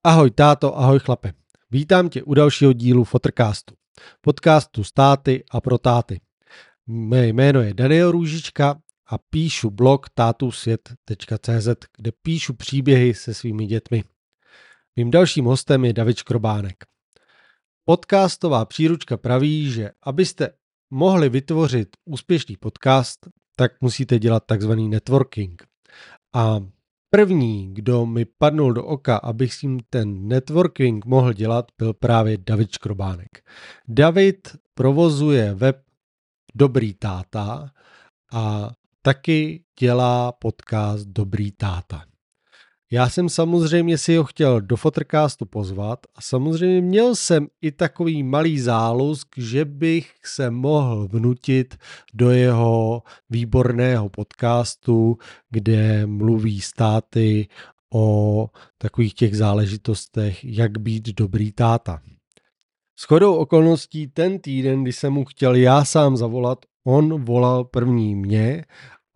Ahoj táto, ahoj chlape. Vítám tě u dalšího dílu Fotrcastu. Podcastu s táty a pro táty. Mé jméno je Daniel Růžička a píšu blog tatusvět.cz, kde píšu příběhy se svými dětmi. Mým dalším hostem je David Škrobánek. Podcastová příručka praví, že abyste mohli vytvořit úspěšný podcast, tak musíte dělat takzvaný networking. A první, kdo mi padnul do oka, abych s ním ten networking mohl dělat, byl právě David Škrobánek. David provozuje web Dobrý táta a taky dělá podcast Dobrý táta. Já jsem samozřejmě si ho chtěl do Fotrcastu pozvat a samozřejmě měl jsem i takový malý zálusk, že bych se mohl vnutit do jeho výborného podcastu, kde mluví s táty o takových těch záležitostech, jak být dobrý táta. Shodou okolností ten týden, kdy jsem mu chtěl já sám zavolat, on volal první mě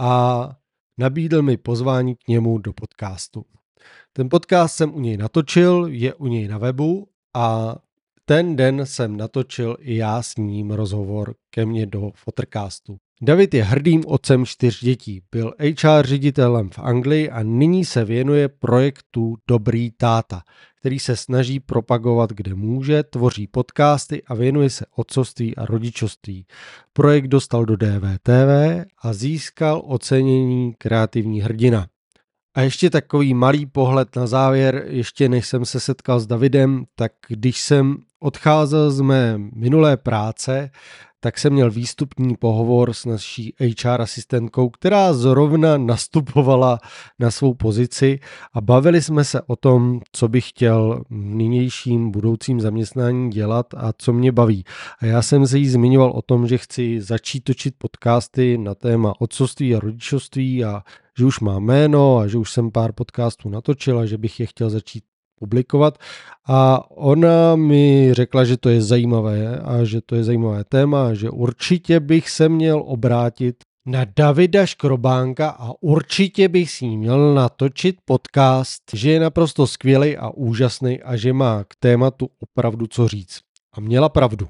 a nabídl mi pozvání k němu do podcastu. Ten podcast jsem u něj natočil, je u něj na webu a ten den jsem natočil i já s ním rozhovor ke mně do Fotrcastu. David je hrdým otcem 4 dětí, byl HR ředitelem v Anglii a nyní se věnuje projektu Dobrý táta, který se snaží propagovat kde může, tvoří podcasty a věnuje se otcovství a rodičovství. Projekt dostal do DVTV a získal ocenění Kreativní hrdina. A ještě takový malý pohled na závěr, ještě než jsem se setkal s Davidem, tak když jsem odcházel z mé minulé práce, tak jsem měl výstupní pohovor s naší HR asistentkou, která zrovna nastupovala na svou pozici a bavili jsme se o tom, co bych chtěl v nynějším budoucím zaměstnání dělat a co mě baví. A já jsem se jí zmiňoval o tom, že chci začít točit podcasty na téma otcovství a rodičovství a že už mám jméno a že už jsem pár podcastů natočil a že bych je chtěl začít publikovat a ona mi řekla, že to je zajímavé a že to je zajímavé téma, že určitě bych se měl obrátit na Davida Škrobánka a určitě bych s ním měl natočit podcast, že je naprosto skvělý a úžasný a že má k tématu opravdu co říct. A měla pravdu.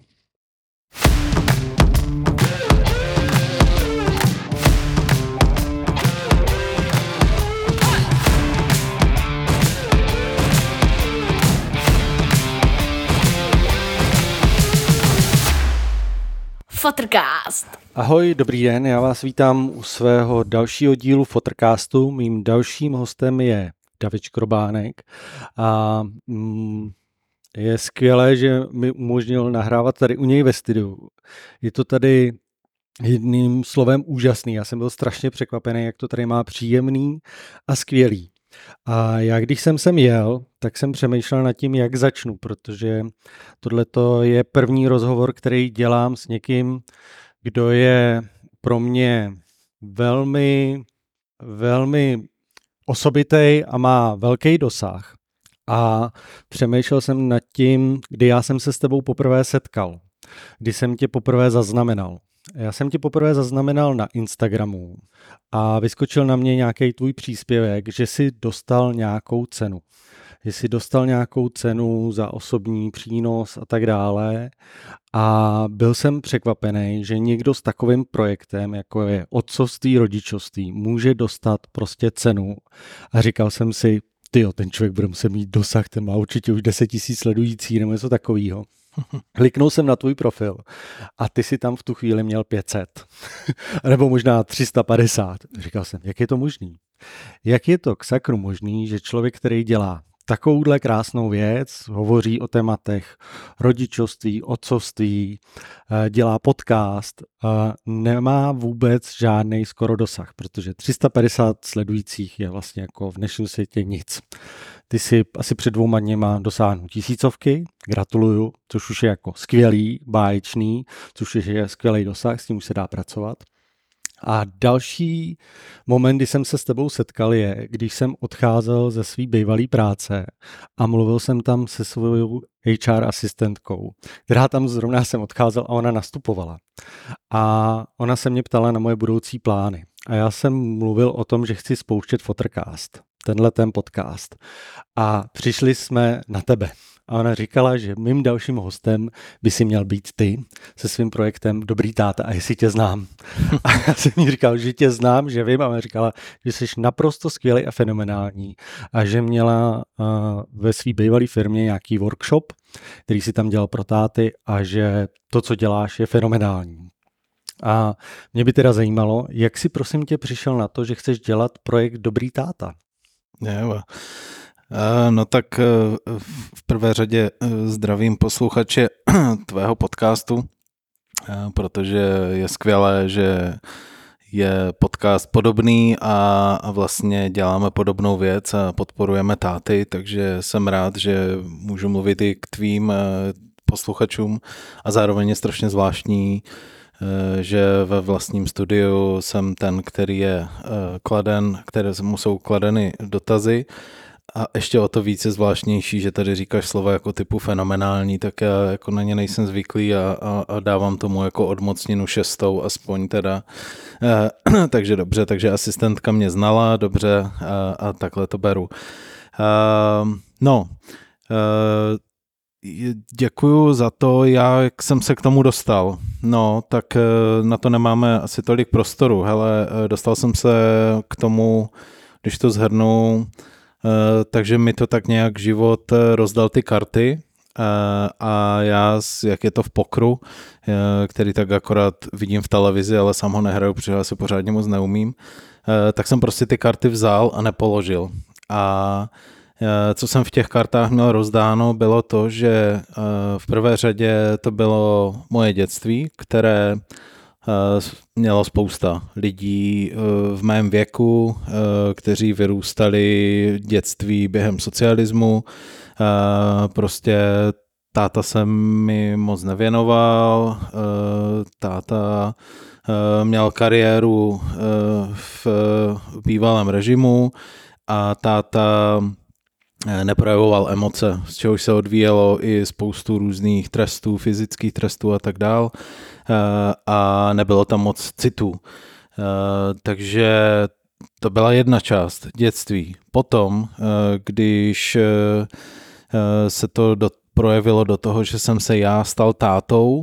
Fotrcast. Ahoj, dobrý den, já vás vítám u svého dalšího dílu Fotrcastu. Mým dalším hostem je David Škrobánek a je skvělé, že mi umožnil nahrávat tady u něj ve studiu. Je to tady jedním slovem úžasný, já jsem byl strašně překvapený, jak to tady má příjemný a skvělý. A já když jsem sem jel, tak jsem přemýšlel nad tím, jak začnu, protože tohleto je první rozhovor, který dělám s někým, kdo je pro mě velmi, velmi osobitý a má velký dosah. A přemýšlel jsem nad tím, kdy já jsem se s tebou poprvé setkal, kdy jsem tě poprvé zaznamenal. Já jsem tě poprvé zaznamenal na Instagramu a vyskočil na mě nějaký tvůj příspěvek, že jsi dostal nějakou cenu. Že jsi dostal nějakou cenu za osobní přínos a tak dále. A byl jsem překvapený, že někdo s takovým projektem, jako je otcovství, rodičovství, může dostat prostě cenu. A říkal jsem si, tyjo, ten člověk bude muset mít dosah, ten má určitě už 10 000 sledující nebo něco takového. Kliknul jsem na tvůj profil a ty si tam v tu chvíli měl 500, nebo možná 350. Říkal jsem, jak je to možný? Jak je to k sakru možný, že člověk, který dělá takovouhle krásnou věc, hovoří o tématech rodičovství, otcovství, dělá podcast, nemá vůbec žádnej skoro dosah, protože 350 sledujících je vlastně jako v dnešním světě nic. Ty si asi před 2 dněma dosáhnu 1000, gratuluju, což už je jako skvělý, báječný, což je skvělý dosah, s tím už se dá pracovat. A další moment, kdy jsem se s tebou setkal, je, když jsem odcházel ze své bývalé práce a mluvil jsem tam se svou HR asistentkou, která tam zrovna jsem odcházel a ona nastupovala. A ona se mě ptala na moje budoucí plány. A já jsem mluvil o tom, že chci spouštět Fotrcast. tenhle ten podcast. A přišli jsme na tebe. A ona říkala, že mým dalším hostem by si měl být ty se svým projektem Dobrý táta a jestli tě znám. A já jsem jí říkal, že tě znám, že vím, a ona říkala, že jsi naprosto skvělý a fenomenální a že měla ve své bývalé firmě nějaký workshop, který si tam dělal pro táty a že to, co děláš, je fenomenální. A mě by teda zajímalo, jak jsi prosím tě přišel na to, že chceš dělat projekt Dobrý táta? No tak v prvé řadě zdravím posluchače tvého podcastu, protože je skvělé, že je podcast podobný a vlastně děláme podobnou věc a podporujeme táty, takže jsem rád, že můžu mluvit i k tvým posluchačům a zároveň je strašně zvláštní, že ve vlastním studiu jsem ten, který je kladen, kterému jsou kladeny dotazy. A ještě o to více zvláštnější, že tady říkáš slova jako typu fenomenální, tak já jako na ně nejsem zvyklý a dávám tomu jako odmocninu 6, aspoň teda. Takže dobře, takže asistentka mě znala, dobře, a takhle to beru. Děkuju za to, jak jsem se k tomu dostal. No, tak na to nemáme asi tolik prostoru. Hele, dostal jsem se k tomu, když to shrnu, takže mi to tak nějak život rozdal ty karty a já, jak je to v pokru, který tak akorát vidím v televizi, ale sám ho nehraju, protože já se pořádně moc neumím, tak jsem prostě ty karty vzal a nepoložil. A co jsem v těch kartách měl rozdáno, bylo to, že v prvé řadě to bylo moje dětství, které mělo spousta lidí v mém věku, kteří vyrůstali dětství během socialismu. Prostě táta se mi moc nevěnoval, táta měl kariéru v bývalém režimu a táta neprojevoval emoce, z čehož se odvíjelo i spoustu různých trestů, fyzických trestů a tak dál. A nebylo tam moc citů. Takže to byla jedna část dětství. Potom, když se to projevilo do toho, že jsem se já stal tátou,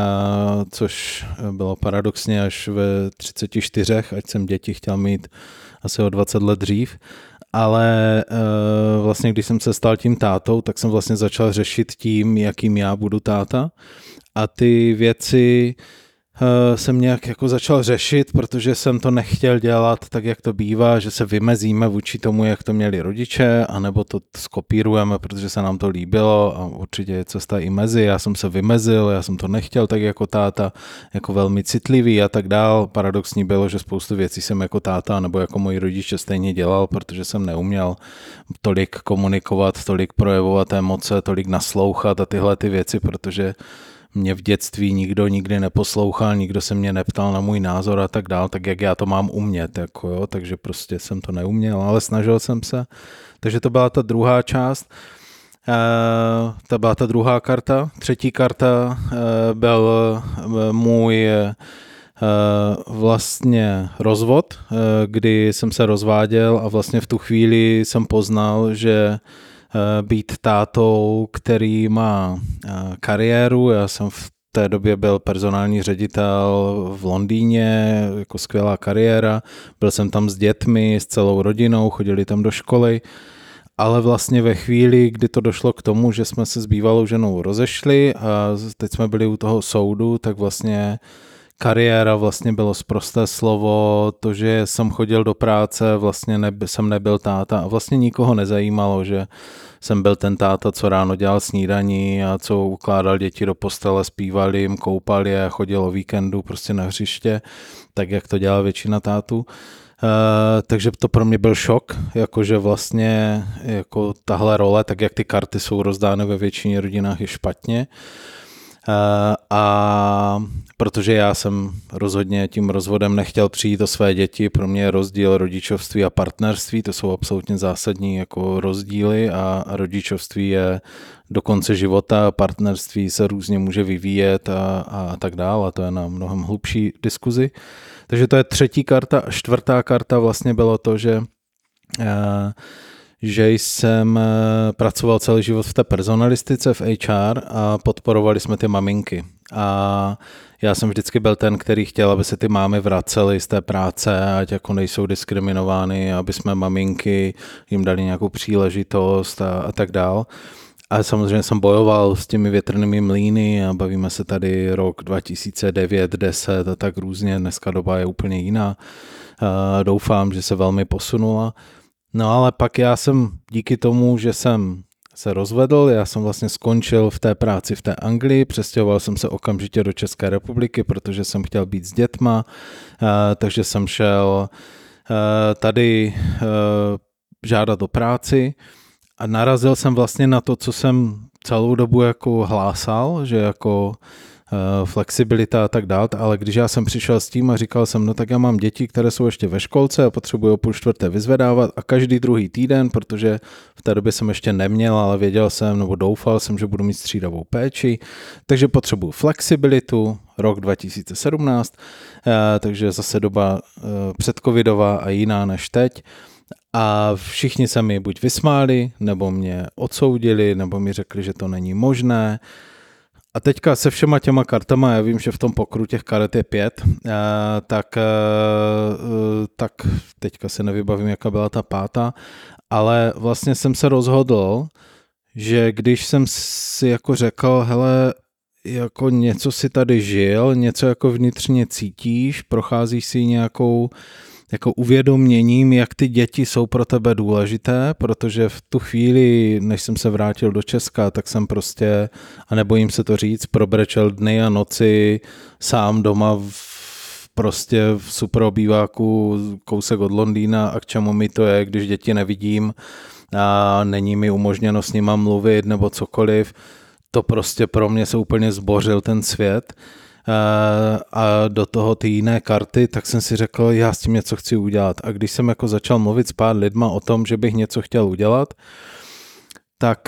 což bylo paradoxně až ve 34, ať jsem děti chtěl mít asi o 20 let dřív, ale vlastně když jsem se stal tím tátou, tak jsem vlastně začal řešit tím, jakým já budu táta. A ty věci jsem nějak jako začal řešit, protože jsem to nechtěl dělat tak, jak to bývá, že se vymezíme vůči tomu, jak to měli rodiče, anebo to skopírujeme, protože se nám to líbilo a určitě je cesta i mezi. Já jsem se vymezil, já jsem to nechtěl tak jako táta, jako velmi citlivý a tak dál. Paradoxní bylo, že spoustu věcí jsem jako táta nebo jako moji rodiče stejně dělal, protože jsem neuměl tolik komunikovat, tolik projevovat emoce, tolik naslouchat a tyhle ty věci, protože mě v dětství nikdo nikdy neposlouchal, nikdo se mě neptal na můj názor a tak dál, tak jak já to mám umět, jako jo, takže prostě jsem to neuměl, ale snažil jsem se. Takže to byla ta druhá část, to byla ta druhá karta. Třetí karta byl můj vlastně rozvod, kdy jsem se rozváděl a vlastně v tu chvíli jsem poznal, že být tátou, který má kariéru. Já jsem v té době byl personální ředitel v Londýně, jako skvělá kariéra. Byl jsem tam s dětmi, s celou rodinou, chodili tam do školy, ale vlastně ve chvíli, kdy to došlo k tomu, že jsme se s bývalou ženou rozešli a teď jsme byli u toho soudu, tak vlastně kariéra vlastně bylo sprosté slovo, to, že jsem chodil do práce, vlastně jsem nebyl táta a vlastně nikoho nezajímalo, že jsem byl ten táta, co ráno dělal snídaní a co ukládal děti do postele, zpíval jim, koupal je, chodil o víkendu prostě na hřiště, tak jak to dělala většina tátů. Takže to pro mě byl šok, jakože vlastně jako tahle role, tak jak ty karty jsou rozdány ve většině rodinách, je špatně. A protože já jsem rozhodně tím rozvodem nechtěl přijít o své děti, pro mě je rozdíl rodičovství a partnerství, to jsou absolutně zásadní jako rozdíly a rodičovství je do konce života, partnerství se různě může vyvíjet a tak dále, a to je na mnohem hlubší diskuzi. Takže to je třetí karta a čtvrtá karta vlastně bylo to, že že jsem pracoval celý život v té personalistice, v HR a podporovali jsme ty maminky. A já jsem vždycky byl ten, který chtěl, aby se ty mámy vracely z té práce, ať jako nejsou diskriminovány, aby jsme maminky jim dali nějakou příležitost a tak dál. A samozřejmě jsem bojoval s těmi větrnými mlýny a bavíme se tady rok 2009, 10 a tak různě. Dneska doba je úplně jiná. Doufám, že se velmi posunula. No ale pak já jsem díky tomu, že jsem se rozvedl, já jsem vlastně skončil v té práci v té Anglii, přestěhoval jsem se okamžitě do České republiky, protože jsem chtěl být s dětma, takže jsem šel tady žádat o práci a narazil jsem vlastně na to, co jsem celou dobu jako hlásal, že jako flexibilita a tak dále, ale když já jsem přišel s tím a říkal jsem, no tak já mám děti, které jsou ještě ve školce a potřebuji o 3:30 vyzvedávat a každý druhý týden, protože v té době jsem ještě neměl, ale věděl jsem nebo doufal jsem, že budu mít střídavou péči, takže potřebuji flexibilitu, rok 2017, takže zase doba předcovidová a jiná než teď. A všichni se mi buď vysmáli, nebo mě odsoudili, nebo mi řekli, že to není možné. A teďka se všema těma kartama, já vím, že v tom pokru těch karet je 5, tak teďka se nevybavím, jaká byla ta 5, ale vlastně jsem se rozhodl, že když jsem si jako řekl, hele, jako něco si tady žil, něco jako vnitřně cítíš, procházíš si nějakou jako uvědoměním, jak ty děti jsou pro tebe důležité, protože v tu chvíli, než jsem se vrátil do Česka, tak jsem prostě, a nebojím se to říct, probrečel dny a noci sám doma prostě v super obýváku kousek od Londýna a k čemu mi to je, když děti nevidím a není mi umožněno s nima mluvit nebo cokoliv. To prostě pro mě se úplně zbořil ten svět. A do toho ty jiné karty, tak jsem si řekl, já s tím něco chci udělat. A když jsem jako začal mluvit s pár lidma o tom, že bych něco chtěl udělat, tak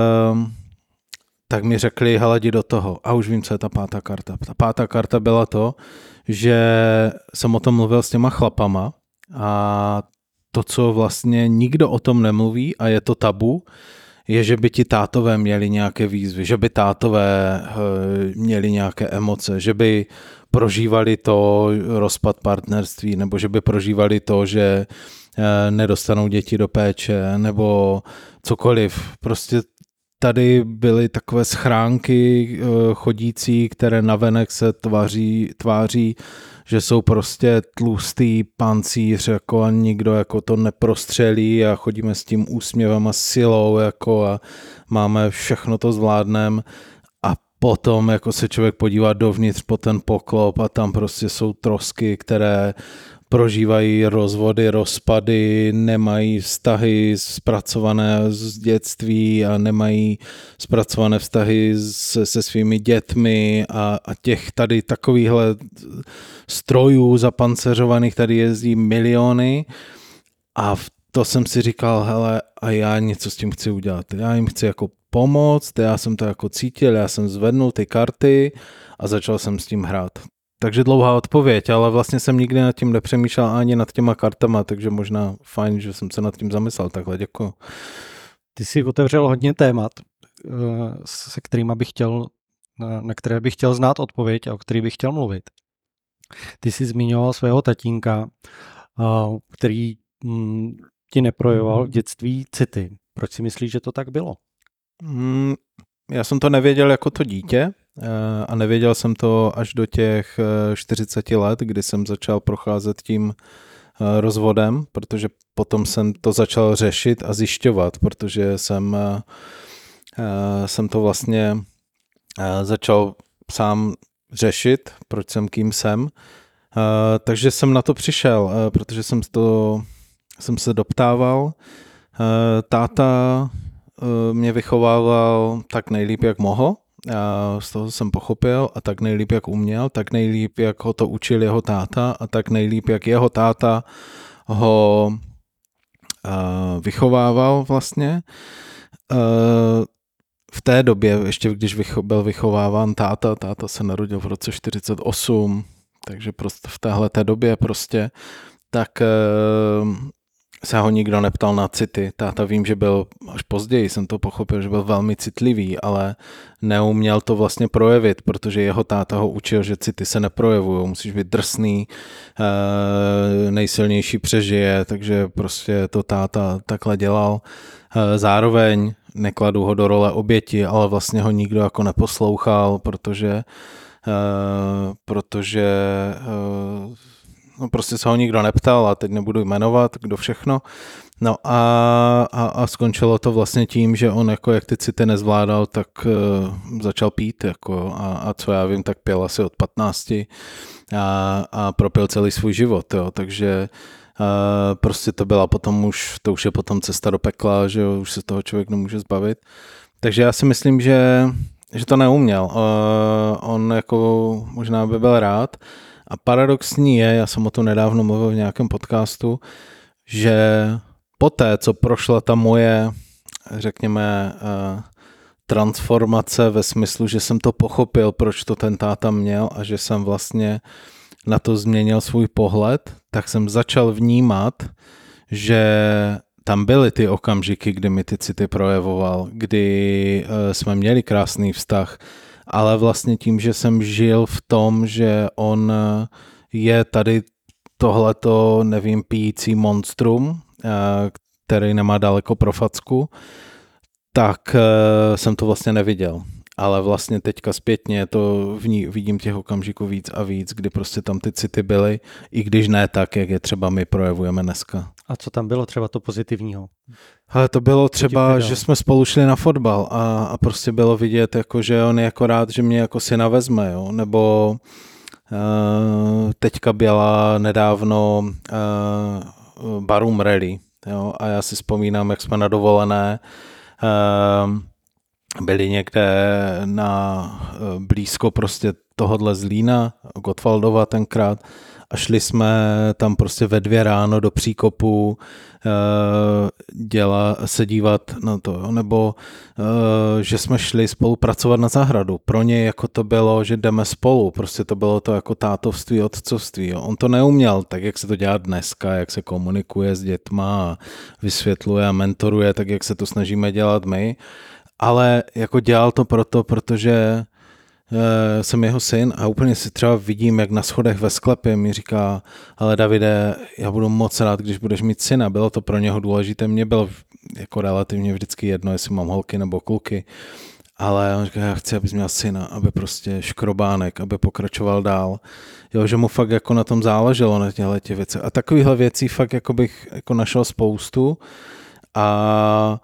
mi řekli, hele, jdi do toho. A už vím, co je ta 5. karta. Ta 5. karta byla to, že jsem o tom mluvil s těma chlapama a to, co vlastně nikdo o tom nemluví a je to tabu, je, že by ti tátové měli nějaké výzvy, že by tátové měli nějaké emoce, že by prožívali to rozpad partnerství, nebo že by prožívali to, že nedostanou děti do péče, nebo cokoliv. Prostě tady byly takové schránky chodící, které navenek se tváří, že jsou prostě tlustý pancíř, jako a nikdo jako to neprostřelí a chodíme s tím úsměvem a silou jako a máme všechno to zvládnem a potom jako se člověk podívá dovnitř po ten poklop a tam prostě jsou trosky, které prožívají rozvody, rozpady, nemají vztahy zpracované z dětství a nemají zpracované vztahy se svými dětmi a těch tady takovýchhle strojů zapanceřovaných tady jezdí miliony a to jsem si říkal, hele, a já něco s tím chci udělat. Já jim chci jako pomoct, já jsem to jako cítil, já jsem zvednul ty karty a začal jsem s tím hrát. Takže dlouhá odpověď, ale vlastně jsem nikdy nad tím nepřemýšlel ani nad těma kartama, takže možná fajn, že jsem se nad tím zamyslel. Takhle děkuji. Ty jsi otevřel hodně témat, se kterýma na které bych chtěl znát odpověď a o kterých bych chtěl mluvit. Ty jsi zmiňoval svého tatínka, který ti neprojevoval v dětství city. Proč si myslíš, že to tak bylo? Já jsem to nevěděl jako to dítě a nevěděl jsem to až do těch 40 let, kdy jsem začal procházet tím rozvodem, protože potom jsem to začal řešit a zjišťovat, protože jsem to vlastně začal sám řešit, proč jsem kým jsem. Takže jsem na to přišel, protože jsem se doptával. Táta mě vychovával tak nejlíp, jak mohl. Z toho jsem pochopil a tak nejlíp, jak uměl, tak nejlíp, jak ho to učil jeho táta a tak nejlíp, jak jeho táta ho vychovával vlastně. V té době, ještě když byl vychováván táta se narodil v roce 48, takže prostě v téhleté době prostě, tak se ho nikdo neptal na city. Táta vím, že byl, až později jsem to pochopil, že byl velmi citlivý, ale neuměl to vlastně projevit, protože jeho táta ho učil, že city se neprojevují, musíš být drsný, nejsilnější přežije, takže prostě to táta takhle dělal. Zároveň nekladu ho do role oběti, ale vlastně ho nikdo jako neposlouchal, protože no prostě se ho nikdo neptal a teď nebudu jmenovat, kdo všechno. No a skončilo to vlastně tím, že on jako jak ty city nezvládal, tak začal pít jako a co já vím, tak pěl asi od 15 a propil celý svůj život, jo, takže prostě to byla potom to už je potom cesta do pekla, že jo, už se toho člověk nemůže zbavit. Takže já si myslím, že to neuměl. On jako možná by byl rád. A paradoxní je, já jsem o tom nedávno mluvil v nějakém podcastu, že poté, co prošla ta moje, řekněme, transformace ve smyslu, že jsem to pochopil, proč to ten táta měl a že jsem vlastně na to změnil svůj pohled, tak jsem začal vnímat, že tam byly ty okamžiky, kdy mi ty city projevoval, kdy jsme měli krásný vztah, ale vlastně tím, že jsem žil v tom, že on je tady tohleto, nevím, pijící monstrum, který nemá daleko pro facku, tak jsem to vlastně neviděl. Ale vlastně teďka zpětně to vidím těch okamžiků víc a víc, kdy prostě tam ty city byly, i když ne tak, jak je třeba my projevujeme dneska. A co tam bylo třeba to pozitivního? Ale to bylo třeba, že jsme spolu šli na fotbal a prostě bylo vidět, jako, že on je jako rád, že mě jako syna vezme, jo? Nebo teďka byla nedávno Barum Rally, jo? A já si vzpomínám, jak jsme na dovolené byli někde blízko prostě tohodle Zlína, Gottwaldova tenkrát, a šli jsme tam prostě ve 2 ráno do příkopu se dívat na to, nebo že jsme šli spolupracovat na zahradu. Pro něj jako to bylo, že jdeme spolu, prostě to bylo to jako tátovství, otcovství. Jo. On to neuměl, tak jak se to dělá dneska, jak se komunikuje s dětma a vysvětluje a mentoruje, tak jak se to snažíme dělat my, ale jako dělal to protože jsem jeho syn a úplně si třeba vidím, jak na schodech ve sklepě mi říká, ale Davide, já budu moc rád, když budeš mít syna. Bylo to pro něho důležité, mně bylo jako relativně vždycky jedno, jestli mám holky nebo kluky, ale on říká, já chci, abys měl syna, aby prostě škrobánek, aby pokračoval dál. Jo, že mu fakt jako na tom záleželo, na těchto věci. A takovýchhle věcí fakt jako bych jako našel spoustu a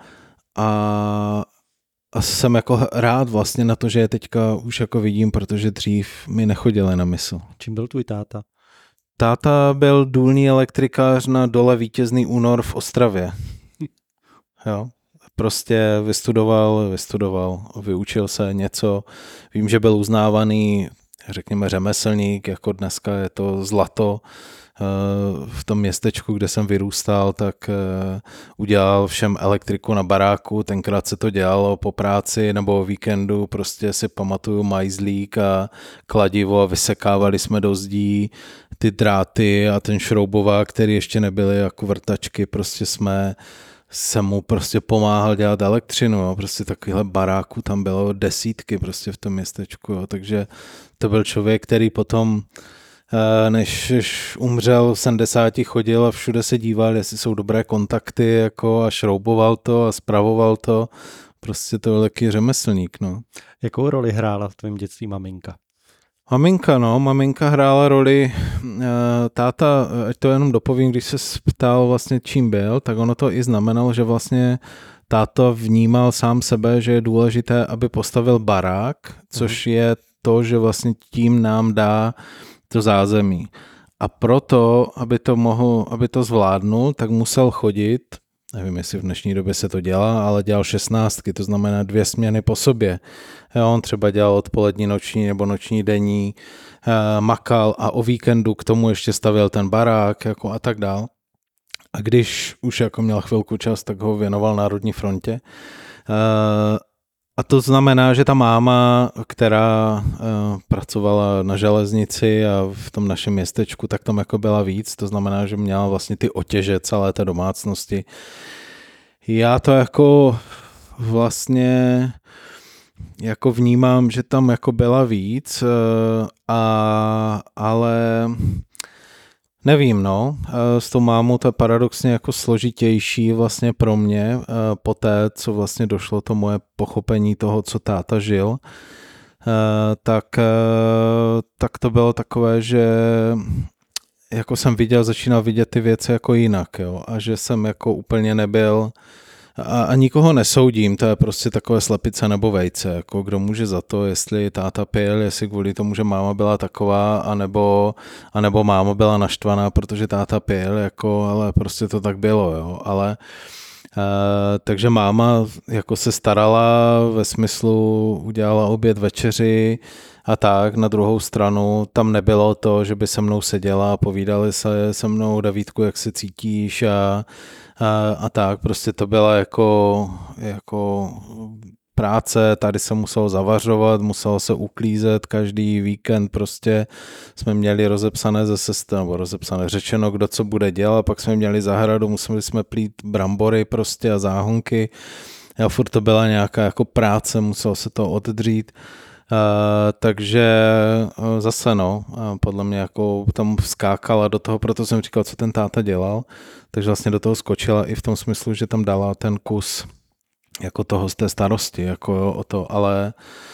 jsem jako rád vlastně na to, že je teďka už jako vidím, protože dřív mi nechodili na mysl. Čím byl tvůj táta? Táta byl důlní elektrikář na dole Vítězný Únor v Ostravě. Jo. Prostě vystudoval, vyučil se něco. Vím, že byl uznávaný, řekněme, řemeslník, jako dneska je to zlato. V tom městečku, kde jsem vyrůstal, tak udělal všem elektriku na baráku, tenkrát se to dělalo po práci nebo o víkendu, prostě si pamatuju majzlík a kladivo a vysekávali jsme do zdí ty dráty a ten šroubovák, který ještě nebyly jako vrtačky, prostě jsem mu prostě pomáhal dělat elektřinu, jo. Prostě takovýhle baráků tam bylo desítky prostě v tom městečku, jo. Takže to byl člověk, který potom než umřel v 70, chodil a všude se díval, jestli jsou dobré kontakty jako a šrouboval to a spravoval to. Prostě to byl taky řemeslník. No. Jakou roli hrála v tvém dětství maminka? Maminka hrála roli, táta, ať to jenom dopovím, když se ptal vlastně čím byl, tak ono to i znamenalo, že vlastně táta vnímal sám sebe, že je důležité, aby postavil barák, což je to, že vlastně tím nám dá to zázemí. A proto, aby to zvládnul, tak musel chodit, nevím, jestli v dnešní době se to dělá, ale dělal 16, to znamená 2 směny po sobě. On třeba dělal odpolední, noční nebo noční denní, makal a o víkendu k tomu ještě stavěl ten barák jako a tak dál. A když už jako měl chvilku čas, tak ho věnoval Národní frontě. A to znamená, že ta máma, která pracovala na železnici a v tom našem městečku, tak tam jako byla víc. To znamená, že měla vlastně ty otěže celé té domácnosti. Já to jako vlastně jako vnímám, že tam jako byla víc, ale nevím, no. S tou mámou to je paradoxně jako složitější vlastně pro mě, po té, co vlastně došlo to moje pochopení toho, co táta žil, tak to bylo takové, že jako jsem začínal vidět ty věci jako jinak, jo, a že jsem jako úplně nebyl a nikoho nesoudím, to je prostě takové slepice nebo vejce, jako kdo může za to, jestli táta pil, jestli kvůli tomu, že máma byla taková, anebo máma byla naštvaná, protože táta pil, jako, ale prostě to tak bylo, jo, ale takže máma jako se starala ve smyslu, udělala oběd, večeři a tak. Na druhou stranu tam nebylo to, že by se mnou seděla a povídali se mnou, Davídku, jak se cítíš a tak. Prostě to byla jako práce, tady se muselo zavařovat, muselo se uklízet, každý víkend prostě jsme měli rozepsané řečeno, kdo co bude dělat, pak jsme měli zahradu, museli jsme plít brambory prostě a záhonky a furt to byla nějaká jako práce, muselo se to oddřít. Takže zase podle mě jako tam skákala do toho, proto jsem říkal, co ten táta dělal, takže vlastně do toho skočila i v tom smyslu, že tam dala ten kus jako toho z té starosti, jako jo, o to, ale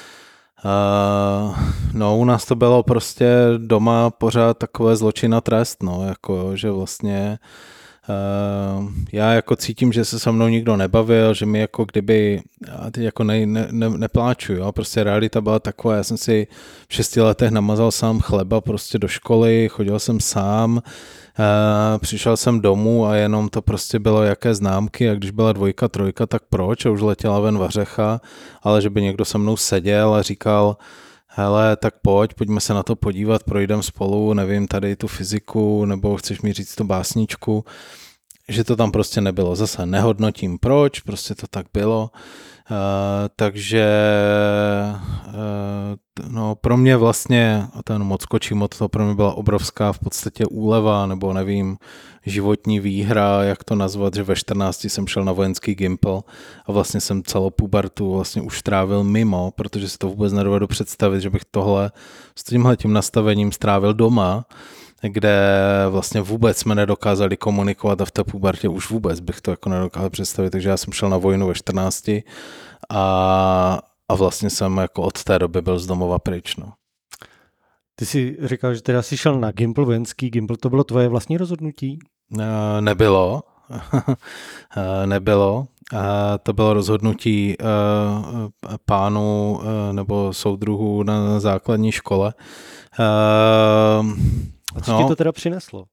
u nás to bylo prostě doma pořád takové zločin a trest, jako jo, že vlastně já jako cítím, že se se mnou nikdo nebavil, že mi jako kdyby, já teď jako nepláču, jo, prostě realita byla taková, já jsem si v 6 letech namazal sám chleba prostě do školy, chodil jsem sám, přišel jsem domů a jenom to prostě bylo jaké známky a když byla 2, 3, tak proč? A už letěla ven vařecha, ale že by někdo se mnou seděl a říkal, hele, tak pojďme se na to podívat, projdeme spolu, nevím, tady tu fyziku, nebo chceš mi říct tu básničku, že to tam prostě nebylo. Zase nehodnotím proč, prostě to tak bylo. Takže pro mě vlastně, ten moc skočím od toho, pro mě byla obrovská v podstatě úleva, nebo nevím, životní výhra, jak to nazvat, že ve 14 jsem šel na vojenský Gimpl a vlastně jsem celou pubertu vlastně už trávil mimo, protože si to vůbec nedovedu představit, že bych tohle s tímhletím nastavením strávil doma, kde vlastně vůbec jsme nedokázali komunikovat a v té pubertě už vůbec bych to jako nedokázal představit, takže já jsem šel na vojnu ve 14 a vlastně jsem jako od té doby byl z domova pryč. No. Ty jsi říkal, že teda jsi šel na Gimpl, vojenský Gimpl, to bylo tvoje vlastní rozhodnutí? Nebylo. Nebylo. To bylo rozhodnutí pánů nebo soudruhů na základní škole. A co ti to teda přineslo?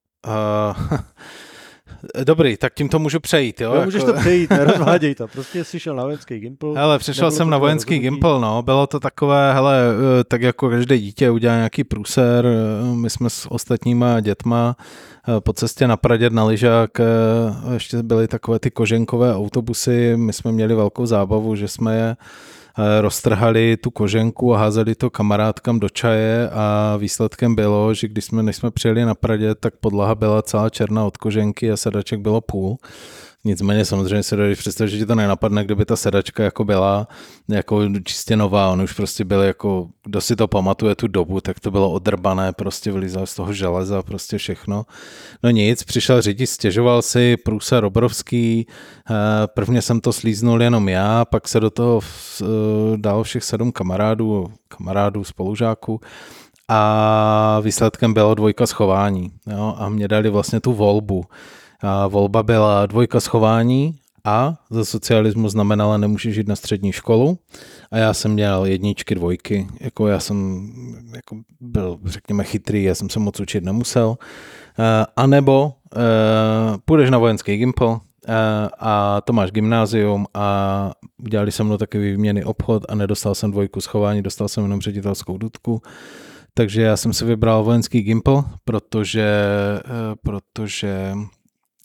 Dobrý, tak tím to můžu přejít, jo? Můžeš to přejít, nerozváděj to, prostě jsi šel na vojenský Gimpl. Hele, přišel jsem na vojenský Gimpl, bylo to takové, tak jako každé dítě udělá nějaký průser, my jsme s ostatníma dětma po cestě na Praděd na lyžák, ještě byly takové ty koženkové autobusy, my jsme měli velkou zábavu, že jsme je roztrhali tu koženku a házeli to kamarádkám do čaje a výsledkem bylo, že než jsme přijeli na Praděd, tak podlaha byla celá černá od koženky a sedaček bylo půl. Nicméně samozřejmě se dá představit, že ti to nenapadne, kdyby ta sedačka jako byla jako čistě nová, on už prostě byl jako, kdo si to pamatuje tu dobu, tak to bylo odrbané, prostě vylízal z toho železa, prostě všechno. No nic, přišel řidič, stěžoval si, průser obrovský, prvně jsem to slíznul jenom já, pak se do toho dalo všech 7 kamarádů, spolužáků, a výsledkem bylo 2 schování, jo, a mě dali vlastně tu volbu. A volba byla 2 schování a za socialismu znamenala, nemůžeš jít na střední školu, a já jsem měl 1, 2, jako já jsem jako byl, řekněme, chytrý, já jsem se moc učit nemusel, a nebo půjdeš na vojenský Gimpl a to máš gymnázium, a udělali se mnou takový výměnný obchod a nedostal jsem 2 schování, dostal jsem jenom ředitelskou dudku. Takže já jsem si vybral vojenský Gimpl, protože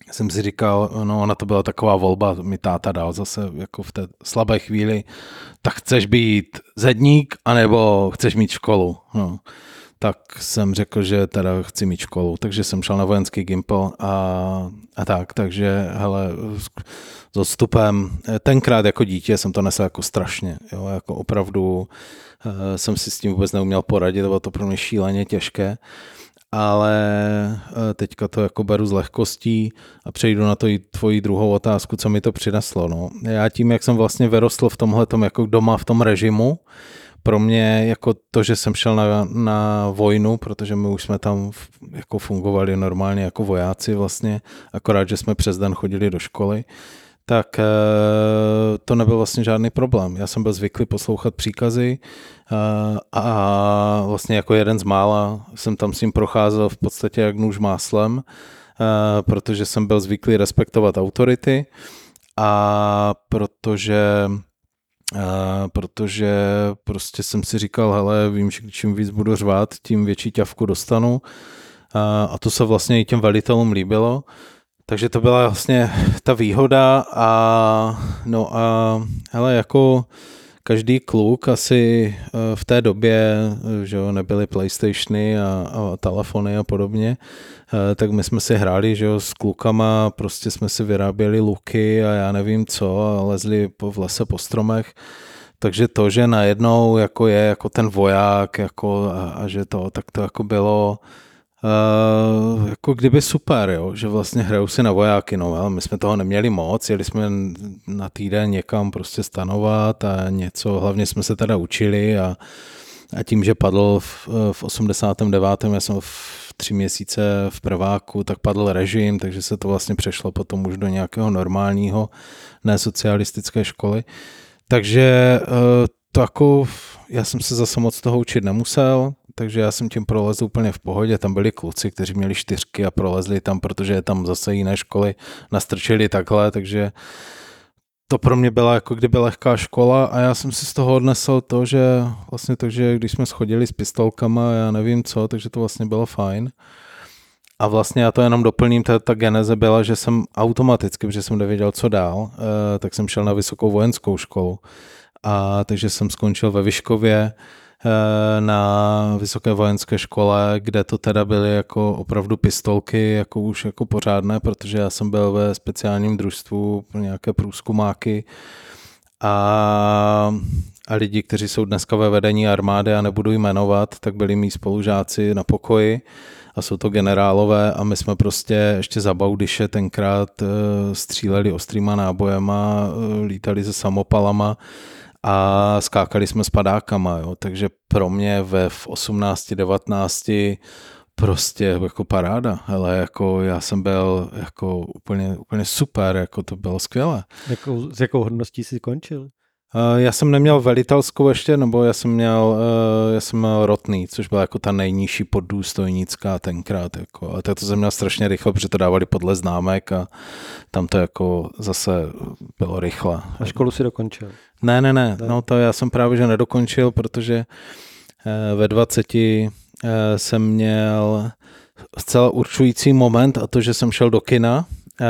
jsem si říkal, no ona to byla taková volba, mi táta dal zase jako v té slabé chvíli, tak chceš být zedník, anebo chceš mít školu. No. Tak jsem řekl, že teda chci mít školu, takže jsem šel na vojenský Gimpel a tak, takže hele, s odstupem, tenkrát jako dítě jsem to nesl jako strašně, jo, jako opravdu jsem si s tím vůbec neuměl poradit, bylo to pro mě šíleně těžké, ale teďka to jako beru s lehkostí a přejdu na to i tvoji druhou otázku, co mi to přineslo. No. Já tím, jak jsem vlastně vyrostl v tomhletom jako doma v tom režimu, pro mě jako to, že jsem šel na vojnu, protože my už jsme tam jako fungovali normálně jako vojáci vlastně, akorát, že jsme přes den chodili do školy, tak to nebyl vlastně žádný problém. Já jsem byl zvyklý poslouchat příkazy a vlastně jako jeden z mála jsem tam s ním procházel v podstatě jak nůž máslem, protože jsem byl zvyklý respektovat autority a protože prostě jsem si říkal, hele, vím, že čím víc budu řvát, tím větší ťavku dostanu a to se vlastně i těm velitelům líbilo. Takže to byla vlastně ta výhoda a hele, jako každý kluk asi v té době, že jo, nebyly PlayStationy a telefony a podobně, tak my jsme si hráli, že jo, s klukama, prostě jsme si vyráběli luky a já nevím co a lezli v lese po stromech. Takže to, že najednou jako je jako ten voják jako a že to, tak to jako bylo jako kdyby super, jo, že vlastně hrajou si na vojáky, no, ale my jsme toho neměli moc, jeli jsme na týden někam prostě stanovat a něco, hlavně jsme se teda učili a tím, že padl v 89. já jsem v 3 měsíce v prváku, tak padl režim, takže se to vlastně přešlo potom už do nějakého normálního, ne socialistické školy. Takže to jako, já jsem se zase moc toho učit nemusel, takže já jsem tím prolezl úplně v pohodě. Tam byli kluci, kteří měli 4 a prolezli tam, protože je tam zase jiné školy nastrčili takhle, takže to pro mě byla jako kdyby lehká škola a já jsem si z toho odnesl to, že vlastně to, že když jsme schodili s pistolkama, já nevím co, takže to vlastně bylo fajn. A vlastně já to jenom doplním, ta geneze byla, že jsem automaticky, protože jsem nevěděl, co dál, tak jsem šel na vysokou vojenskou školu. A takže jsem skončil ve Vyškově na vysoké vojenské škole, kde to teda byly jako opravdu pistolky, jako už jako pořádné, protože já jsem byl ve speciálním družstvu pro nějaké průzkumáky a lidi, kteří jsou dneska ve vedení armády a nebudu jmenovat, tak byli mý spolužáci na pokoji a jsou to generálové a my jsme prostě ještě za Baudyše tenkrát stříleli ostrýma nábojema, lítali se samopalama a skákali jsme s padákama, jo. Takže pro mě v 18, 19 prostě jako paráda, ale jako já jsem byl jako úplně super, jako to bylo skvělé. S jakou hodností jsi končil? Já jsem neměl velitelskou ještě, nebo já jsem měl rotný, což byla jako ta nejnižší poddůstojnická tenkrát. Jako. Ale to jsem měl strašně rychle, protože to dávali podle známek a tam to jako zase bylo rychle. A školu si dokončil? Ne, no to já jsem právě že nedokončil, protože ve 20 jsem měl zcela určující moment a to, že jsem šel do kina.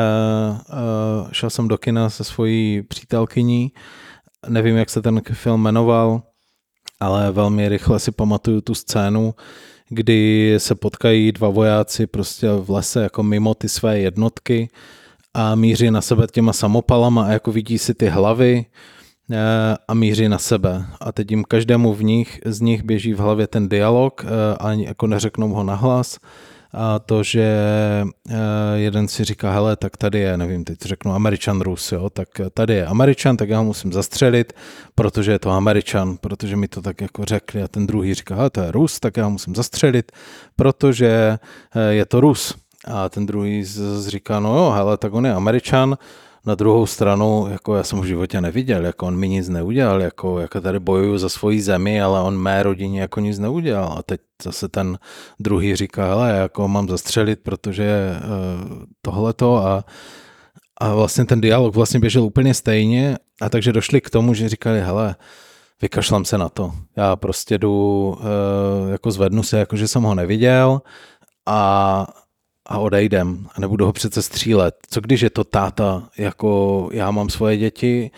Šel jsem do kina se svojí přítelkyní. Nevím, jak se ten film jmenoval, ale velmi rychle si pamatuju tu scénu, kdy se potkají 2 vojáci prostě v lese jako mimo ty své jednotky a míří na sebe těma samopalama a jako vidí si ty hlavy a míří na sebe. A teď jim každému z nich běží v hlavě ten dialog a jako neřeknou ho nahlas. A to, že jeden si říká, hele, tak tady je, nevím, teď řeknu Američan Rus, jo, tak tady je Američan, tak já ho musím zastřelit, protože je to Američan, protože mi to tak jako řekli a ten druhý říká, hele, to je Rus, tak já ho musím zastřelit, protože je to Rus. A ten druhý říká, no jo, hele, tak on je Američan. Na druhou stranu, jako já jsem v životě neviděl, jako on mi nic neudělal, jako tady bojuju za svoji zemi, ale on mé rodině jako nic neudělal. A teď zase ten druhý říká, hele, jako mám zastřelit, protože tohleto a vlastně ten dialog vlastně běžel úplně stejně a takže došli k tomu, že říkali, hele, vykašlám se na to. Já prostě jdu, jako zvednu se, jako že jsem ho neviděl a a odejdem a nebudu ho přece střílet. Co když je to táta, jako já mám svoje děti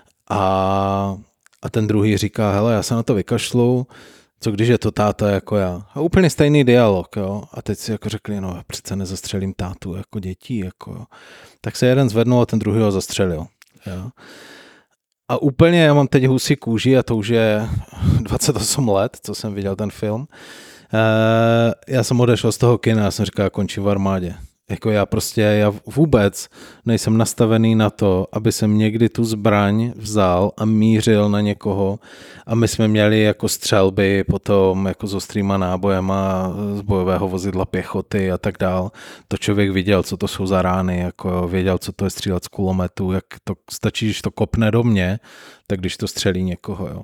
a ten druhý říká, hele, já se na to vykašlu, co když je to táta jako já. A úplně stejný dialog, jo. A teď si jako řekli, no přece nezastřelím tátu jako dětí, jako jo. Tak se jeden zvednul a ten druhý ho zastřelil, jo. A úplně já mám teď husí kůži a to už je 28 let, co jsem viděl ten film. Já jsem odešel z toho kina a jsem říkal, končím v armádě. Jako já vůbec nejsem nastavený na to, aby jsem někdy tu zbraň vzal a mířil na někoho a my jsme měli jako střelby potom jako s ostrýma nábojema z bojového vozidla pěchoty a tak dál. To člověk viděl, co to jsou za rány, jako věděl, co to je střílet z kulometu, jak to stačí, když to kopne do mě, tak když to střelí někoho, jo.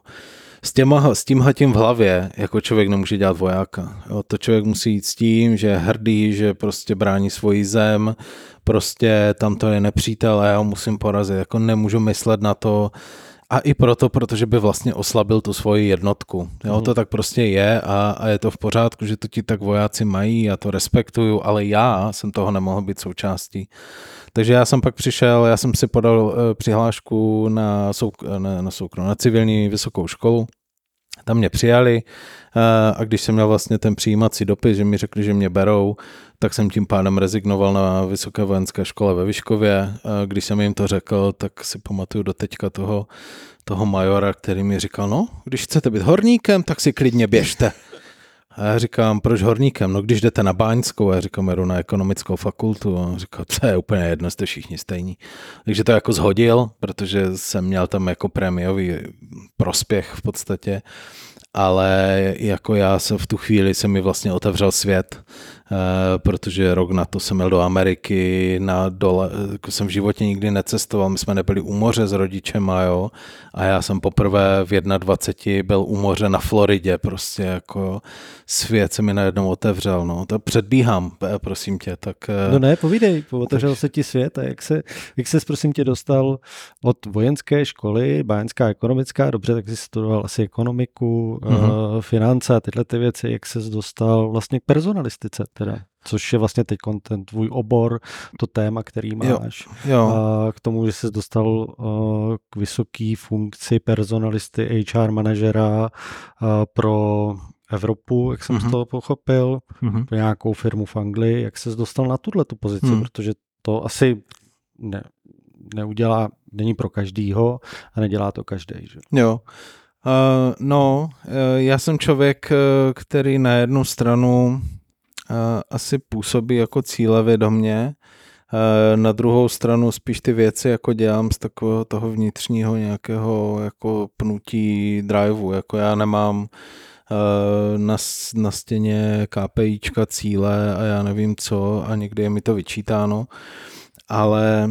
S tímhletím v hlavě jako člověk nemůže dělat vojáka. Jo, to člověk musí jít s tím, že je hrdý, že prostě brání svoji zem, prostě tam to je nepřítel a já ho musím porazit. Jako nemůžu myslet na to a i proto, protože by vlastně oslabil tu svoji jednotku. Jo, to tak prostě je a je to v pořádku, že to ti tak vojáci mají, já to respektuju, ale já jsem toho nemohl být součástí. Takže já jsem pak přišel, já jsem si podal přihlášku na civilní vysokou školu, tam mě přijali a když jsem měl vlastně ten přijímací dopis, že mi řekli, že mě berou, tak jsem tím pádem rezignoval na Vysoké vojenské škole ve Vyškově. Když jsem jim to řekl, tak si pamatuju do teďka toho majora, který mi říkal, no, když chcete být horníkem, tak si klidně běžte. A já říkám, proč horníkem? No když jdete na Báňskou, já říkám, jdu na ekonomickou fakultu. A on říkal, to je úplně jedno, jste všichni stejní. Takže to jako zhodil, protože jsem měl tam jako prémiový prospěch v podstatě. Ale jako já v tu chvíli se mi vlastně otevřel svět, protože rok na to jsem jel do Ameriky, jako jsem v životě nikdy necestoval, my jsme nebyli u moře s rodičema, jo, a já jsem poprvé v 21 byl u moře na Floridě, prostě jako svět se mi najednou otevřel, no, to předbíhám, prosím tě, tak... No ne, povídej, otevřel se ti svět a jak ses prosím tě dostal od vojenské školy, báňská ekonomická, dobře, tak jsi studoval asi ekonomiku, finance a tyhle ty věci, jak ses dostal vlastně k personalistice teda, což je vlastně teď ten tvůj obor, to téma, který máš. Jo. A k tomu, že ses dostal k vysoký funkci personalisty, HR manažera pro Evropu, jak jsem z toho pochopil, pro nějakou firmu v Anglii, jak ses dostal na tu pozici, protože to asi neudělá, není pro každýho a nedělá to každý. Že? Jo. Já jsem člověk, který na jednu stranu asi působí jako cílevědomě, na druhou stranu spíš ty věci jako dělám z takového toho vnitřního nějakého jako pnutí driveu, jako já nemám na stěně KPIčka cíle a já nevím co a někdy je mi to vyčítáno, ale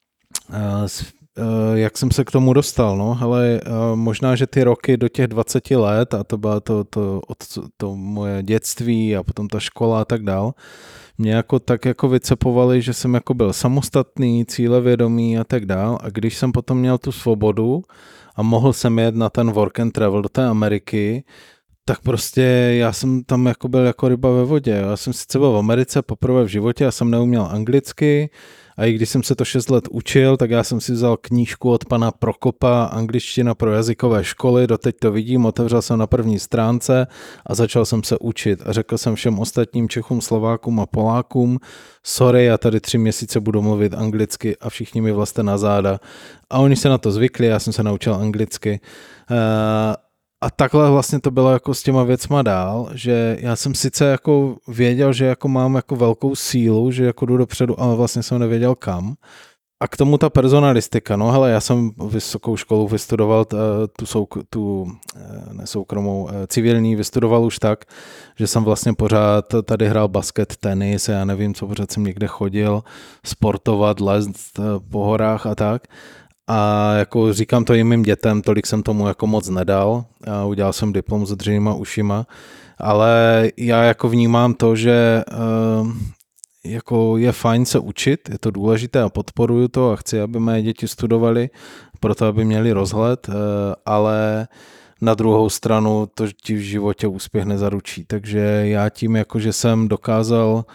jak jsem se k tomu dostal, no, hele, možná, že ty roky do těch 20 let a to bylo to moje dětství a potom ta škola a tak dál, mě jako tak jako vycepovali, že jsem jako byl samostatný, cílevědomý a tak dál a když jsem potom měl tu svobodu a mohl jsem jet na ten work and travel do té Ameriky, tak prostě já jsem tam jako byl jako ryba ve vodě. Já jsem sice byl v Americe poprvé v životě, já jsem neuměl anglicky a i když jsem se to 6 let učil, tak já jsem si vzal knížku od pana Prokopa Angličtina pro jazykové školy, doteď to vidím, otevřel jsem na první stránce a začal jsem se učit a řekl jsem všem ostatním Čechům, Slovákům a Polákům, sorry, já tady 3 měsíce budu mluvit anglicky a všichni mi vlastně na záda. A oni se na to zvykli, já jsem se naučil anglicky. A takhle vlastně to bylo jako s těma věcma dál, že já jsem sice jako věděl, že jako mám jako velkou sílu, že jako jdu dopředu, ale vlastně jsem nevěděl kam. A k tomu ta personalistika, no hele, já jsem vysokou školu vystudoval tu nesoukromou civilní, vystudoval už tak, že jsem vlastně pořád tady hrál basket, tenis, já nevím co, pořád jsem někde chodil sportovat, lézt po horách a tak. A jako říkám to i mým dětem, tolik jsem tomu jako moc nedal. A udělal jsem diplom s dřenýma ušima, ale já jako vnímám to, že jako je fajn se učit, je to důležité a podporuju to a chci, aby mé děti studovali, proto aby měli rozhled, ale na druhou stranu to ti v životě úspěch nezaručí. Takže já tím, jako že jsem dokázal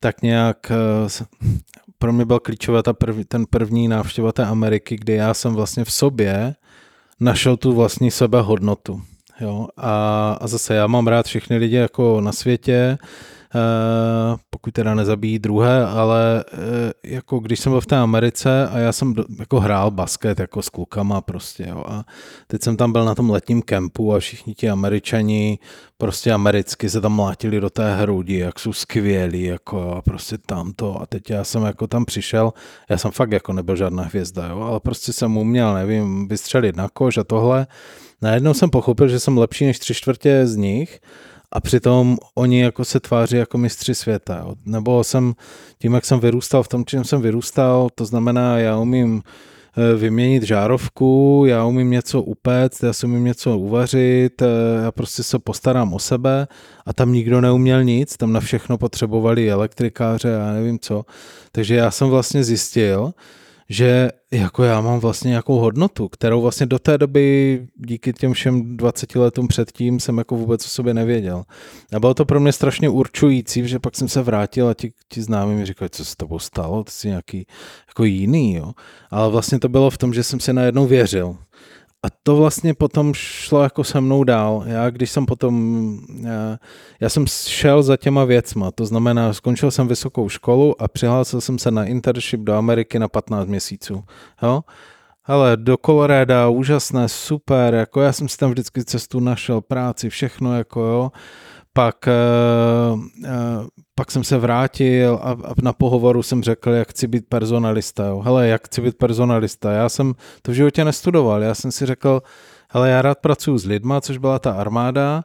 tak nějak pro mě byl klíčová ten první návštěva té Ameriky, kdy já jsem vlastně v sobě našel tu vlastní sebehodnotu. Jo? A zase já mám rád všechny lidi jako na světě, pokud teda nezabijí druhé, ale jako když jsem byl v té Americe a já jsem jako hrál basket jako s klukama prostě, jo, a teď jsem tam byl na tom letním kempu a všichni ti Američani prostě americky se tam mlátili do té hrudi, jak jsou skvělí, jako a prostě tamto, a teď já jsem jako tam přišel, já jsem fakt jako nebyl žádná hvězda, jo, ale prostě jsem uměl, nevím, vystřelit na koš a tohle. Najednou jsem pochopil, že jsem lepší než 3/4 z nich, a přitom oni jako se tváří jako mistři světa. Jo. Nebo jsem, tím, jak jsem vyrůstal v tom, čem jsem vyrůstal, to znamená, já umím vyměnit žárovku, já umím něco upéct, já si umím něco uvařit, já prostě se postarám o sebe a tam nikdo neuměl nic, tam na všechno potřebovali elektrikáře a nevím co. Takže já jsem vlastně zjistil, že jako já mám vlastně nějakou hodnotu, kterou vlastně do té doby díky těm všem 20 letům předtím jsem jako vůbec o sobě nevěděl. A bylo to pro mě strašně určující, že pak jsem se vrátil a ti známí mi říkali, co se s tebou stalo, ty jsi nějaký jako jiný, jo. Ale vlastně to bylo v tom, že jsem si najednou věřil. A to vlastně potom šlo jako se mnou dál. Já jsem šel za těma věcma, to znamená, skončil jsem vysokou školu a přihlásil jsem se na internship do Ameriky na 15 měsíců. Jo? Ale do Colorada, úžasné, super, jako já jsem si tam vždycky cestu našel, práci, všechno, jako jo. Pak jsem se vrátil a na pohovoru jsem řekl, jak chci být personalista. Jo. Hele, jak chci být personalista? Já jsem to v životě nestudoval. Já jsem si řekl, hele, já rád pracuji s lidma, což byla ta armáda,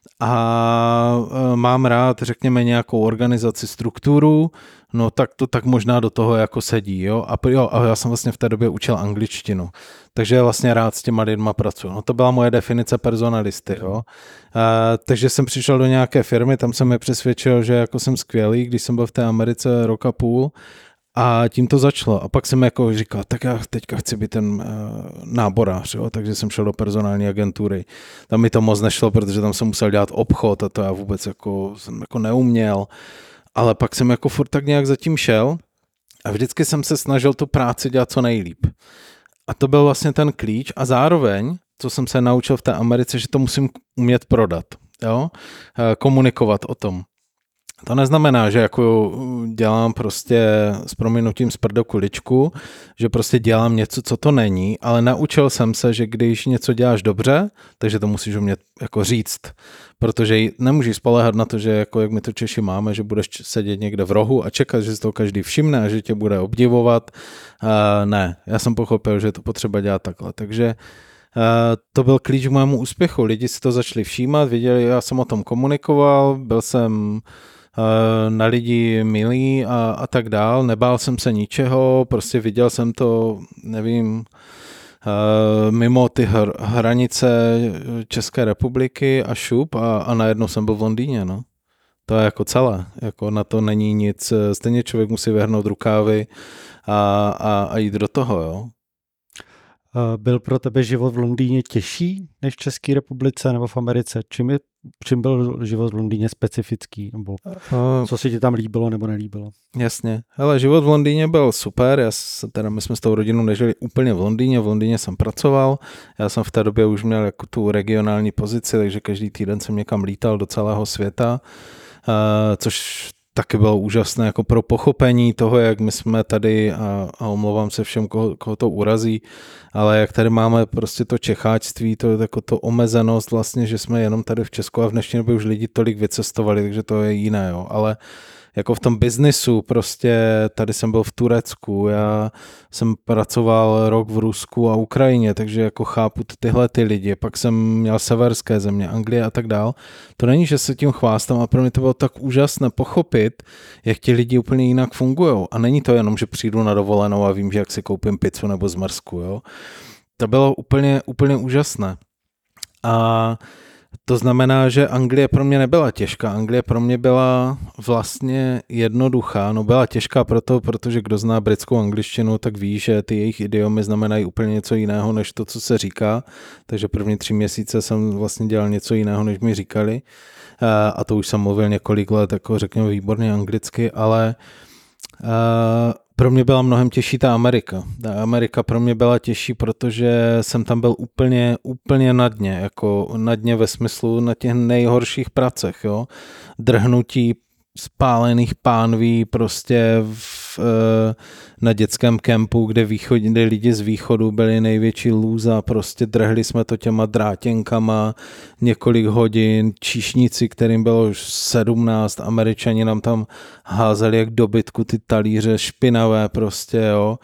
a mám rád, řekněme, nějakou organizaci, strukturu, no tak to tak možná do toho jako sedí, jo. A já jsem vlastně v té době učil angličtinu, takže vlastně rád s těma lidma pracuji. No to byla moje definice personalisty, jo. Takže jsem přišel do nějaké firmy, tam jsem je přesvědčil, že jako jsem skvělý, když jsem byl v té Americe rok a půl, a tím to začalo. A pak jsem jako říkal, tak já teďka chci být ten náborář, jo? Takže jsem šel do personální agentury. Tam mi to moc nešlo, protože tam jsem musel dělat obchod a to já vůbec jsem neuměl. Ale pak jsem jako furt tak nějak zatím šel a vždycky jsem se snažil tu práci dělat co nejlíp. A to byl vlastně ten klíč a zároveň, co jsem se naučil v té Americe, že to musím umět prodat, jo? Komunikovat o tom. To neznamená, že jako dělám prostě s prominutím z prdokuličku, že prostě dělám něco, co to není, ale naučil jsem se, že když něco děláš dobře, takže to musíš umět jako říct, protože nemůžeš spoléhat na to, že jako jak my to Češi máme, že budeš sedět někde v rohu a čekat, že si to každý všimne a že tě bude obdivovat. Ne, já jsem pochopil, že je to potřeba dělat takhle, takže to byl klíč k mému úspěchu. Lidi si to začali všímat, viděli, já jsem o tom komunikoval, byl jsem na lidi milý a tak dál, nebál jsem se ničeho, prostě viděl jsem to, nevím, mimo ty hranice České republiky a šup a najednou jsem byl v Londýně, no. To je jako celé, jako na to není nic, stejně člověk musí vyhrnout rukávy a jít do toho, jo. Byl pro tebe život v Londýně těžší než v České republice nebo v Americe? Čím byl život v Londýně specifický? Nebo co se ti tam líbilo nebo nelíbilo? Jasně. Hele, život v Londýně byl super. My jsme s tou rodinou nežili úplně v Londýně jsem pracoval. Já jsem v té době už měl jako tu regionální pozici, takže každý týden jsem někam lítal do celého světa, což taky bylo úžasné jako pro pochopení toho, jak my jsme tady, a omlouvám se všem, koho to urazí, ale jak tady máme prostě to čecháčství, to jako to omezenost vlastně, že jsme jenom tady v Česku a v dnešní době už lidi tolik vycestovali, takže to je jiné, jo. Ale jako v tom biznisu, prostě tady jsem byl v Turecku, já jsem pracoval rok v Rusku a Ukrajině, takže jako chápu tyhle ty lidi, pak jsem měl severské země, Anglie a tak dál. To není, že se tím chvástám, a pro mě to bylo tak úžasné pochopit, jak ti lidi úplně jinak fungujou. A není to jenom, že přijdu na dovolenou a vím, že jak si koupím pizzu nebo zmrzku, jo. To bylo úplně úžasné. A To znamená, že Anglie pro mě nebyla těžká. Anglie pro mě byla vlastně jednoduchá. No byla těžká protože kdo zná britskou angličtinu, tak ví, že ty jejich idiomy znamenají úplně něco jiného, než to, co se říká. Takže první 3 měsíce jsem vlastně dělal něco jiného, než mi říkali. A to už jsem mluvil několik let, jako řekněme výborně anglicky, ale pro mě byla mnohem těžší ta Amerika. Ta Amerika pro mě byla těžší, protože jsem tam byl úplně na dně, jako na dně ve smyslu na těch nejhorších pracech, jo. Drhnutí spálených pánví prostě na dětském kempu, kde lidi z východu byli největší lůza, prostě drhli jsme to těma drátěnkama několik hodin, číšníci, kterým bylo už 17, Američani nám tam házeli jak dobytku ty talíře špinavé prostě, jo.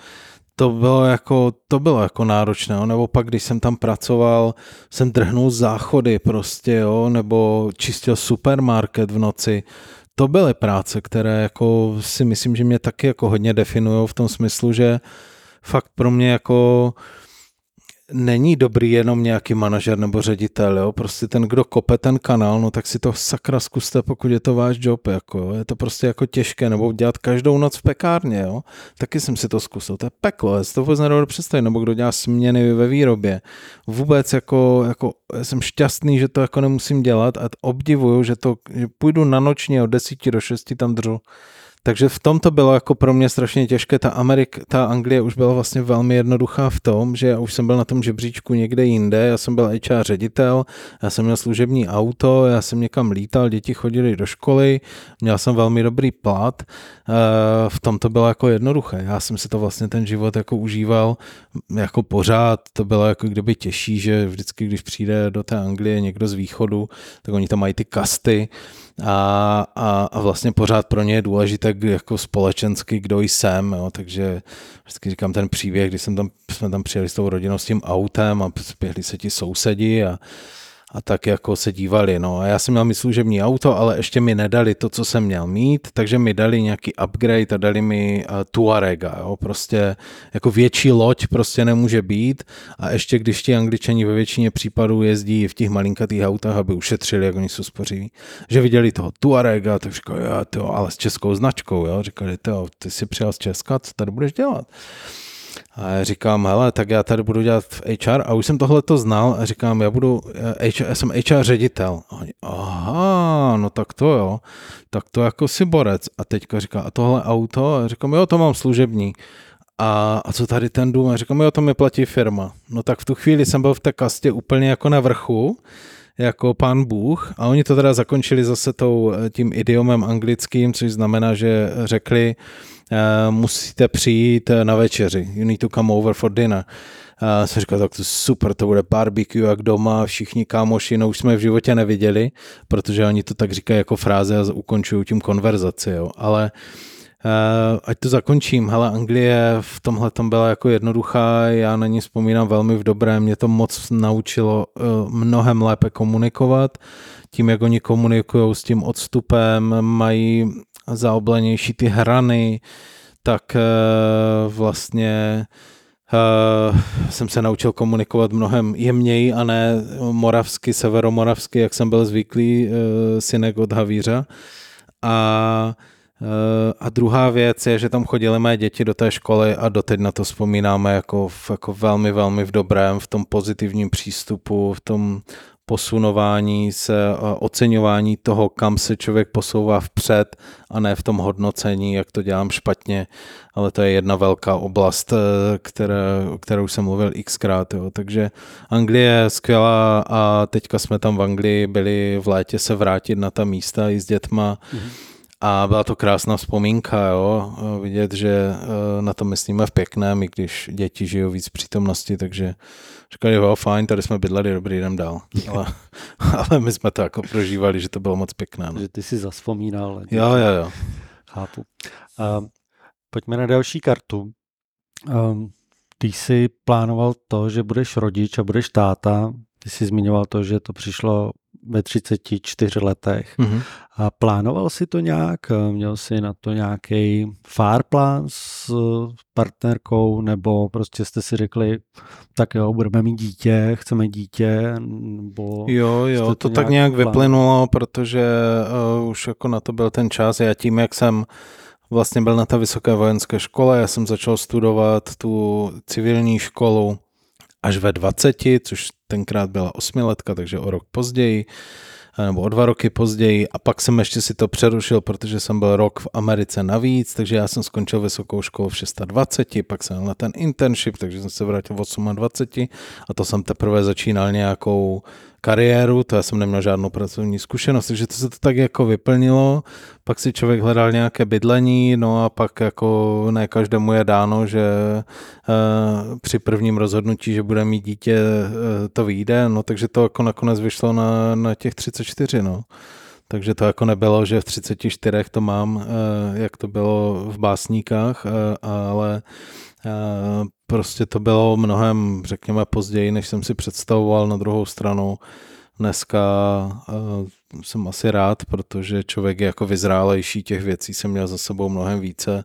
To bylo jako náročné, jo? Nebo pak, když jsem tam pracoval, jsem drhnul záchody prostě, jo? Nebo čistil supermarket v noci. To byly práce, které jako si myslím, že mě taky jako hodně definujou v tom smyslu, že fakt pro mě jako není dobrý jenom nějaký manažer nebo ředitel, jo? Prostě ten, kdo kope ten kanál, no tak si to sakra zkuste, pokud je to váš job, jako, jo? Je to prostě jako těžké, nebo dělat každou noc v pekárně, jo? Taky jsem si to zkusil, to je peklo, já si to vůbec nedovedu představit, nebo kdo dělá směny ve výrobě. Vůbec jako jsem šťastný, že to jako nemusím dělat a obdivuju, že půjdu na noční od 10 do 6 tam držu. Takže v tom to bylo jako pro mě strašně těžké. Ta Anglie už byla vlastně velmi jednoduchá v tom, že já už jsem byl na tom žebříčku někde jinde, já jsem byl HR ředitel, já jsem měl služební auto, já jsem někam lítal, děti chodily do školy, měl jsem velmi dobrý plat, v tom to bylo jako jednoduché. Já jsem si to vlastně ten život jako užíval jako pořád, to bylo jako kdyby těžší, že vždycky, když přijde do té Anglie někdo z východu, tak oni tam mají ty kasty, a vlastně pořád pro ně je důležité jako společensky, kdo jsem, jo, takže vždycky říkám ten příběh, když jsme tam přijeli s tou rodinou s tím autem a spěhli se ti sousedi a tak jako se dívali, no a já jsem měl mít služební auto, ale ještě mi nedali to, co jsem měl mít, takže mi dali nějaký upgrade a dali mi Tuarega, jo, prostě jako větší loď prostě nemůže být a ještě když ti Angličani ve většině případů jezdí v těch malinkatých autách, aby ušetřili, jak oni jsou spořiví, že viděli toho Tuarega, tak říkali, ale s českou značkou, jo, říkali, ty jsi přijel z Česka, co tady budeš dělat? A já říkám, hele, tak já tady budu dělat v HR a už jsem tohleto znal a říkám, já jsem HR ředitel. A oni, aha, no tak to jo, tak to jako si borec. A teďka říká, a tohle auto? A říkám, jo, to mám služební. A co tady ten dům? A říkám, jo, to mi platí firma. No tak v tu chvíli jsem byl v té kastě úplně jako na vrchu, jako pán Bůh a oni to teda zakončili zase tím idiomem anglickým, což znamená, že řekli, musíte přijít na večeři, you need to come over for dinner. Jsem říkal, tak to super, to bude barbecue jak doma, všichni kámoši, no už jsme v životě neviděli, protože oni to tak říkají jako fráze a ukončují tím konverzaci, jo, ale ať to zakončím, hele, Anglie v tomhle tom byla jako jednoduchá, já na ní vzpomínám velmi v dobrém, mě to moc naučilo mnohem lépe komunikovat, tím, jak oni komunikují s tím odstupem, mají zaoblenější ty hrany, tak vlastně jsem se naučil komunikovat mnohem jemněji a ne moravsky, severomoravsky, jak jsem byl zvyklý, synek od havíře. A druhá věc je, že tam chodily mé děti do té školy a doteď na to vzpomínáme jako velmi, velmi v dobrém, v tom pozitivním přístupu, v tom posunování se, oceňování toho, kam se člověk posouvá vpřed a ne v tom hodnocení, jak to dělám špatně, ale to je jedna velká oblast, kterou jsem mluvil xkrát. Jo. Takže Anglie je skvělá a teďka jsme tam v Anglii byli v létě se vrátit na ta místa i s dětma. A byla to krásná vzpomínka, jo, vidět, že na to myslíme v pěkném, i když děti žijou víc přítomnosti, takže říkali, jo, fajn, tady jsme bydleli, dobrý, jdem dál. Ale my jsme to jako prožívali, že to bylo moc pěkné. No. Že ty si zavzpomínal. Jo. Chápu. Pojďme na další kartu. Ty jsi plánoval to, že budeš rodič a budeš táta. Ty jsi zmiňoval to, že to přišlo ve 34 letech. A plánoval si to nějak? Měl jsi na to nějaký plán s partnerkou, nebo prostě jste si řekli, tak jo, budeme mít dítě, chceme dítě, nebo... Jo, to tak nějak vyplynulo, protože už jako na to byl ten čas. Já tím, jak jsem vlastně byl na té vysoké vojenské škole, já jsem začal studovat tu civilní školu až ve 20, což tenkrát byla 8letka, takže o rok později, nebo o 2 roky později, a pak jsem ještě si to přerušil, protože jsem byl rok v Americe navíc, takže já jsem skončil vysokou školu v 26, pak jsem na ten internship, takže jsem se vrátil v 28 a to jsem teprve začínal nějakou kariéru, to já jsem neměl žádnou pracovní zkušenost, takže to se to tak jako vyplnilo, pak si člověk hledal nějaké bydlení, no a pak jako ne každému je dáno, že při prvním rozhodnutí, že bude mít dítě, to vyjde, no takže to jako nakonec vyšlo na těch 34, no. Takže to jako nebylo, že v 34 to mám, jak to bylo v básníkách, ale prostě to bylo mnohem, řekněme, později, než jsem si představoval. Na druhou stranu dneska jsem asi rád, protože člověk je jako vyzrálejší, těch věcí jsem měl za sebou mnohem více,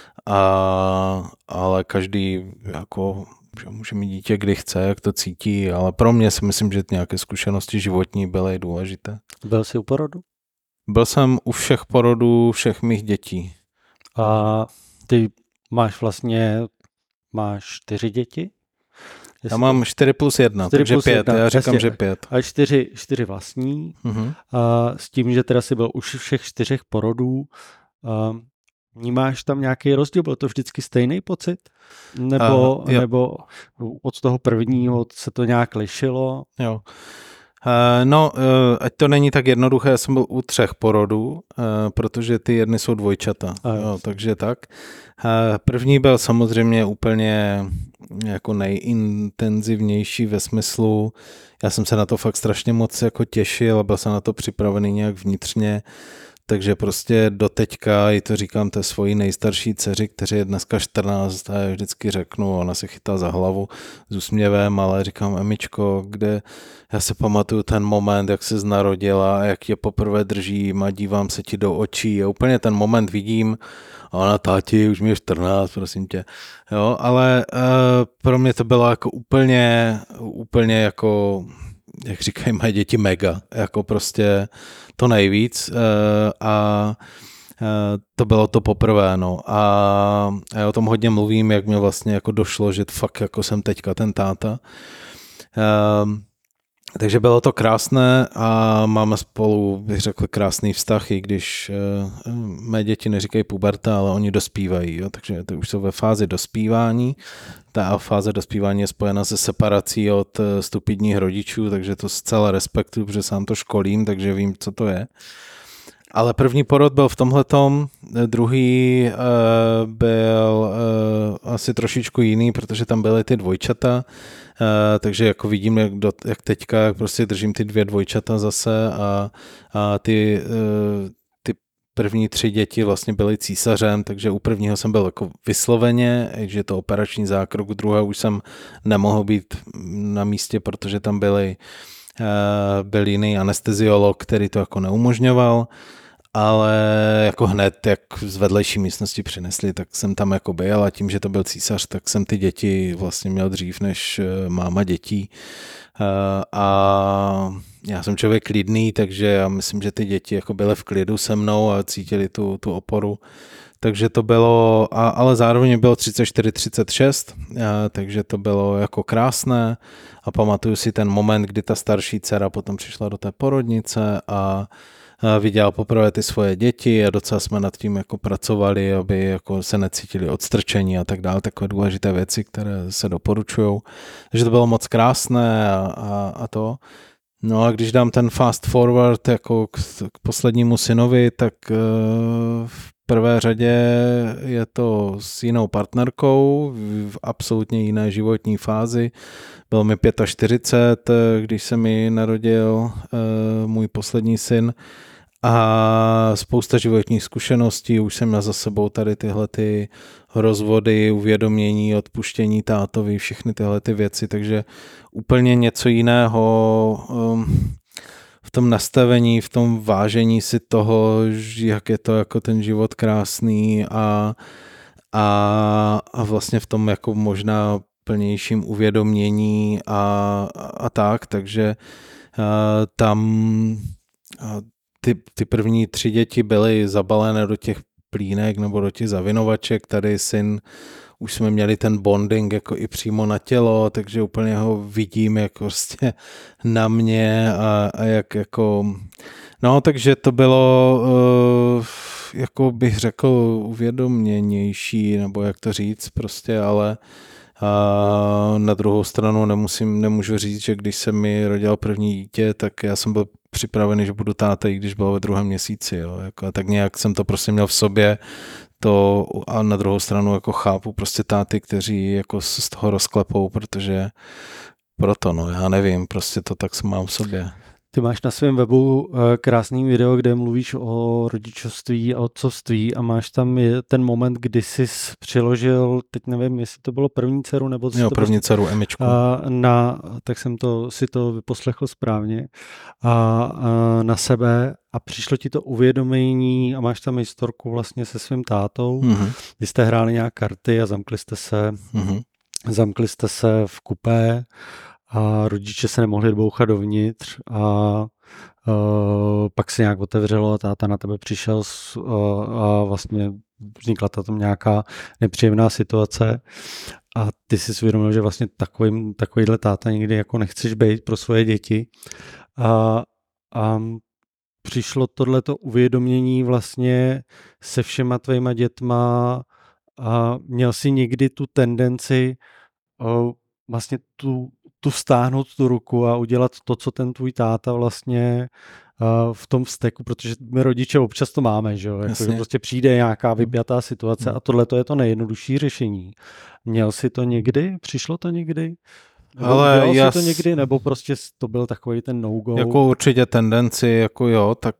ale každý jako může mít dítě, kdy chce, jak to cítí, ale pro mě si myslím, že nějaké zkušenosti životní byly důležité. Byl jsi u porodu? Byl jsem u všech porodů všech mých dětí. A ty máš 4 děti? Já mám 4+1, takže 5, já říkám, že 5. A 4 vlastní, a s tím, že teda jsi byl už všech 4 porodů, vnímáš tam nějaký rozdíl? Byl to vždycky stejný pocit? Nebo od toho prvního se to nějak lišilo? Jo. Ať to není tak jednoduché, já jsem byl u 3 porodů, protože ty jedny jsou dvojčata, takže tak. První byl samozřejmě úplně jako nejintenzivnější ve smyslu, já jsem se na to fakt strašně moc jako těšil a byl jsem na to připravený nějak vnitřně, takže prostě doteďka, i to říkám té svojí nejstarší dceři, která je dneska 14, a já vždycky řeknu, ona se chytá za hlavu s úsměvem, ale říkám, Emičko, kde já se pamatuju ten moment, jak se narodila, jak tě poprvé držím a dívám se ti do očí a úplně ten moment vidím, a ona, táti, už mi je 14, prosím tě. Jo, ale pro mě to bylo jako úplně jako, jak říkají moje děti, mega, jako prostě to nejvíc a to bylo to poprvé, no. A já o tom hodně mluvím, jak mě vlastně jako došlo, že fakt jako jsem teďka ten táta. Takže bylo to krásné a máme spolu, bych řekl, krásný vztah, i když mé děti neříkají puberta, ale oni dospívají, jo? Takže to už jsou ve fázi dospívání. Ta fáze dospívání je spojena se separací od stupidních rodičů, takže to zcela respektuju, protože sám to školím, takže vím, co to je. Ale první porod byl v tomhletom, druhý byl asi trošičku jiný, protože tam byly ty dvojčata, takže jako vidím, jak teďka jak prostě držím ty 2 dvojčata zase a ty první 3 děti vlastně byly císařem, takže u prvního jsem byl jako vysloveně, že je to operační zákrok, u druhého už jsem nemohl být na místě, protože tam byl jiný anesteziolog, který to jako neumožňoval, ale jako hned, jak z vedlejší místnosti přinesli, tak jsem tam jako byl a tím, že to byl císař, tak jsem ty děti vlastně měl dřív než máma dětí. A já jsem člověk klidný, takže já myslím, že ty děti jako byly v klidu se mnou a cítili tu oporu. Takže to bylo, ale zároveň bylo 34-36, takže to bylo jako krásné a pamatuju si ten moment, kdy ta starší dcera potom přišla do té porodnice a viděla poprvé ty svoje děti a docela jsme nad tím jako pracovali, aby jako se necítili odstrčení a tak dále, takové důležité věci, které se doporučujou. Takže to bylo moc krásné a to. No a když dám ten fast forward jako k poslednímu synovi, tak v prvé řadě je to s jinou partnerkou v absolutně jiné životní fázi. Bylo mi 45, když se mi narodil můj poslední syn a spousta životních zkušeností. Už jsem měl za sebou tady tyhle ty rozvody, uvědomění, odpuštění tátovi, všechny tyhle ty věci, takže úplně něco jiného. V tom nastavení, v tom vážení si toho, jak je to jako ten život krásný a vlastně v tom jako možná plnějším uvědomění a tak, takže tam ty první 3 děti byly zabalené do těch plínek nebo do těch zavinovaček, tady syn, už jsme měli ten bonding jako i přímo na tělo, takže úplně ho vidím jako prostě na mě a jak jako, no takže to bylo jako bych řekl uvědoměnější, nebo jak to říct prostě, ale na druhou stranu nemůžu říct, že když se mi rodil první dítě, tak já jsem byl připravený, že budu táta, i když bylo ve 2. měsíci. Jo. Jako, tak nějak jsem to prostě měl v sobě to, a na druhou stranu jako chápu prostě táty, kteří jako z toho rozklepou, protože proto, no já nevím, prostě to tak mám v sobě. Ty máš na svém webu krásný video, kde mluvíš o rodičovství a otcovství a máš tam ten moment, kdy jsi přiložil, teď nevím, jestli to bylo první dceru, nebo... Jo, první dceru Emičku. Tak jsem si to vyposlechl správně, a na sebe a přišlo ti to uvědomění a máš tam historku vlastně se svým tátou, kdy jste hráli nějak karty a zamkli jste se v kupé a rodiče se nemohli bouchat dovnitř a pak se nějak otevřelo a táta na tebe přišel a vlastně vznikla tam nějaká nepříjemná situace a ty si uvědomil, že vlastně takovýhle táta nikdy jako nechceš být pro svoje děti a přišlo tohleto uvědomění vlastně se všema tvýma dětma a měl jsi někdy tu tendenci vlastně tu vztáhnout tu ruku a udělat to, co ten tvůj táta vlastně v tom vzteku, protože my rodiče občas to máme, že jo, jako, že prostě přijde nějaká vypjatá situace a tohle to je to nejjednodušší řešení. Měl jsi to někdy? Přišlo to někdy? Ale dělal jsi to někdy? Nebo prostě to byl takový ten no-go? Jako určitě tendenci, jako jo, tak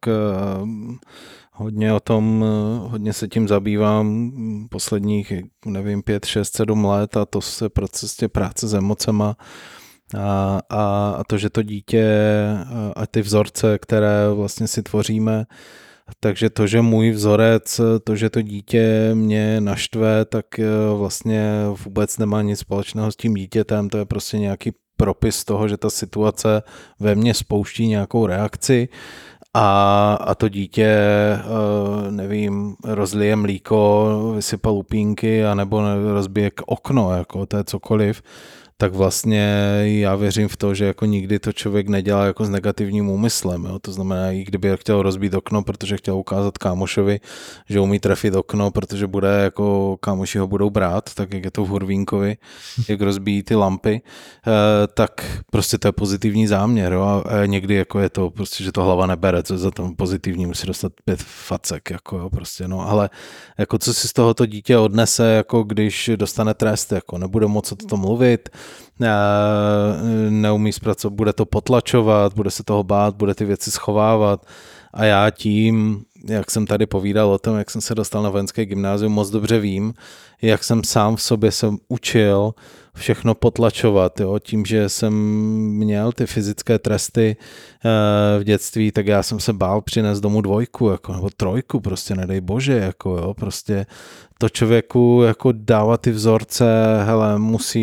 hodně se tím zabývám posledních, nevím, 5, 6, 7 let a to se prostě práce s emocema a to, že to dítě a ty vzorce, které vlastně si tvoříme, takže to, že můj vzorec, to, že to dítě mě naštve, tak vlastně vůbec nemá nic společného s tím dítětem, to je prostě nějaký propis toho, že ta situace ve mně spouští nějakou reakci a to dítě, nevím, rozlije mlíko, vysypal lupínky anebo rozbije okno, jako to je cokoliv, tak vlastně já věřím v to, že jako nikdy to člověk nedělá jako s negativním úmyslem. Jo? To znamená, i kdyby chtěl rozbít okno, protože chtěl ukázat kámošovi, že umí trefit okno, protože bude jako kámoši ho budou brát, tak jak je to v Hurvínkovi, jak rozbíjí ty lampy, tak prostě to je pozitivní záměr. Jo? A někdy jako je to prostě, že to hlava nebere, co je za tom pozitivní, musí dostat 5 facek. Jako, jo, prostě, no. Ale jako co si z tohoto dítě odnese, jako když dostane trest, jako nebude moc o tom mluvit, neumí zpracovat, bude to potlačovat, bude se toho bát, bude ty věci schovávat a já tím, jak jsem tady povídal o tom, jak jsem se dostal na vojenské gymnázium, moc dobře vím, jak jsem sám v sobě jsem učil všechno potlačovat, jo? Tím, že jsem měl ty fyzické tresty v dětství, tak já jsem se bál přinést domů 2, jako, nebo 3, prostě nedej bože, jako, jo? Prostě to člověku jako dávat ty vzorce, hele,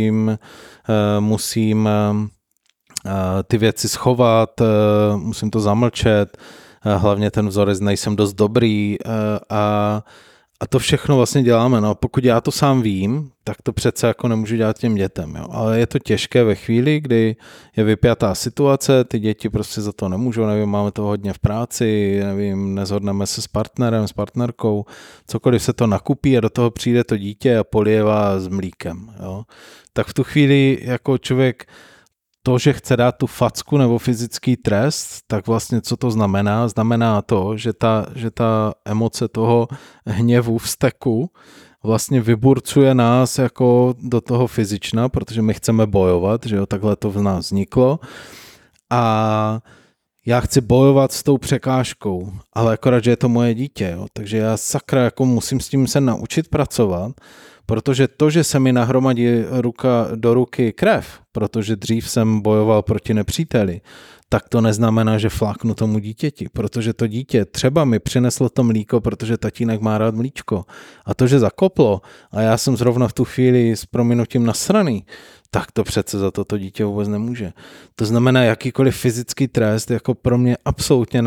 musím ty věci schovat, musím to zamlčet, hlavně ten vzorec nejsem dost dobrý a to všechno vlastně děláme. No, pokud já to sám vím, tak to přece jako nemůžu dělat těm dětem. Jo. Ale je to těžké ve chvíli, kdy je vypjatá situace, ty děti prostě za to nemůžou, nevím, máme to hodně v práci, nevím, nezhodneme se s partnerem, s partnerkou, cokoliv se to nakupí a do toho přijde to dítě a polijevá s mlíkem. Jo. Tak v tu chvíli jako člověk to, že chce dát tu facku nebo fyzický trest, tak vlastně co to znamená? Znamená to, že ta emoce toho hněvu, vzteku vlastně vyburcuje nás jako do toho fyzična, protože my chceme bojovat, že jo, takhle to v nás vzniklo a já chci bojovat s tou překážkou, ale akorát, že je to moje dítě, jo, takže já sakra jako musím s tím se naučit pracovat, Protože to, že se mi nahromadí ruka do ruky krev, protože dřív jsem bojoval proti nepříteli, tak to neznamená, že fláknu tomu dítěti, protože to dítě třeba mi přineslo to mlíko, protože tatínek má rád mlíčko. A to, že zakoplo a já jsem zrovna v tu chvíli s prominutím nasraný, tak to přece za to dítě vůbec nemůže. To znamená, jakýkoliv fyzický trest jako pro mě absolutně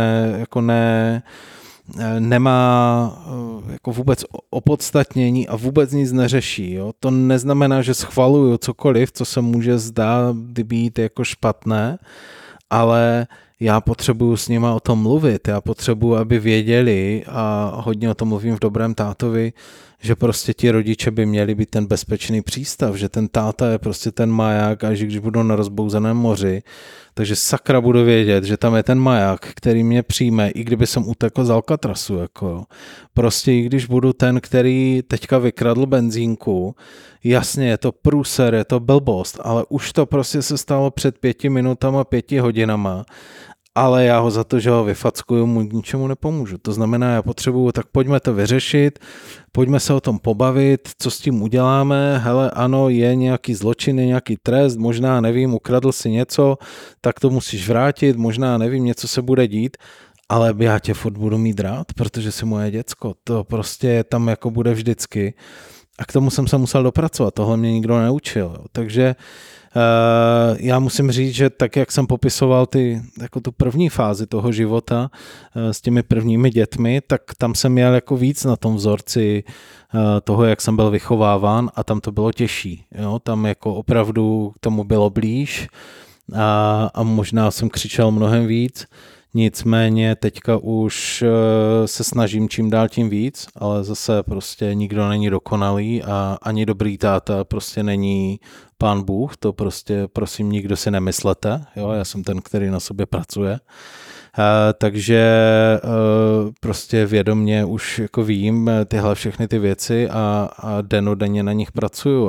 nemá jako vůbec opodstatnění a vůbec nic neřeší. Jo? To neznamená, že schvaluju cokoliv, co se může zdát být jako špatné, ale já potřebuju s nima o tom mluvit, já potřebuju, aby věděli, a hodně o tom mluvím v Dobrém tátovi, že prostě ti rodiče by měli být ten bezpečný přístav, že ten táta je prostě ten maják a že když budu na rozbouzeném moři, takže sakra budu vědět, že tam je ten maják, který mě přijme, i kdyby jsem utekl z Alcatrasu. Jako. Prostě i když budu ten, který teďka vykradl benzínku, jasně, je to průser, je to blbost, ale už to prostě se stalo před 5 minutama, 5 hodinama, ale já ho za to, že ho vyfackuju, mu ničemu nepomůžu. To znamená, já potřebuju, tak pojďme to vyřešit, pojďme se o tom pobavit, co s tím uděláme, hele, ano, je nějaký zločin, je nějaký trest, možná, nevím, ukradl si něco, tak to musíš vrátit, možná, nevím, něco se bude dít, ale já tě furt budu mít rád, protože jsi moje děcko, to prostě tam jako bude vždycky. A k tomu jsem se musel dopracovat, tohle mě nikdo neučil, takže já musím říct, že tak, jak jsem popisoval jako tu první fázi toho života s těmi prvními dětmi, tak tam jsem měl jako víc na tom vzorci toho, jak jsem byl vychováván a tam to bylo těžší. Jo? Tam jako opravdu k tomu bylo blíž a možná jsem křičel mnohem víc. Nicméně teďka už se snažím čím dál tím víc, ale zase prostě nikdo není dokonalý a ani dobrý táta prostě není Pán Bůh, to prostě prosím nikdo si nemyslete, jo, já jsem ten, který na sobě pracuje. Takže prostě vědomě už jako vím tyhle všechny ty věci a dennodenně na nich pracuju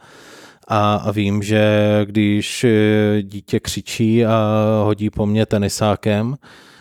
a vím, že když dítě křičí a hodí po mně tenisákem,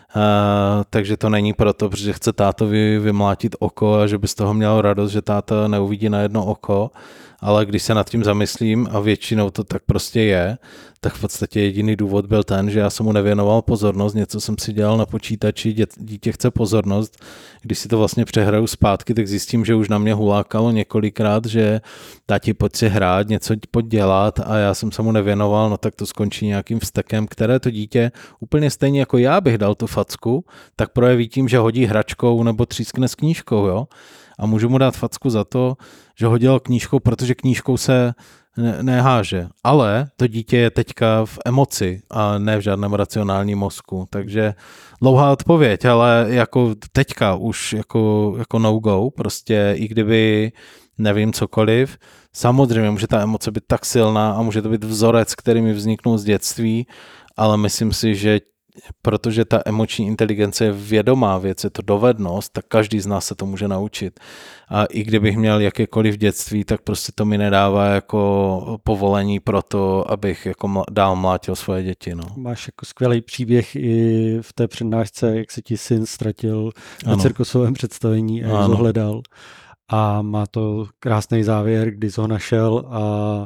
takže to není proto, protože chce tátovi vymlátit oko a že by z toho měl radost, že táta neuvidí na jedno oko, ale když se nad tím zamyslím a většinou to tak prostě je, tak v podstatě jediný důvod byl ten, že já jsem mu nevěnoval pozornost, něco jsem si dělal na počítači, dítě chce pozornost, když si to vlastně přehraju zpátky, tak zjistím, že už na mě hulákalo několikrát, že táti pojď si hrát, něco pojď dělat a já jsem se mu nevěnoval, no tak to skončí nějakým vztekem, které to dítě úplně stejně jako já bych dal tu facku, tak projeví tím, že hodí hračkou nebo třískne s knížkou, jo. A můžu mu dát facku za to, že hodil knížkou, protože knížkou se neháže. Ale to dítě je teďka v emoci a ne v žádném racionálním mozku. Takže dlouhá odpověď, ale jako teďka už jako no go, prostě i kdyby nevím cokoliv, samozřejmě může ta emoce být tak silná a může to být vzorec, který mi vzniknul z dětství, ale myslím si, že protože ta emoční inteligence je vědomá věc, je to dovednost, tak každý z nás se to může naučit. A i kdybych měl jakékoliv dětství, tak prostě to mi nedává jako povolení pro to, abych jako dál mlátil svoje děti. No. Máš jako skvělý příběh i v té přednášce, jak se ti syn ztratil na cirkusovém představení a ho hledal. A má to krásný závěr, kdy jsi ho našel a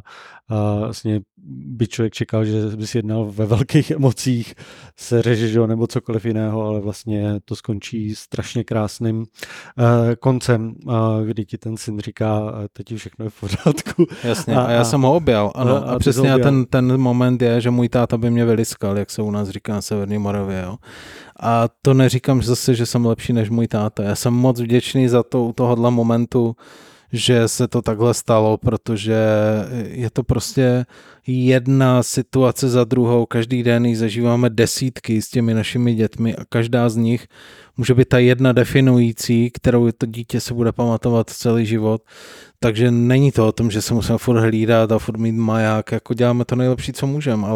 vlastně by člověk čekal, že bys jednal ve velkých emocích, se řeže, nebo cokoliv jiného, ale vlastně to skončí strašně krásným koncem, kdy ti ten syn říká, teď je všechno v pořádku. Jasně, a já jsem ho objal, ano. A přesně ten moment je, že můj táta by mě vyliskal, jak se u nás říká na Severní Moravě, jo. A to neříkám zase, že jsem lepší než můj táta. Já jsem moc vděčný za to u tohohle momentu, že se to takhle stalo, protože je to prostě jedna situace za druhou. Každý den ji zažíváme desítky s těmi našimi dětmi a každá z nich může být ta jedna definující, kterou to dítě se bude pamatovat celý život. Takže není to o tom, že se musíme furt hlídat a furt mít maják, jako děláme to nejlepší, co můžeme,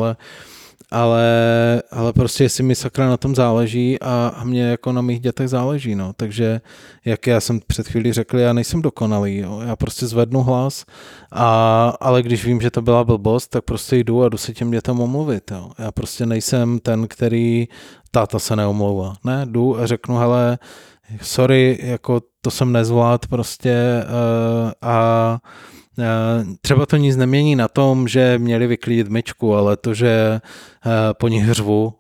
ale prostě jestli mi sakra na tom záleží a mě jako na mých dětech záleží, no. Takže jak já jsem před chvílí řekl, já nejsem dokonalý, jo. Já prostě zvednu hlas, ale když vím, že to byla blbost, tak prostě jdu se těm dětem omluvit, jo. Já prostě nejsem ten, který táta se neomlouvá. Ne, jdu a řeknu, hele, sorry, jako to jsem nezvlád prostě a třeba to nic nemění na tom, že měli vyklidit myčku, ale to, že po nich řvu,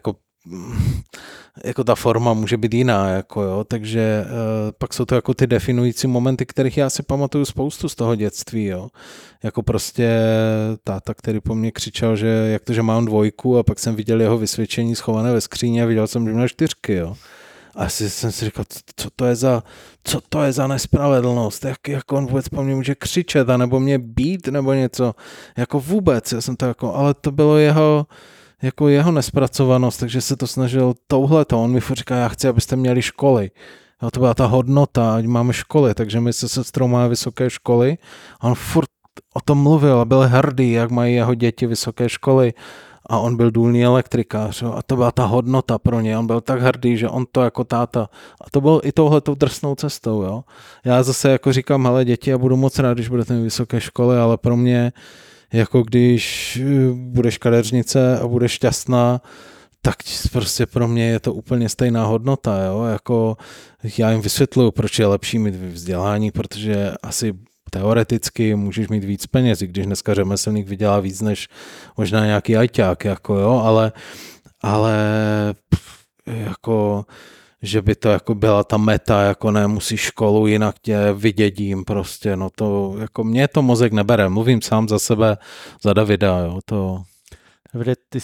jako ta forma může být jiná, jako jo, takže pak jsou to jako ty definující momenty, kterých já si pamatuju spoustu z toho dětství, jo, jako prostě táta, který po mně křičel, že jak to, že mám 2 a pak jsem viděl jeho vysvědčení schované ve skříně a viděl jsem, že měl 4, jo. A asi jsem si říkal, co to je za nespravedlnost, jak on vůbec po mně může křičet, anebo mě být, nebo něco, jako vůbec, já jsem to jako, ale to bylo jeho nespracovanost, takže se to snažil touhleto, on mi furt říká, já chci, abyste měli školy, a to byla ta hodnota, ať máme školy, takže my se sestrou máme vysoké školy, a on furt o tom mluvil a byl hrdý, jak mají jeho děti vysoké školy, a on byl důlní elektrikář, a to byla ta hodnota pro ně, on byl tak hrdý, že on to jako táta, a to bylo i touhletou drsnou cestou, jo. Já zase jako říkám, hele děti, já budu moc rád, když budete mít vysoké školy, ale pro mě, jako když budeš kadeřnice a budeš šťastná, tak prostě pro mě je to úplně stejná hodnota, jo, jako já jim vysvětluju, proč je lepší mít vzdělání, protože asi teoreticky můžeš mít víc peněz, i když dneska řemeslník vydělá víc než možná nějaký ajťák, jako jo, ale jako, že by to jako byla ta meta, jako ne, musíš školu, jinak tě vydědím prostě, no to, jako mě to mozek nebere, mluvím sám za sebe, za Davida, jo, to. Davide, ty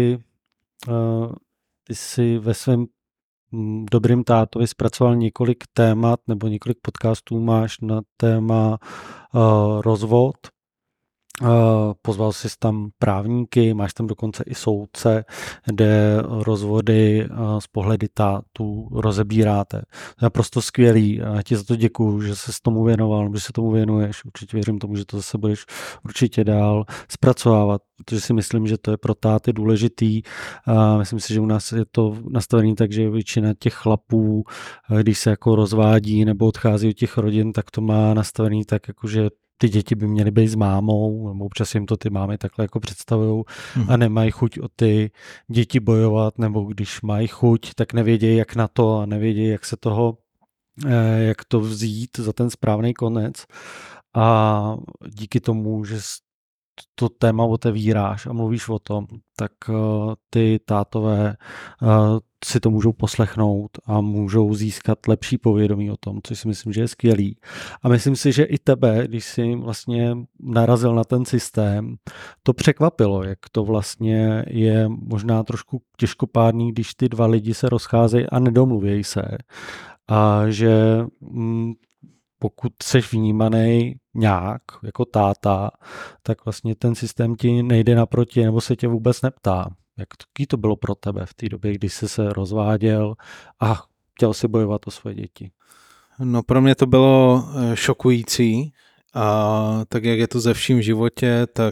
jsi ve svém dobrým tátovi zpracoval několik témat nebo několik podcastů máš na téma rozvod. Pozval jsi tam právníky, máš tam dokonce i soudce, kde rozvody z pohledy tátů rozebíráte. To je naprosto skvělý a ti za to děkuju, že se tomu věnoval, že se tomu věnuješ. Určitě věřím tomu, že to zase budeš určitě dál zpracovávat, protože si myslím, že to je pro táty důležitý. Myslím si, že u nás je to nastavený tak, že většina těch chlapů, když se jako rozvádí nebo odchází od těch rodin, tak to má nastavený tak, jakože ty děti by měly být s mámou, nebo občas jim to ty mámy takhle jako představujou a nemají chuť o ty děti bojovat, nebo když mají chuť, tak nevědějí, jak na to a nevědějí, jak se toho, jak to vzít za ten správný konec. A díky tomu, že to téma otevíráš a mluvíš o tom, tak ty tátové si to můžou poslechnout a můžou získat lepší povědomí o tom, což si myslím, že je skvělý. A myslím si, že i tebe, když jsi vlastně narazil na ten systém, to překvapilo, jak to vlastně je možná trošku těžkopádný, když ty 2 lidi se rozcházejí a nedomluvějí se. A že pokud seš vnímaný nějak jako táta, tak vlastně ten systém ti nejde naproti nebo se tě vůbec neptá. Jaký to bylo pro tebe v té době, kdy jsi se rozváděl a chtěl si bojovat o svoje děti? No pro mě to bylo šokující a tak jak je to ze vším v životě, tak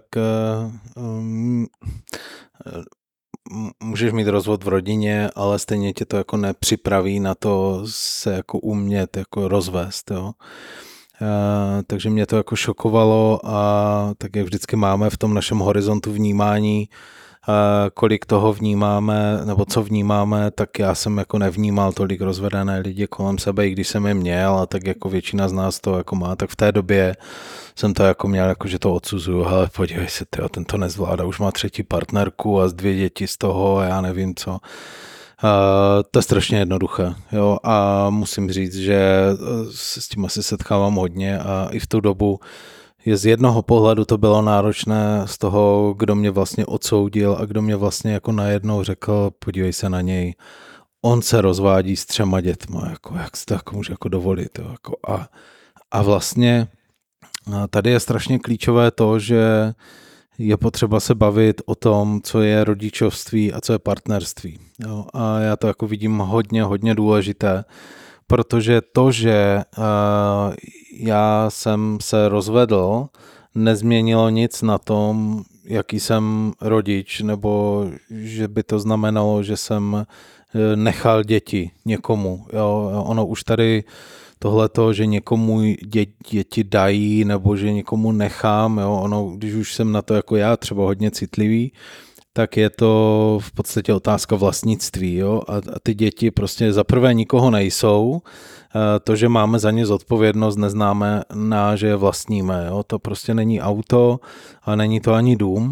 můžeš mít rozvod v rodině, ale stejně tě to jako nepřipraví na to se jako umět jako rozvést, jo. Takže mě to jako šokovalo a tak jak vždycky máme v tom našem horizontu vnímání, kolik toho vnímáme, nebo co vnímáme, tak já jsem jako nevnímal tolik rozvedené lidi kolem sebe, i když jsem je měl, a tak jako většina z nás to jako má, tak v té době jsem to jako měl, jako že to odsuzuju, hele podívej se, tyjo, ten to nezvládá, už má 3. partnerku a 2 děti z toho a já nevím co. To je strašně jednoduché, jo, a musím říct, že se s tím asi setkávám hodně a i v tu dobu z jednoho pohledu to bylo náročné z toho, kdo mě vlastně odsoudil a kdo mě vlastně jako najednou řekl, podívej se na něj, on se rozvádí s 3 dětma, jako, jak si to jako může jako dovolit. Jo, jako a vlastně tady je strašně klíčové to, že je potřeba se bavit o tom, co je rodičovství a co je partnerství. Jo, a já to jako vidím hodně důležité, protože to, že já jsem se rozvedl, nezměnilo nic na tom, jaký jsem rodič, nebo že by to znamenalo, že jsem nechal děti někomu. Jo, ono už tady tohleto, že někomu děti dají, nebo že někomu nechám, jo, ono, když už jsem na to jako já třeba hodně citlivý, tak je to v podstatě otázka vlastnictví. Jo? A ty děti prostě za prvé nikoho nejsou. To, že máme za ně zodpovědnost, neznamená, že je vlastníme. Jo? To prostě není auto a není to ani dům.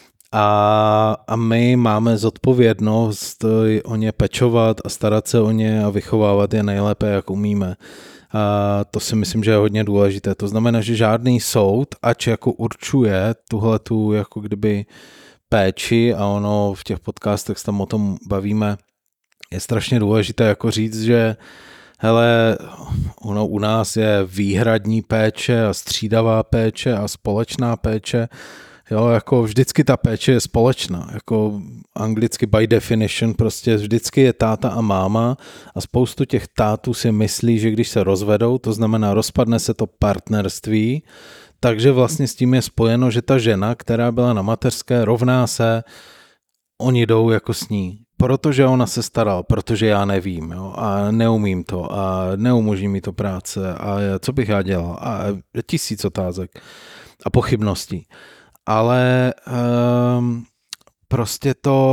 A my máme zodpovědnost o ně pečovat a starat se o ně a vychovávat je nejlépe, jak umíme. A to si myslím, že je hodně důležité. To znamená, že žádný soud, ač jako určuje tuhletu jako kdyby péči, a ono v těch podcastech tam o tom bavíme, je strašně důležité jako říct, že hele, ono u nás je výhradní péče a střídavá péče a společná péče. Jo, jako vždycky ta péče je společná, jako anglicky by definition, prostě vždycky je táta a máma a spoustu těch tátů si myslí, že když se rozvedou, to znamená rozpadne se to partnerství, takže vlastně s tím je spojeno, že ta žena, která byla na mateřské, rovná se, oni jdou jako s ní, protože ona se starala, protože já nevím, jo, a neumím to a neumožní mi to práce a co bych já dělal a 1000 otázek a pochybností. Ale prostě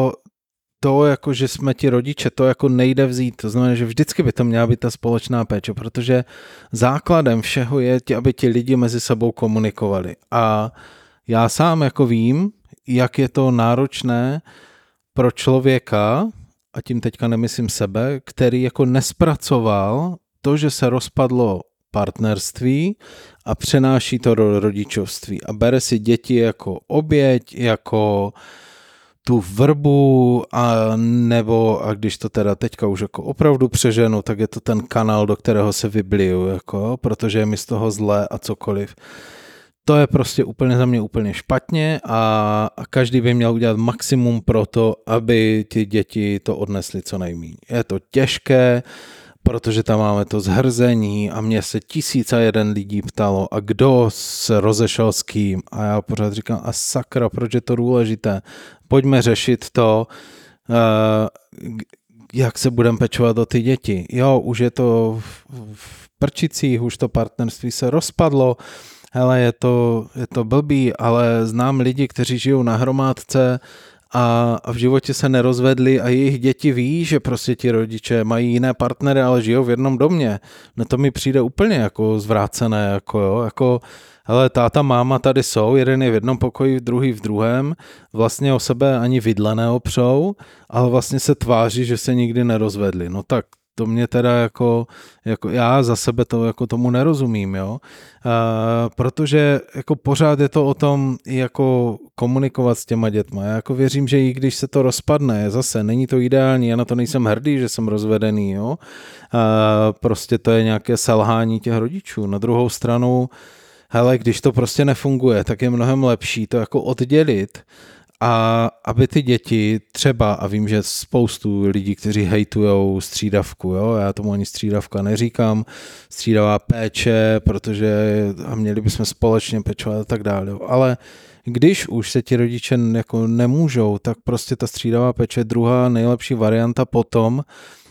to jako, že jsme ti rodiče, to jako nejde vzít. To znamená, že vždycky by to měla být ta společná péče, protože základem všeho je, aby ti lidi mezi sebou komunikovali. A já sám jako vím, jak je to náročné pro člověka, a tím teďka nemyslím sebe, který jako nespracoval to, že se rozpadlo partnerství a přenáší to do rodičovství a bere si děti jako oběť, jako tu vrbu a když to teda teďka už jako opravdu přeženu, tak je to ten kanál, do kterého se vybliju, jako, protože je mi z toho zlé a cokoliv. To je prostě úplně za mě úplně špatně a každý by měl udělat maximum pro to, aby ty děti to odnesly co nejméně. Je to těžké, protože tam máme to zhrzení a mě se 1001 lidí ptalo a kdo se rozešel s kým a já pořád říkám a sakra, proč je to důležité? Pojďme řešit to, jak se budeme pečovat o ty děti. Jo, už je to v prčicích, už to partnerství se rozpadlo, hele, je to blbý, ale znám lidi, kteří žijou na hromádce a v životě se nerozvedli a jejich děti ví, že prostě ti rodiče mají jiné partnery, ale žijou v jednom domě. No to mi přijde úplně jako zvrácené, jako hele, táta, máma tady jsou, jeden je v jednom pokoji, druhý v druhém, vlastně o sebe ani vidle neopřou, ale vlastně se tváří, že se nikdy nerozvedli. No tak to mě teda jako já za sebe to jako tomu nerozumím, jo. Protože jako pořád je to o tom jako komunikovat s těma dětma. Já jako věřím, že i když se to rozpadne, zase není to ideální, já na to nejsem hrdý, že jsem rozvedený, jo. Prostě to je nějaké selhání těch rodičů. Na druhou stranu, hele, když to prostě nefunguje, tak je mnohem lepší to jako oddělit a aby ty děti třeba, a vím, že spoustu lidí, kteří hejtujou střídavku, jo, já tomu ani střídavka neříkám, střídavá péče, protože a měli bychom společně pečovat a tak dále, jo. Ale když už se ti rodiče jako nemůžou, tak prostě ta střídavá péče je druhá nejlepší varianta potom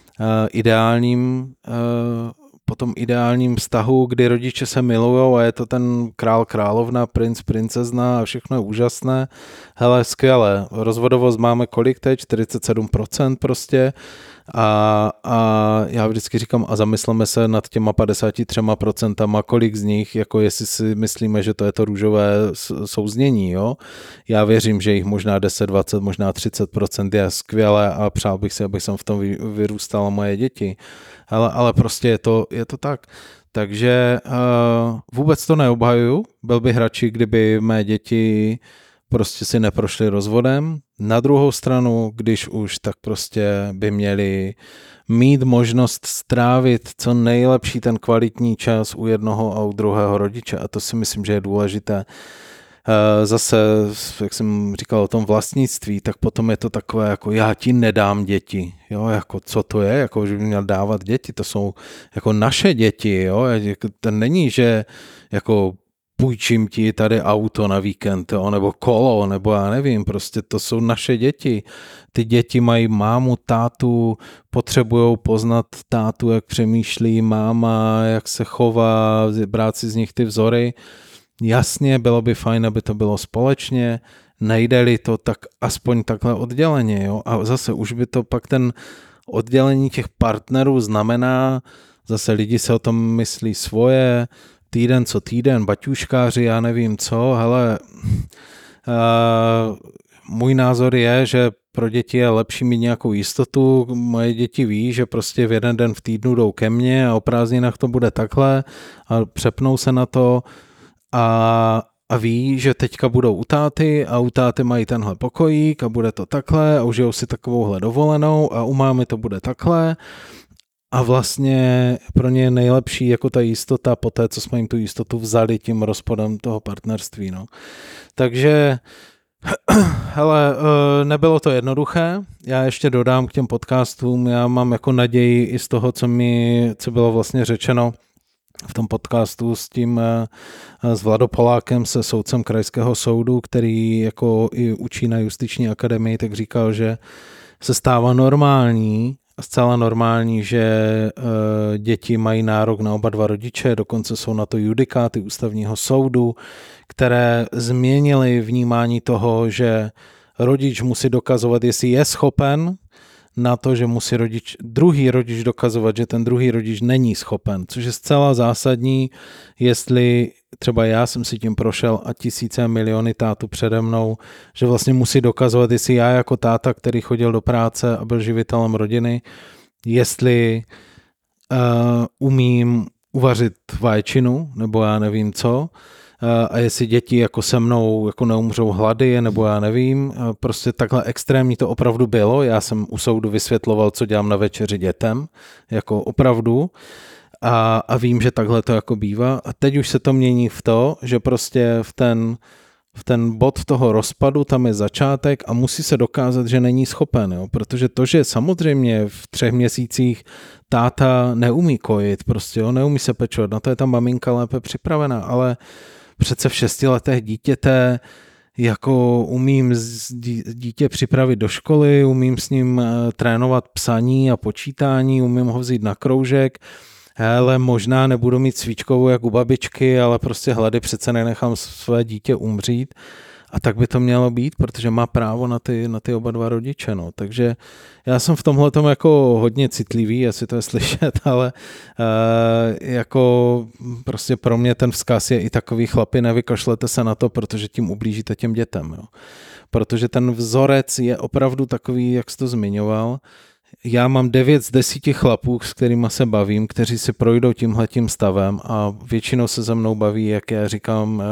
ideálním vztahu, kdy rodiče se milujou a je to ten král, královna, princ, princezna a všechno je úžasné. Hele, skvěle. Rozvodovost máme kolik teď? 47% prostě. A já vždycky říkám a zamysleme se nad těma 53%, kolik z nich, jako jestli si myslíme, že to je to růžové souznění, jo. Já věřím, že jich možná 10, 20, možná 30% je skvělé a přál bych si, abych jsem v tom vyrůstal moje děti. Ale prostě je to tak. Takže vůbec to neobhajuju. Byl bych radši, kdyby mé děti prostě si neprošly rozvodem. Na druhou stranu, když už, tak prostě by měli mít možnost strávit co nejlepší ten kvalitní čas u jednoho a u druhého rodiče. A to si myslím, že je důležité. Zase, jak jsem říkal o tom vlastnictví, tak potom je to takové, jako já ti nedám děti, jo, jako co to je, jako že by měl dávat děti, to jsou jako naše děti, jo, to není, že jako půjčím ti tady auto na víkend, jo, nebo kolo, nebo já nevím, prostě to jsou naše děti. Ty děti mají mámu, tátu, potřebujou poznat tátu, jak přemýšlí máma, jak se chová, brát si z nich ty vzory. Jasně, bylo by fajn, aby to bylo společně. nejde-li to, tak aspoň takhle odděleně, jo. A zase už by to pak ten oddělení těch partnerů znamená, zase lidi se o tom myslí svoje, týden co týden, baťuškáři, já nevím co, hele, můj názor je, že pro děti je lepší mít nějakou jistotu. Moje děti ví, že prostě v jeden den v týdnu jdou ke mně a o prázdninách to bude takhle a přepnou se na to a ví, že teďka budou u táty a u táty mají tenhle pokojík a bude to takhle a užijou si takovouhle dovolenou a u mámy to bude takhle. A vlastně pro ně je nejlepší jako ta jistota po té, co jsme jim tu jistotu vzali tím rozpadem toho partnerství. No. Takže hele, nebylo to jednoduché. Já ještě dodám k těm podcastům, já mám jako naději i z toho, co bylo vlastně řečeno v tom podcastu s Vladou Polákem, se soudcem krajského soudu, který jako i učí na justiční akademii, tak říkal, že se stává zcela normální, že děti mají nárok na oba dva rodiče, dokonce jsou na to judikáty ústavního soudu, které změnily vnímání toho, že rodič musí dokazovat, jestli je schopen, na to, že musí druhý rodič dokazovat, že ten druhý rodič není schopen, což je zcela zásadní, jestli třeba já jsem si tím prošel a tisíce miliony tátů přede mnou, že vlastně musí dokazovat, jestli já jako táta, který chodil do práce a byl živitelem rodiny, jestli umím uvařit vaječinu, nebo já nevím co, a jestli děti jako se mnou jako neumřou hlady, nebo já nevím, prostě takhle extrémní to opravdu bylo. Já jsem u soudu vysvětloval, co dělám na večeři dětem, jako opravdu, a vím, že takhle to jako bývá. A teď už se to mění v to, že prostě v ten bod toho rozpadu tam je začátek a musí se dokázat, že není schopen, jo? Protože to, že samozřejmě v 3 měsících táta neumí kojit, prostě jo? Neumí se pečovat, na to je ta maminka lépe připravená, ale přece v 6 letech dítěte jako umím dítě připravit do školy, umím s ním trénovat psaní a počítání, umím ho vzít na kroužek, hele, možná nebudu mít cvičkovou jak u babičky, ale prostě hlady přece nenechám své dítě umřít. A tak by to mělo být, protože má právo na ty oba dva rodiče. No. Takže já jsem v tomhletom jako hodně citlivý, jestli to je slyšet, ale jako prostě pro mě ten vzkaz je i takový: chlapi, nevykašlete se na to, protože tím ublížíte těm dětem. Jo. Protože ten vzorec je opravdu takový, jak jsi to zmiňoval. Já mám 9 z 10 chlapů, s kterými se bavím, kteří si projdou tímhletím stavem a většinou se ze mnou baví, jak já říkám,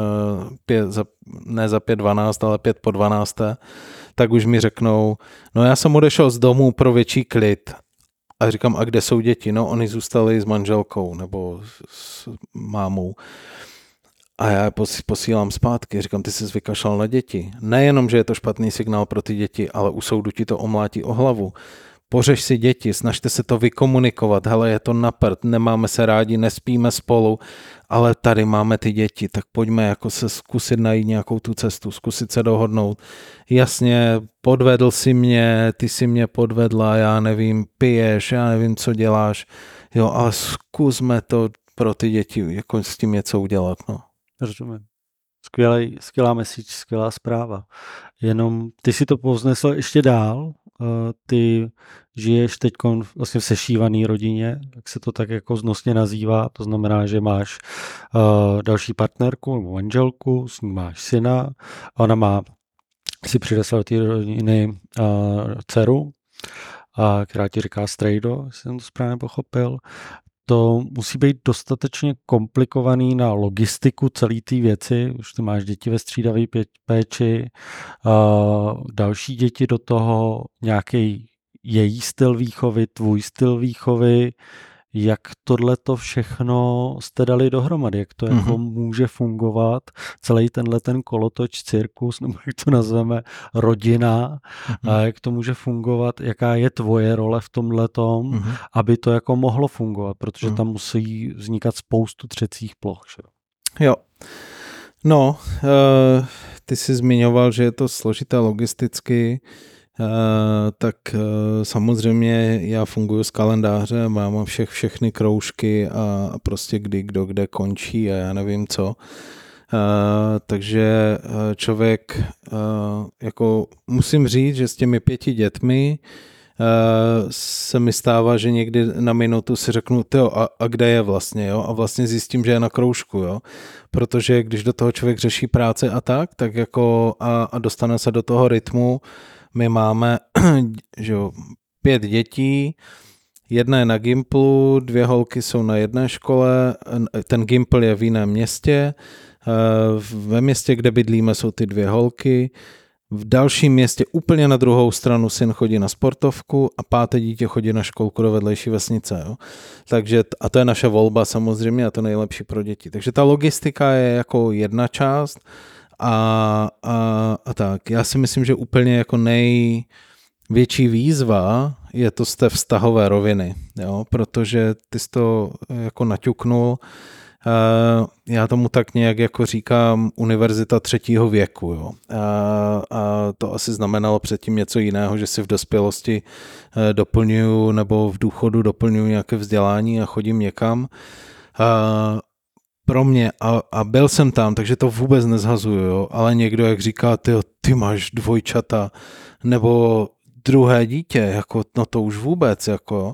ne za 5:12, ale 5 po 12, tak už mi řeknou, no já jsem odešel z domu pro větší klid. A říkám, a kde jsou děti? No, oni zůstali s manželkou nebo s mámou. A já posílám zpátky, říkám, ty jsi vykašlal na děti. Nejenom, že je to špatný signál pro ty děti, ale u soudu ti to omlátí o hlavu. Pořeš si děti, snažte se to vykomunikovat, hele, je to na prd, nemáme se rádi, nespíme spolu, ale tady máme ty děti, tak pojďme jako se zkusit najít nějakou tu cestu, zkusit se dohodnout. Jasně, podvedl si mě, ty si mě podvedla, já nevím, piješ, já nevím, co děláš, jo, ale zkusme to pro ty děti, jako s tím něco udělat, no. Rozumím. Skvělá message, skvělá zpráva. Jenom ty si to povznesl ještě dál, ty žiješ teď vlastně v sešívané rodině, jak se to tak jako znosně nazývá, to znamená, že máš další partnerku nebo manželku, s ní máš syna, a ona si přinesla do té rodiny dceru, která ti říká strejdo, jestli jsem to správně pochopil. To musí být dostatečně komplikovaný na logistiku celé té věci. Už ty máš děti ve střídavé péči, další děti do toho, nějaký její styl výchovy, tvůj styl výchovy. Jak tohleto všechno jste dali dohromady? Jak to jako může fungovat? Celý ten kolotoč, cirkus, nebo jak to nazveme, rodina, jak to může fungovat? Jaká je tvoje role v tomhletom, aby to jako mohlo fungovat? Protože tam musí vznikat spoustu třecích ploch. Že? Jo. No, ty jsi zmiňoval, že je to složité logisticky, tak samozřejmě já funguji s kalendářem, mám všechny kroužky a prostě kdy kdo kde končí a já nevím co. Takže člověk, jako musím říct, že s těmi 5 dětmi se mi stává, že někdy na minutu si řeknu, a kde je vlastně, jo? A vlastně zjistím, že je na kroužku, jo? Protože když do toho člověk řeší práce a tak jako a dostane se do toho rytmu, my máme že jo, 5 dětí, jedna je na Gimplu, 2 holky jsou na jedné škole, ten Gimpl je v jiném městě, ve městě, kde bydlíme, jsou ty 2 holky, v dalším městě úplně na druhou stranu syn chodí na sportovku a 5. dítě chodí na školku do vedlejší vesnice. Jo? Takže, a to je naše volba samozřejmě a to nejlepší pro děti. Takže ta logistika je jako jedna část a tak. Já si myslím, že úplně jako největší výzva je to z té vztahové roviny, jo? Protože ty jsi to jako naťuknul. Já tomu tak nějak jako říkám univerzita 3. věku. Jo. A to asi znamenalo předtím něco jiného, že si v dospělosti doplňuju nebo v důchodu doplňuju nějaké vzdělání a chodím někam. Pro mě, a byl jsem tam, takže to vůbec nezhazuju, jo. Ale někdo jak říká, ty máš dvojčata nebo druhé dítě, jako, no to už vůbec. Jako,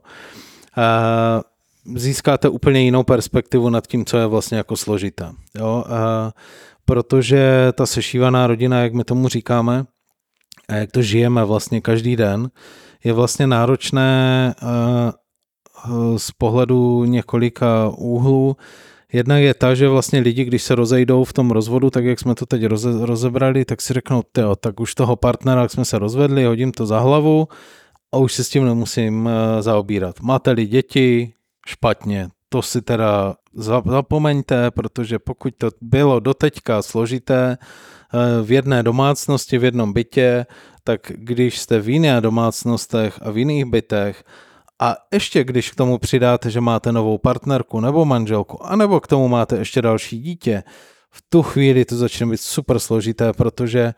získáte úplně jinou perspektivu nad tím, co je vlastně jako složité. Jo? Protože ta sešívaná rodina, jak my tomu říkáme, a jak to žijeme vlastně každý den, je vlastně náročné z pohledu několika úhlů. Jedna je ta, že vlastně lidi, když se rozejdou v tom rozvodu, tak jak jsme to teď rozebrali, tak si řeknou, tak už toho partnera, jak jsme se rozvedli, hodím to za hlavu a už se s tím nemusím zaobírat. Máte-li děti, špatně. To si teda zapomeňte, protože pokud to bylo doteďka složité v jedné domácnosti, v jednom bytě, tak když jste v jiných domácnostech a v jiných bytech a ještě když k tomu přidáte, že máte novou partnerku nebo manželku, anebo k tomu máte ještě další dítě, v tu chvíli to začne být super složité, protože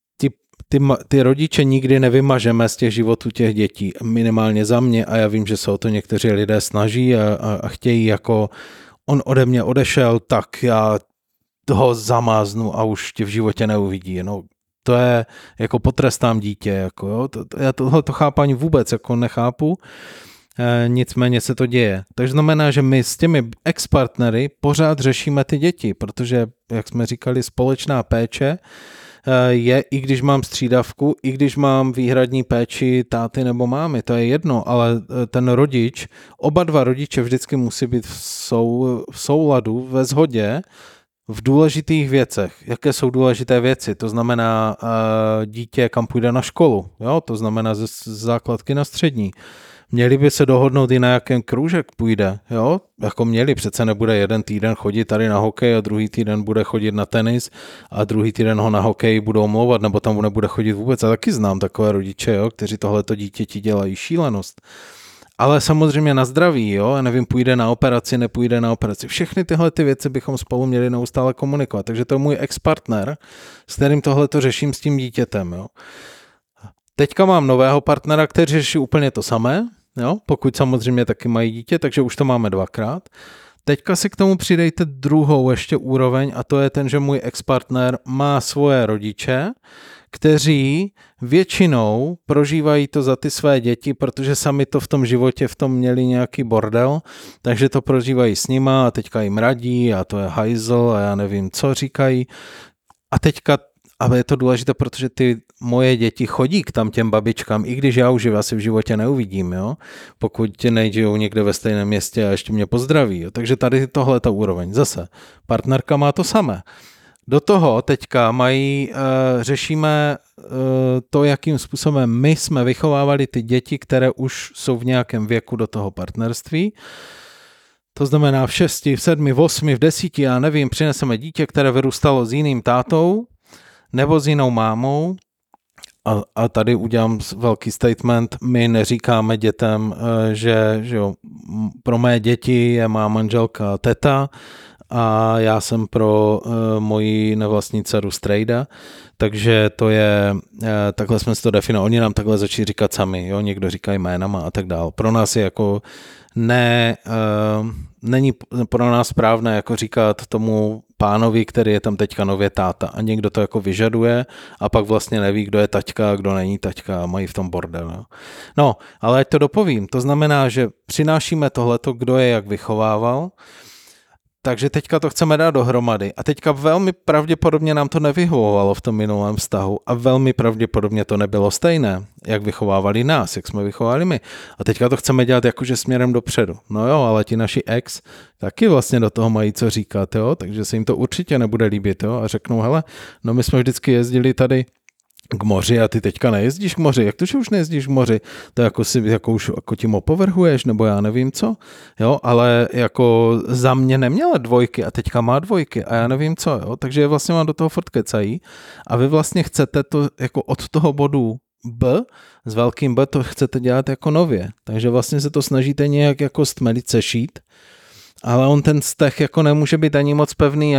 ty rodiče nikdy nevymažeme z těch životů těch dětí, minimálně za mě, a já vím, že se o to někteří lidé snaží a chtějí jako on ode mě odešel, tak já toho zamáznu a už tě v životě neuvidí. No, to je jako potrestám dítě. Jako, jo. Já tohleto chápání vůbec jako nechápu, nicméně se to děje. Takže znamená, že my s těmi ex-partnery pořád řešíme ty děti, protože, jak jsme říkali, společná péče je, i když mám střídavku, i když mám výhradní péči táty nebo mámy, to je jedno, ale ten rodič, oba dva rodiče vždycky musí být v souladu, ve shodě v důležitých věcech. Jaké jsou důležité věci? To znamená dítě, kam půjde na školu, jo? To znamená ze základky na střední. Měli by se dohodnout i na jakém kroužek půjde, jo? Jako měli, přece nebude jeden týden chodit tady na hokej a druhý týden bude chodit na tenis a druhý týden ho na hokej budou omlouvat, nebo tam nebude chodit vůbec. A taky znám takové rodiče, jo? Kteří tohleto dítěti dělají šílenost. Ale samozřejmě na zdraví, jo? Já nevím, půjde na operaci, nepůjde na operaci. Všechny tyhle ty věci bychom spolu měli neustále komunikovat. Takže to je můj ex-partner, s kterým tohleto řeším s tím dítětem, jo? Teďka mám nového partnera, který řeší úplně to samé, jo? Pokud samozřejmě taky mají dítě, takže už to máme 2krát. Teďka si k tomu přidejte druhou ještě úroveň a to je ten, že můj ex-partner má svoje rodiče, kteří většinou prožívají to za ty své děti, protože sami to v tom životě v tom měli nějaký bordel, takže to prožívají s nima a teďka jim radí a to je hajzl a já nevím, co říkají. A teďka, ale je to důležité, protože ty moje děti chodí k tam těm babičkám, i když já už je asi v životě neuvidím, jo? Pokud nejdou někde ve stejném městě a ještě mě pozdraví. Jo? Takže tady tohle ta úroveň. Zase, partnerka má to samé. Do toho teďka řešíme to, jakým způsobem my jsme vychovávali ty děti, které už jsou v nějakém věku do toho partnerství. To znamená v 6, v 7, v 8, v 10, já nevím, přineseme dítě, které vyrůstalo s jiným tátou nebo s jinou mámou. A tady udělám velký statement, my neříkáme dětem, že jo, pro mé děti je má manželka teta a já jsem pro moji nevlastní dceru strejda, takže to je, takhle jsme si to definovali, oni nám takhle začali říkat sami, jo, někdo říká jménama a tak dál. Pro nás je jako není pro nás správné jako říkat tomu pánovi, který je tam teďka nově táta a někdo to jako vyžaduje a pak vlastně neví, kdo je taťka a kdo není taťka a mají v tom bordel. Jo. No, ale ať to dopovím, to znamená, že přinášíme tohleto, kdo je jak vychovával, takže teďka to chceme dát dohromady a teďka velmi pravděpodobně nám to nevyhovovalo v tom minulém vztahu a velmi pravděpodobně to nebylo stejné, jak vychovávali nás, jak jsme vychovali my. A teďka to chceme dělat jakože směrem dopředu. No jo, ale ti naši ex taky vlastně do toho mají co říkat, jo, takže se jim to určitě nebude líbit, jo, a řeknou, hele, no my jsme vždycky jezdili tady k moři a ty teďka nejezdíš k moři. Jak to, že už nejezdíš k moři? To jako si jako už jako tím opovrhuješ, nebo já nevím co. Jo, ale jako za mě neměla dvojky a teďka má dvojky a já nevím co, jo. Takže vlastně vám do toho furt kecají a vy vlastně chcete to jako od toho bodu B, s velkým B to chcete dělat jako nově. Takže vlastně se to snažíte nějak jako stmelit, sešít, ale on ten vztah jako nemůže být ani moc pevný,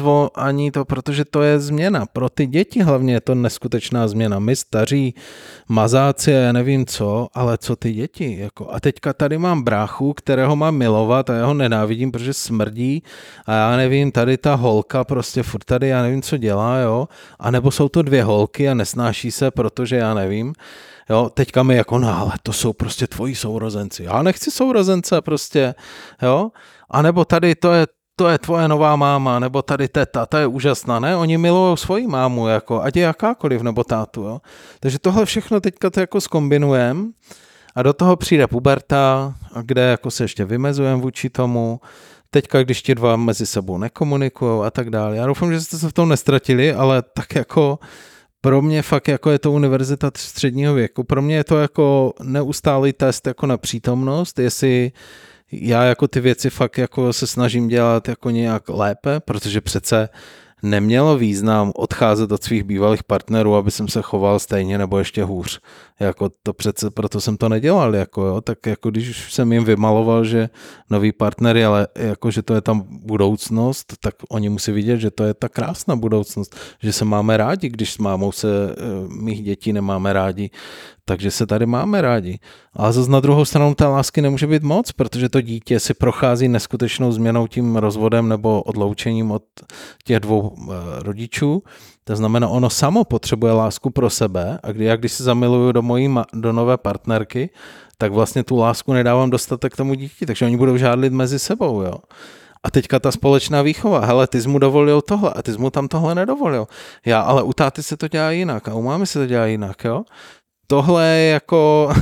ani to, protože to je změna. Pro ty děti hlavně je to neskutečná změna. My staří mazáci a já nevím co, ale co ty děti? Jako. A teďka tady mám bráchu, kterého mám milovat a já ho nenávidím, protože smrdí a já nevím, tady ta holka prostě furt tady, já nevím, co dělá, jo. A nebo jsou to dvě holky a nesnáší se, protože já nevím. Jo, teďka mi jako, no ale to jsou prostě tvoji sourozenci. Já nechci sourozence prostě, jo. A nebo tady to je tvoje nová máma, nebo tady teta, to je úžasná, ne? Oni milujou svoji mámu, jako, ať je jakákoliv, nebo tátu, jo. Takže tohle všechno teďka to jako zkombinujeme a do toho přijde puberta, kde jako se ještě vymezujeme vůči tomu. Teďka, když ti dva mezi sebou nekomunikujou a tak dále. Já doufám, že jste se v tom nestratili, ale tak jako pro mě fakt jako je to univerzita středního věku. Pro mě je to jako neustálý test jako na přítomnost, jestli já jako ty věci fakt jako se snažím dělat jako nějak lépe, protože přece nemělo význam odcházet od svých bývalých partnerů, aby jsem se choval stejně nebo ještě hůř. Jako to přece, proto jsem to nedělal, jako jo, tak jako když jsem jim vymaloval, že nový partner, ale jako, že to je tam budoucnost, tak oni musí vidět, že to je ta krásná budoucnost, že se máme rádi, když s mámou se mých dětí nemáme rádi, takže se tady máme rádi. Ale zase na druhou stranu té lásky nemůže být moc, protože to dítě si prochází neskutečnou změnou tím rozvodem nebo odloučením od těch dvou rodičů. To znamená, ono samo potřebuje lásku pro sebe a když se zamiluju do nové partnerky, tak vlastně tu lásku nedávám dostatek k tomu dítěti, takže oni budou žádlit mezi sebou, jo. A teďka ta společná výchova, hele, ty jsi mu dovolil tohle a ty jsi mu tam tohle nedovolil. Já, ale u táty se to dělá jinak a u mámy se to dělá jinak, jo. Tohle je jako,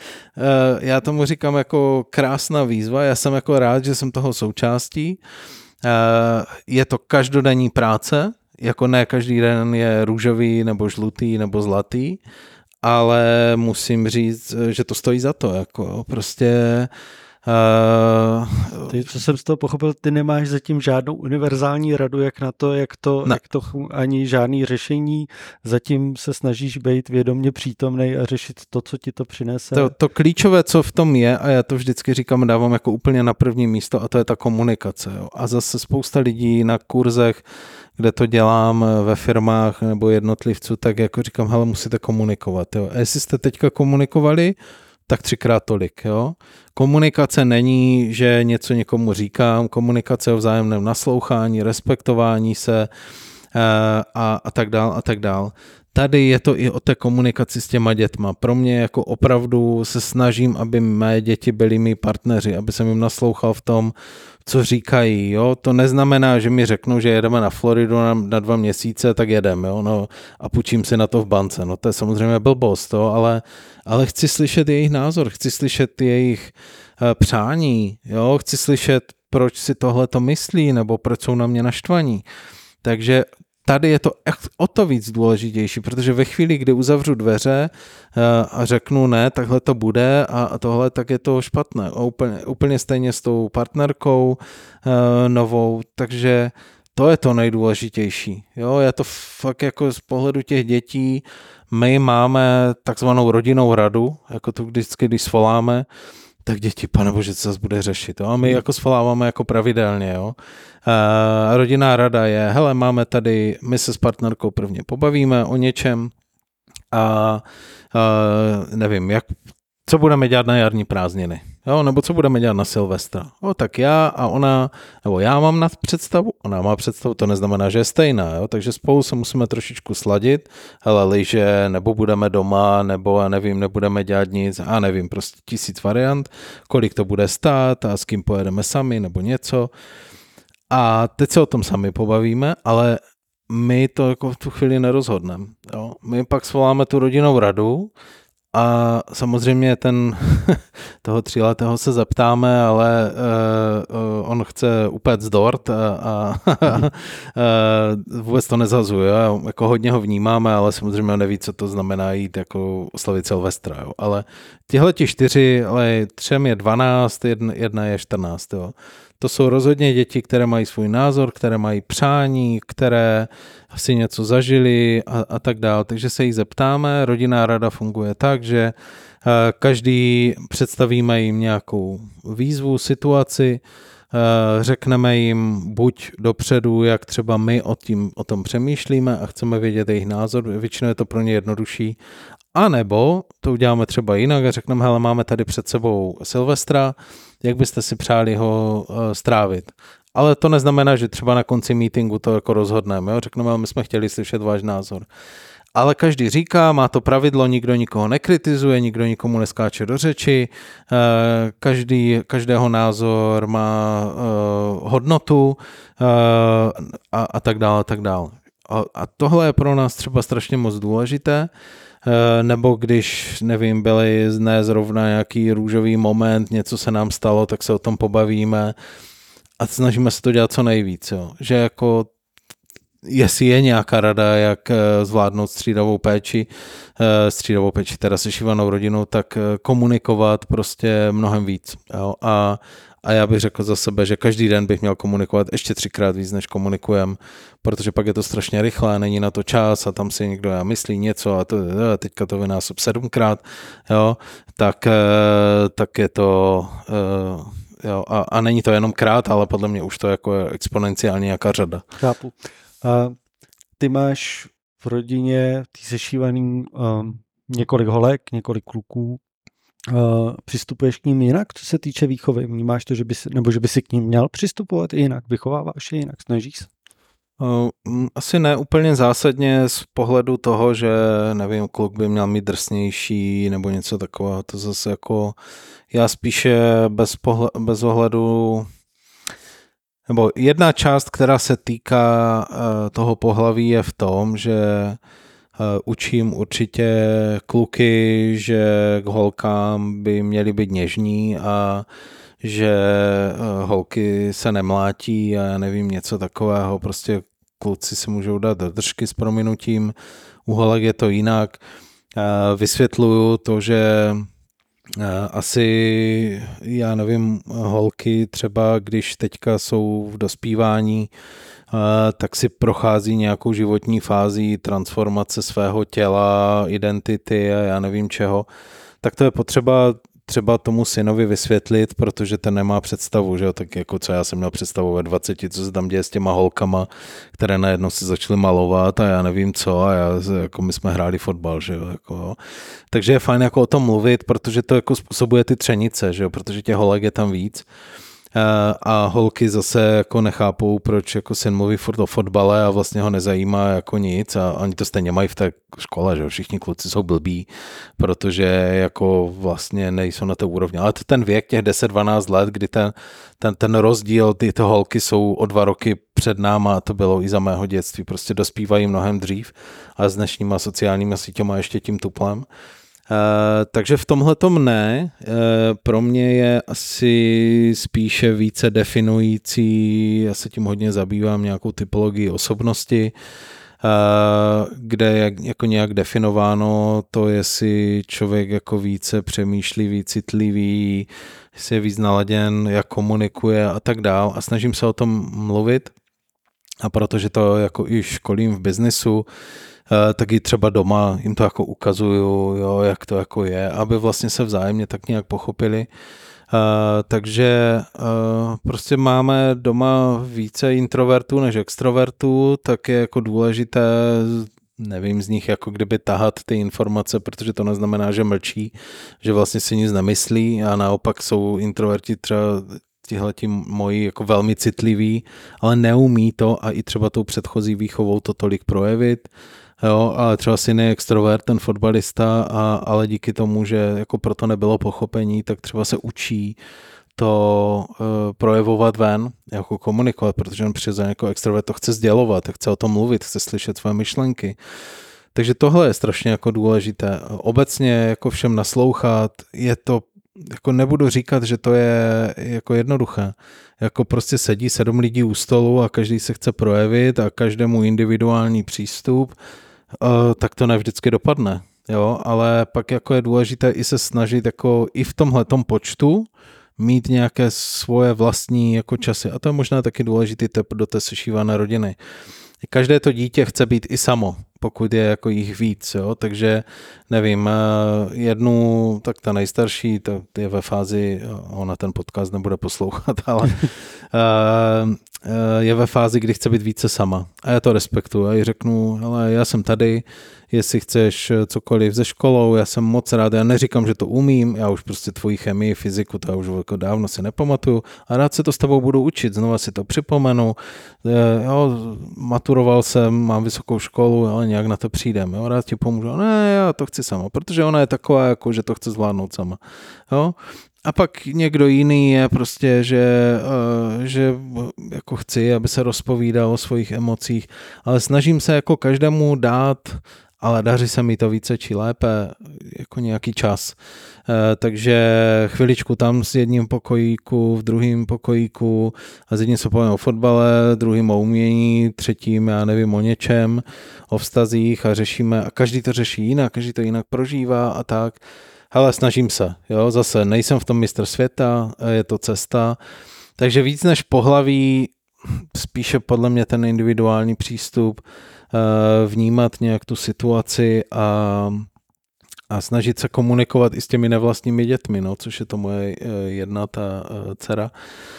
já tomu říkám jako krásná výzva, já jsem jako rád, že jsem toho součástí. Je to každodenní práce, jako ne každý den je růžový nebo žlutý nebo zlatý, ale musím říct, že to stojí za to, jako prostě. Ty, co jsem z toho pochopil, ty nemáš zatím žádnou univerzální radu, jak na to, jak to ani žádný řešení, zatím se snažíš být vědomě přítomnej a řešit to, co ti to přinese. To klíčové, co v tom je, a já to vždycky říkám, dávám jako úplně na první místo, a to je ta komunikace. Jo. A zase spousta lidí na kurzech, kde to dělám ve firmách nebo jednotlivců, tak jako říkám, hele, musíte komunikovat. Jo. A jestli jste teďka komunikovali, tak 3x tolik. Jo. Komunikace není, že něco někomu říkám, komunikace o vzájemném naslouchání, respektování se a tak dál a tak dál. Tady je to i o té komunikaci s těma dětma. Pro mě jako opravdu se snažím, aby mé děti byly mý partneři, aby jsem jim naslouchal v tom, co říkají. Jo? To neznamená, že mi řeknou, že jedeme na Floridu na 2 měsíce, tak jedeme. Jo? No, a půjčím si na to v bance. No to je samozřejmě blbost, ale chci slyšet jejich názor, chci slyšet jejich přání, jo? Chci slyšet, proč si tohle to myslí, nebo proč jsou na mě naštvaní. Takže tady je to o to víc důležitější, protože ve chvíli, kdy uzavřu dveře a řeknu ne, takhle to bude a tohle, tak je to špatné. Úplně stejně s tou partnerkou novou, takže to je to nejdůležitější. Jo, je to fakt jako z pohledu těch dětí, my máme takzvanou rodinnou radu, jako to vždycky, když svoláme, tak děti, panebože, co zase bude řešit. Jo? A my jako svoláváme jako pravidelně. Jo? Rodinná rada je, hele, máme tady, my se s partnerkou prvně pobavíme o něčem a nevím, co budeme dělat na jarní prázdniny, jo? Nebo co budeme dělat na Silvestra. Tak já a ona, nebo já mám nad představu, ona má představu, to neznamená, že je stejná, jo? Takže spolu se musíme trošičku sladit, hele, lyže, nebo budeme doma, nebo já nevím, nebudeme dělat nic, a nevím, prostě 1000 variant, kolik to bude stát a s kým pojedeme sami, nebo něco. A teď se o tom sami pobavíme, ale my to jako v tu chvíli nerozhodneme. Jo? My pak svoláme tu rodinnou radu a samozřejmě toho 3letého se zeptáme, ale on chce upéct dort a vůbec to nezazuje. Jako hodně ho vnímáme, ale samozřejmě neví, co to znamená jít jako oslavit Silvestra. Jo? Ale tihleti 4, ale 3 je 12, jedna je 14. Jo? To jsou rozhodně děti, které mají svůj názor, které mají přání, které si něco zažili a tak dále. Takže se jich zeptáme. Rodinná rada funguje tak, že každý představíme jim nějakou výzvu, situaci, řekneme jim buď dopředu, jak třeba my o tom přemýšlíme a chceme vědět jejich názor, většinou je to pro ně jednodušší, a nebo to uděláme třeba jinak a řekneme, hele, máme tady před sebou Silvestra, jak byste si přáli ho strávit. Ale to neznamená, že třeba na konci meetingu to jako rozhodneme. Jo? Řekneme, my jsme chtěli slyšet váš názor. Ale každý říká, má to pravidlo, nikdo nikoho nekritizuje, nikdo nikomu neskáče do řeči, každého názor má hodnotu a tak dále, a tak dále. A tohle je pro nás třeba strašně moc důležité, nebo když, nevím, byly ne zrovna nějaký růžový moment, něco se nám stalo, tak se o tom pobavíme a snažíme se to dělat co nejvíc. Jo. Že jako jestli je nějaká rada, jak zvládnout střídavou péči teda se šívanou rodinou, tak komunikovat prostě mnohem víc. Jo. A já bych řekl za sebe, že každý den bych měl komunikovat ještě 3krát víc, než komunikujeme, protože pak je to strašně rychlé, není na to čas a tam si někdo myslí něco a teďka to vynásob 7krát, jo, tak je to... Jo, a není to jenom krát, ale podle mě už to jako je exponenciálně nějaká řada. Chápu. A ty máš v rodině, ty sešívaný několik holek, několik kluků. Přistupuješ k ním jinak, co se týče výchovy? Vnímáš to, že by si k ním měl přistupovat jinak? Vychováváš je jinak? Snažíš se? Asi ne úplně zásadně z pohledu toho, že nevím, kluk by měl mít drsnější nebo něco takového. To zase jako já spíše bez ohledu, nebo jedna část, která se týká toho pohlaví, je v tom, že učím určitě kluky, že k holkám by měly být něžní a že holky se nemlátí a já nevím, něco takového. Prostě kluci si můžou dát do držky s prominutím, u holek je to jinak. Vysvětluju to, že asi, já nevím, holky třeba, když teďka jsou v dospívání, tak si prochází nějakou životní fází transformace svého těla, identity a já nevím čeho, tak to je potřeba třeba tomu synovi vysvětlit, protože ten nemá představu, že jo, tak jako co já jsem měl představu ve 20, co se tam děje s těma holkama, které najednou si začaly malovat a já nevím co a jako my jsme hráli fotbal, že jo, jako. Takže je fajn jako o tom mluvit, protože to jako způsobuje ty třenice, že jo, protože těch holek je tam víc. A holky zase jako nechápou, proč jako syn mluví furt o fotbale a vlastně ho nezajímá jako nic a oni to stejně mají v té škole, že všichni kluci jsou blbí, protože jako vlastně nejsou na té úrovni. Ale to ten věk těch 10-12 let, kdy ten rozdíl, ty holky jsou o 2 roky před náma a to bylo i za mého dětství, prostě dospívají mnohem dřív a s dnešníma sociálníma sítěma ještě tím tuplem. Takže v tomhletom ne, pro mě je asi spíše více definující, já se tím hodně zabývám nějakou typologii osobnosti, kde je jako nějak definováno to, jestli člověk jako více přemýšlivý, citlivý, jestli je víc naladěn, jak komunikuje a tak dál a snažím se o tom mluvit a protože to jako i školím v biznesu, tak i třeba doma jim to jako ukazuju, jo, jak to jako je, aby vlastně se vzájemně tak nějak pochopili. Takže prostě máme doma více introvertů než extrovertů, tak je jako důležité, nevím, z nich jako kdyby tahat ty informace, protože to neznamená, že mlčí, že vlastně si nic nemyslí a naopak jsou introverti třeba tihleti moji jako velmi citliví, ale neumí to a i třeba tou předchozí výchovou to tolik projevit. Jo, ale třeba syn je extrovert, ten fotbalista, ale díky tomu, že jako proto nebylo pochopení, tak třeba se učí to projevovat ven, jako komunikovat, protože on přirozeně jako extrovert to chce sdělovat, chce o tom mluvit, chce slyšet své myšlenky. Takže tohle je strašně jako důležité. Obecně jako všem naslouchat, je to, jako nebudu říkat, že to je jako jednoduché. Jako prostě sedí 7 lidí u stolu a každý se chce projevit a každému individuální přístup, tak to ne vždycky dopadne. Jo? Ale pak jako je důležité i se snažit jako i v tomhletom počtu mít nějaké svoje vlastní jako časy. A to je možná taky důležitý tip do té sešívané rodiny. Každé to dítě chce být i samo, pokud je jako jich víc, jo? Takže nevím, jednu, tak ta nejstarší, to je ve fázi, ona ten podcast nebude poslouchat, ale je ve fázi, kdy chce být více sama. A já to respektuju. Já jí řeknu, ale já jsem tady, jestli chceš cokoliv se školou, já jsem moc rád, já neříkám, že to umím, já už prostě tvoji chemii, fyziku, to já už jako dávno si nepamatuju a rád se to s tebou budu učit, znova si to připomenu, jo, maturoval jsem, mám vysokou školu, ale nějak na to přijdem, jo, rád ti pomůžu, ne, já to chci sama, protože ona je taková, jako, že to chce zvládnout sama, jo. A pak někdo jiný je prostě, že jako chci, aby se rozpovídal o svých emocích, ale snažím se jako každému dát, ale daří se mi to více či lépe, jako nějaký čas. Takže chviličku tam s jedním pokojíku, v druhém pokojíku a s jedním se povím o fotbale, druhým o umění, třetím já nevím o něčem, o vztazích a řešíme, a každý to řeší jinak, každý to jinak prožívá a tak. Hele, snažím se, jo, zase nejsem v tom mistr světa, je to cesta, takže víc než pohlaví, spíše podle mě ten individuální přístup, vnímat nějak tu situaci a snažit se komunikovat i s těmi nevlastními dětmi, no, což je to moje jedna ta dcera,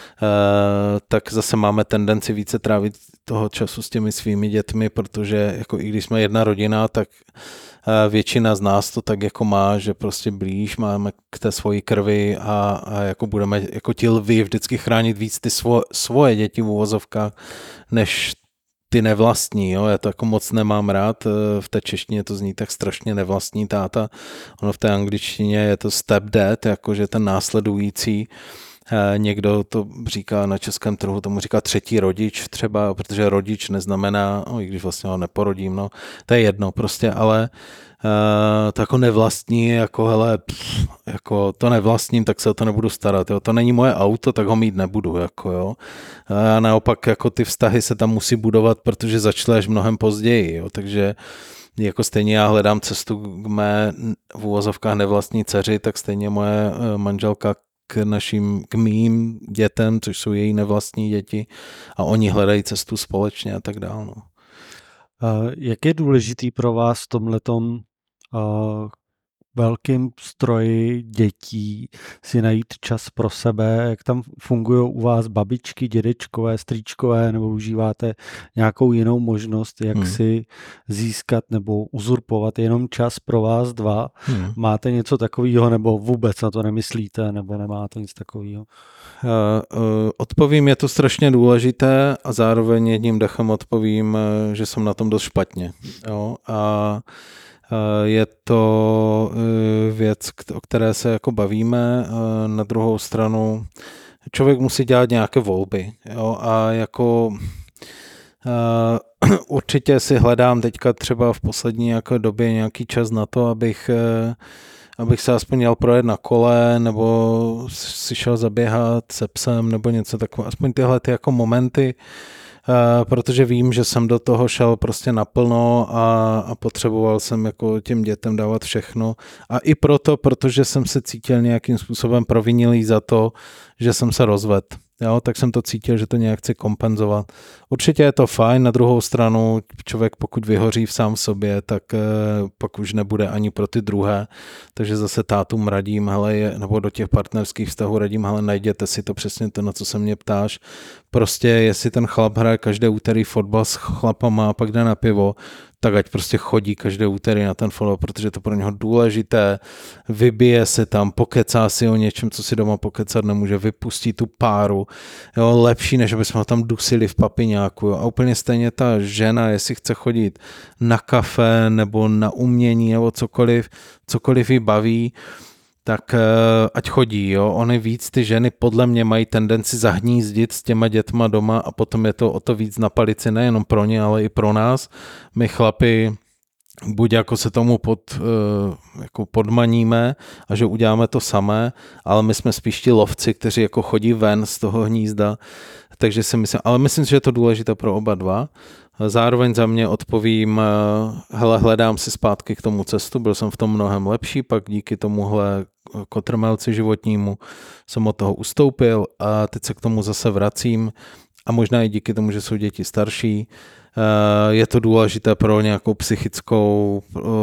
tak zase máme tendenci více trávit toho času s těmi svými dětmi, protože jako i když jsme jedna rodina, tak většina z nás to tak jako má, že prostě blíž máme k té svoji krvi a jako budeme jako ti lvi vždycky chránit víc ty svoje děti v uvozovkách, než ty nevlastní, jo, já to jako moc nemám rád, v té češtině to zní tak strašně nevlastní táta, ono v té angličtině je to stepdad, jakože ten následující, někdo to říká na českém trhu, tomu říká třetí rodič třeba, protože rodič neznamená, i když vlastně ho neporodím, no, to je jedno prostě, ale to jako nevlastní, jako hele, jako to nevlastním, tak se o to nebudu starat, jo, to není moje auto, tak ho mít nebudu, jako jo. A naopak jako ty vztahy se tam musí budovat, protože začneš mnohem později, jo, takže jako stejně já hledám cestu k mé v uvozovkách nevlastní dceři, tak stejně moje manželka k mým dětem, což jsou její nevlastní děti a oni hledají cestu společně a tak dále. No. Jak je důležitý pro vás v tomhletom velkým stroji dětí si najít čas pro sebe, jak tam fungují u vás babičky, dědečkové, strýčkové, nebo užíváte nějakou jinou možnost, jak si získat nebo uzurpovat jenom čas pro vás dva. Máte něco takového, nebo vůbec na to nemyslíte, nebo nemáte nic takového? Odpovím, je to strašně důležité a zároveň jedním dechem odpovím, že jsem na tom dost špatně. Jo? A je to věc, o které se jako bavíme. Na druhou stranu člověk musí dělat nějaké volby. Jo? A jako určitě si hledám teďka třeba v poslední jako době nějaký čas na to, abych se aspoň jel projet na kole, nebo si šel zaběhat se psem, nebo něco takového. Aspoň tyhle ty jako momenty, protože vím, že jsem do toho šel prostě naplno a potřeboval jsem jako těm dětem dávat všechno. A i proto, protože jsem se cítil nějakým způsobem provinilý za to, že jsem se rozvedl. Jo, tak jsem to cítil, že to nějak chci kompenzovat. Určitě je to fajn, na druhou stranu člověk pokud vyhoří v sám sobě, tak pak už nebude ani pro ty druhé, takže zase tátům radím, hele, nebo do těch partnerských vztahů radím, hele, najděte si to přesně to, na co se mě ptáš. Prostě jestli ten chlap hraje každé úterý fotbal s chlapama a pak jde na pivo, tak ať prostě chodí každé úterý na ten fotbal, protože je to pro něho důležité, vybije se tam, pokecá si o něčem, co si doma pokecat nemůže, vypustí tu páru, jo, lepší, než aby jsme ho tam dusili v papiňáku, jo. A úplně stejně ta žena, jestli chce chodit na kafe nebo na umění nebo cokoliv jí baví, tak ať chodí, jo. Ony víc ty ženy podle mě mají tendenci zahnízdit s těma dětma doma a potom je to o to víc na palici nejenom pro ně, ale i pro nás. My chlapi buď jako se tomu jako podmaníme a že uděláme to samé, ale my jsme spíš ti lovci, kteří jako chodí ven z toho hnízda, takže si myslím, ale myslím si, že je to důležité pro oba dva. Zároveň za mě odpovím, hele, hledám si zpátky k tomu cestu, byl jsem v tom mnohem lepší, pak díky tomuhle kotrmelci životnímu jsem od toho ustoupil a teď se k tomu zase vracím a možná i díky tomu, že jsou děti starší, je to důležité pro nějakou psychickou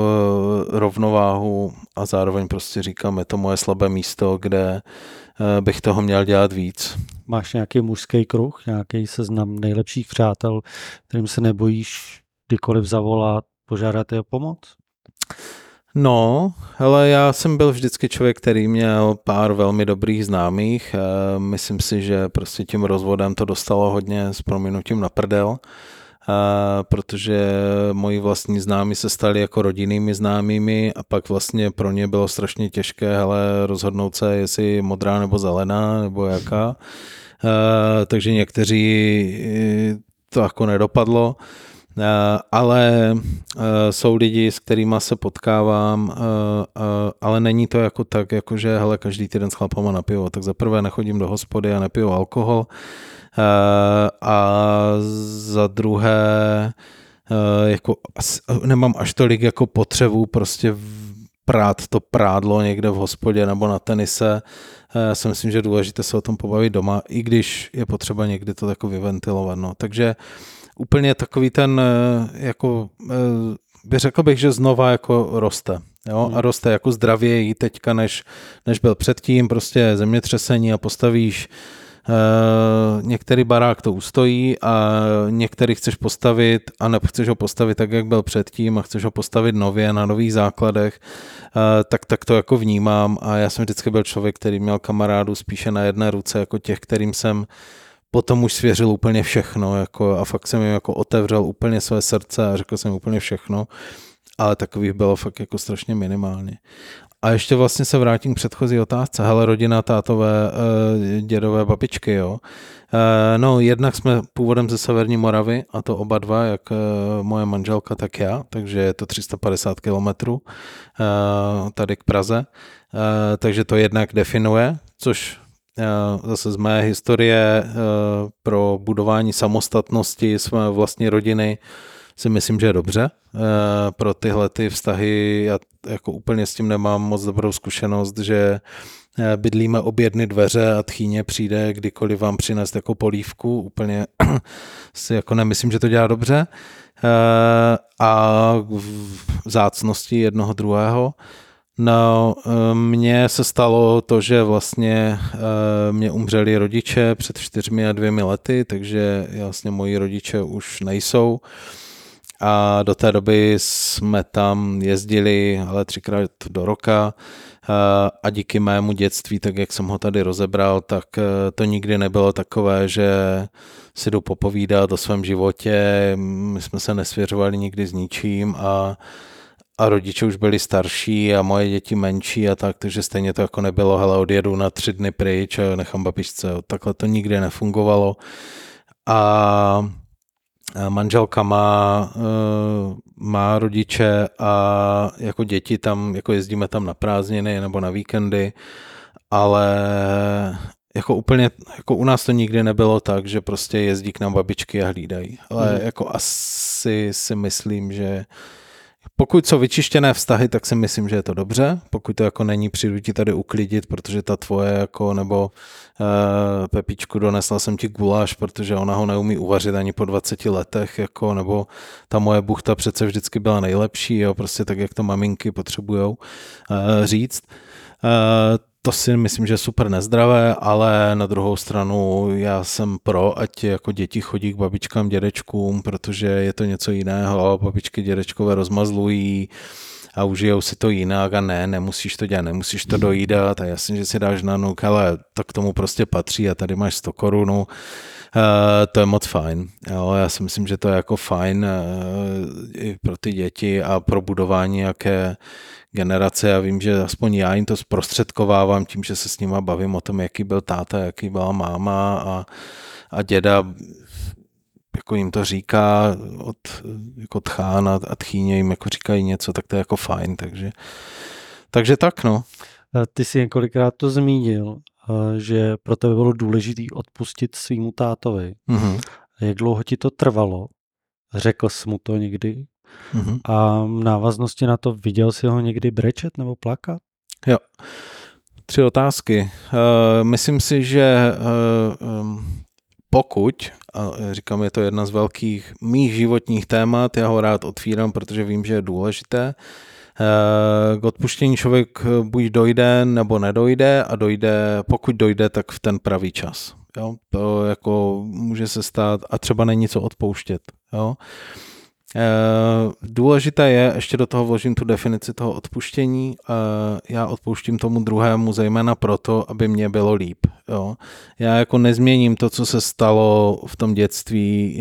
rovnováhu a zároveň prostě říkám, je to moje slabé místo, kde bych toho měl dělat víc. Máš nějaký mužský kruh, nějaký seznam nejlepších přátel, kterým se nebojíš kdykoliv zavolat, požádat je o pomoc? No, hele, já jsem byl vždycky člověk, který měl pár velmi dobrých známých. Myslím si, že prostě tím rozvodem to dostalo hodně s prominutím na prdel, protože moji vlastní známí se stali jako rodinnými známými a pak vlastně pro ně bylo strašně těžké rozhodnout se, jestli modrá nebo zelená nebo jaká. Takže někteří to jako nedopadlo. Ale jsou lidi, s kterými se potkávám, ale není to jako tak, jakože hele, každý týden s chlapama na pivo. Tak za prvé nechodím do hospody a nepiju alkohol a za druhé jako nemám až tolik jako potřebu prostě prát to prádlo někde v hospodě nebo na tenise. Já si myslím, že je důležité se o tom pobavit doma, i když je potřeba někdy to jako vyventilovat. No. Takže úplně takový ten, jako, řekl bych, že znova jako roste. Jo? A roste jako zdravěji teďka, než byl předtím, prostě zemětřesení a postavíš některý barák to ustojí a některý chceš postavit a nechceš ho postavit tak, jak byl předtím a chceš ho postavit nově na nových základech, tak to jako vnímám a já jsem vždycky byl člověk, který měl kamarádu spíše na jedné ruce, jako těch, kterým jsem potom už svěřil úplně všechno jako, a fakt jsem jim jako otevřel úplně své srdce a řekl jsem úplně všechno, ale takových bylo fakt jako strašně minimálně. A ještě vlastně se vrátím k předchozí otázce. Hele, rodina, tátové, dědové, babičky, jo. No, jednak jsme původem ze Severní Moravy, a to oba dva, jak moje manželka, tak já, takže je to 350 kilometrů tady k Praze. Takže to jednak definuje, což zase z mé historie pro budování samostatnosti své vlastní rodiny si myslím, že je dobře. Pro tyhle ty vztahy já jako úplně s tím nemám moc dobrou zkušenost, že bydlíme obě jedny dveře a tchýně přijde kdykoliv vám přinést jako polívku. Úplně si jako nemyslím, že to dělá dobře. A vzácnosti jednoho druhého. No, mně se stalo to, že vlastně mě umřeli rodiče před 4 a 2 lety, takže vlastně moji rodiče už nejsou. A do té doby jsme tam jezdili ale 3krát do roka a díky mému dětství, tak jak jsem ho tady rozebral, tak to nikdy nebylo takové, že si jdu popovídat o svém životě, my jsme se nesvěřovali nikdy s ničím a rodiče už byli starší a moje děti menší a tak, takže stejně to jako nebylo, hele, odjedu na 3 dny pryč a nechám babičce, takhle to nikdy nefungovalo a manželka má rodiče a jako děti tam, jako jezdíme tam na prázdniny nebo na víkendy, ale jako úplně, jako u nás to nikdy nebylo tak, že prostě jezdí k nám babičky a hlídají. Ale jako asi si myslím, že Pokud jsou vyčištěné vztahy, tak si myslím, že je to dobře. Pokud to jako není, přijdu ti tady uklidit, protože ta tvoje jako, nebo Pepičku, donesla jsem ti guláš, protože ona ho neumí uvařit ani po 20 letech, jako, nebo ta moje buchta přece vždycky byla nejlepší, jo, prostě tak, jak to maminky potřebujou říct. To si myslím, že je super nezdravé, ale na druhou stranu já jsem pro, ať jako děti chodí k babičkám, dědečkům, protože je to něco jiného, babičky, dědečkové rozmazlují a užijou si to jinak a nemusíš to dělat, nemusíš to dojídat a jasně, že si dáš na nuk, ale to k tomu prostě patří a tady máš 100 korun, to je moc fajn. Jo, já si myslím, že to je jako fajn i pro ty děti a pro budování jaké generace. Já vím, že aspoň já jim to zprostředkovávám tím, že se s nima bavím o tom, jaký byl táta, jaký byla máma a děda jako jim to říká jako tchán a tchýně jim jako říkají něco, tak to je jako fajn, takže tak no. Ty jsi několikrát to zmínil, že pro tebe bylo důležité odpustit svýmu tátovi. Mm-hmm. Jak dlouho ti to trvalo? Řekl jsi mu to někdy? Mm-hmm. A v návaznosti na to viděl jsi ho někdy brečet nebo plakat? Jo. 3 otázky. Myslím si, že pokud, a říkám, je to jedna z velkých mých životních témat, já ho rád otvírám, protože vím, že je důležité, k odpuštění člověk buď dojde, nebo nedojde a pokud dojde, tak v ten pravý čas. Jo? To jako může se stát a třeba není co odpouštět. Jo? Důležité je, ještě do toho vložím tu definici toho odpuštění, já odpouštím tomu druhému zejména proto, aby mě bylo líp. Jo? Já jako nezměním to, co se stalo v tom dětství,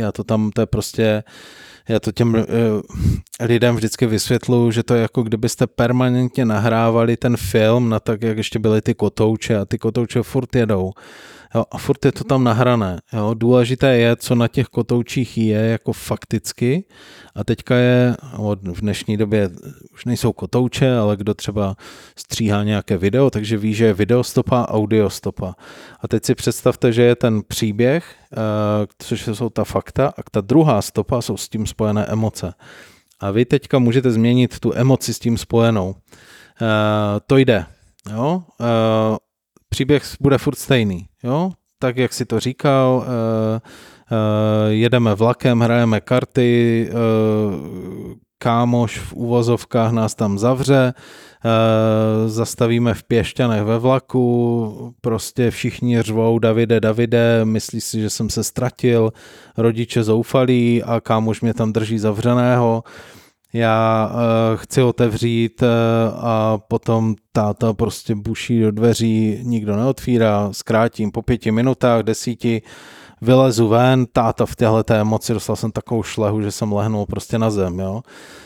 já to těm lidem vždycky vysvětluji, že to je jako kdybyste permanentně nahrávali ten film na tak, jak ještě byly ty kotouče a ty kotouče furt jedou. Jo, a furt je to tam nahrané. Jo. Důležité je, co na těch kotoučích je jako fakticky a teďka v dnešní době už nejsou kotouče, ale kdo třeba stříhá nějaké video, takže ví, že je videostopa a audiostopa. A teď si představte, že je ten příběh, což jsou ta fakta a ta druhá stopa jsou s tím spojené emoce. A vy teďka můžete změnit tu emoci s tím spojenou. To jde. Jo? Příběh bude furt stejný, jo? Tak, jak si to říkal, jedeme vlakem, hrajeme karty, kámoš v uvozovkách nás tam zavře, zastavíme v Piešťanech ve vlaku, prostě všichni řvou Davide, myslí si, že jsem se ztratil, rodiče zoufalí a kámoš mě tam drží zavřeného. Já chci otevřít a potom táta prostě buší do dveří, nikdo neotvírá, zkrátím po 5 minutách, 10, vylezu ven, táta v téhleté emoci, dostal jsem takovou šlehu, že jsem lehnul prostě na zem, jo.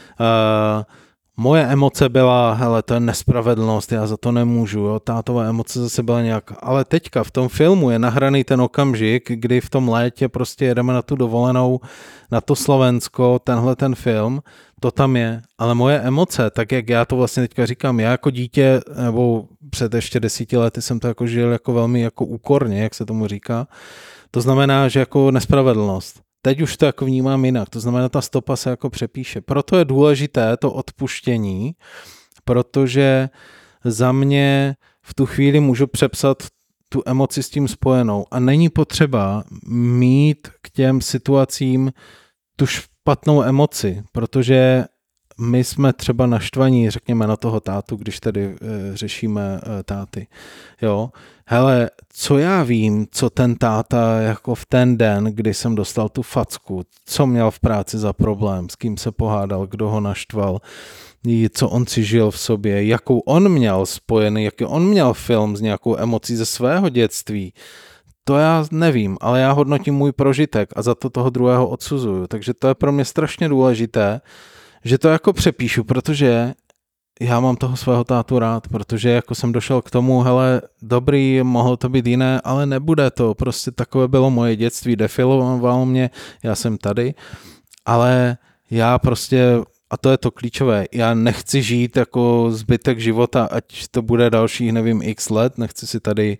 Moje emoce byla, hele, to je nespravedlnost, já za to nemůžu, jo, tátové emoce zase byla nějak, ale teďka v tom filmu je nahraný ten okamžik, kdy v tom létě prostě jedeme na tu dovolenou, na to Slovensko, tenhle ten film, to tam je, ale moje emoce, tak jak já to vlastně teďka říkám, já jako dítě, nebo před ještě 10 lety jsem to jako žil jako velmi jako úkorně, jak se tomu říká, to znamená, že jako nespravedlnost. Teď už to jako vnímám jinak, to znamená, ta stopa se jako přepíše. Proto je důležité to odpuštění, protože za mě v tu chvíli můžu přepsat tu emoci s tím spojenou a není potřeba mít k těm situacím tu špatnou emoci, protože my jsme třeba naštvaní, řekněme, na toho tátu, když tady řešíme táty. Jo? Hele, co já vím, co ten táta jako v ten den, kdy jsem dostal tu facku, co měl v práci za problém, s kým se pohádal, kdo ho naštval, co on si žil v sobě, jakou on měl spojený, jaký on měl film s nějakou emocí ze svého dětství. To já nevím, ale já hodnotím můj prožitek a za to toho druhého odsuzuju. Takže to je pro mě strašně důležité, že to jako přepíšu, protože já mám toho svého tátu rád, protože jako jsem došel k tomu, hele, dobrý, mohlo to být jiné, ale nebude to, prostě takové bylo moje dětství, defilovalo mě, já jsem tady, ale já prostě, a to je to klíčové, já nechci žít jako zbytek života, ať to bude dalších, nevím, x let, nechci si tady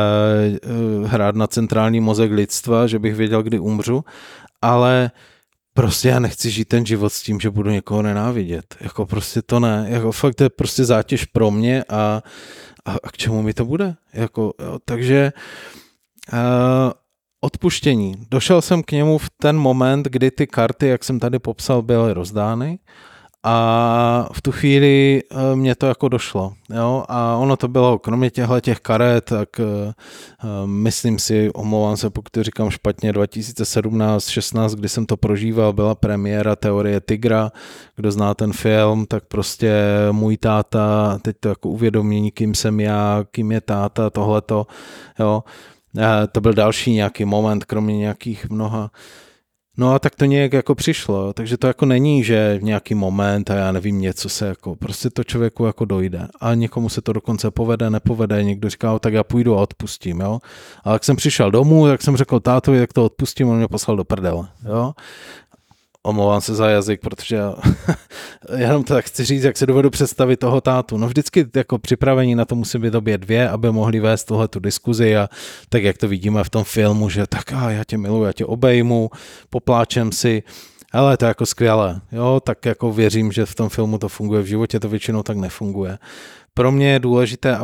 hrát na centrální mozek lidstva, že bych věděl, kdy umřu, ale prostě já nechci žít ten život s tím, že budu někoho nenávidět. Jako prostě to ne. Jako fakt to je prostě zátěž pro mě a k čemu mi to bude? Jako, jo, takže odpuštění. Došel jsem k němu v ten moment, kdy ty karty, jak jsem tady popsal, byly rozdány a v tu chvíli mě to jako došlo. Jo? A ono to bylo, kromě těch karet, tak myslím si, omlouvám se, pokud to říkám špatně, 2017-16, kdy jsem to prožíval, byla premiéra Teorie tygra, kdo zná ten film, tak prostě můj táta, teď to jako uvědomění, kým jsem já, kým je táta, tohleto, jo. To byl další nějaký moment, kromě nějakých mnoha. No a tak to nějak jako přišlo, takže to jako není, že v nějaký moment a já nevím, něco se jako, prostě to člověku jako dojde a někomu se to dokonce povede, nepovede, někdo říká, tak já půjdu a odpustím, jo. Ale jak jsem přišel domů, tak jsem řekl tátovi, tak to odpustím, on mě poslal do prdele, jo. Omlouvám se za jazyk, protože já jenom to tak chci říct, jak se dovedu představit toho tátu. No vždycky jako připravení na to musí být obě dvě, aby mohli vést tuhletu diskuzi a tak, jak to vidíme v tom filmu, že tak já tě miluji, já tě obejmu, popláčem si, ale to je jako skvělé, jo, tak jako věřím, že v tom filmu to funguje, v životě to většinou tak nefunguje. Pro mě je důležité,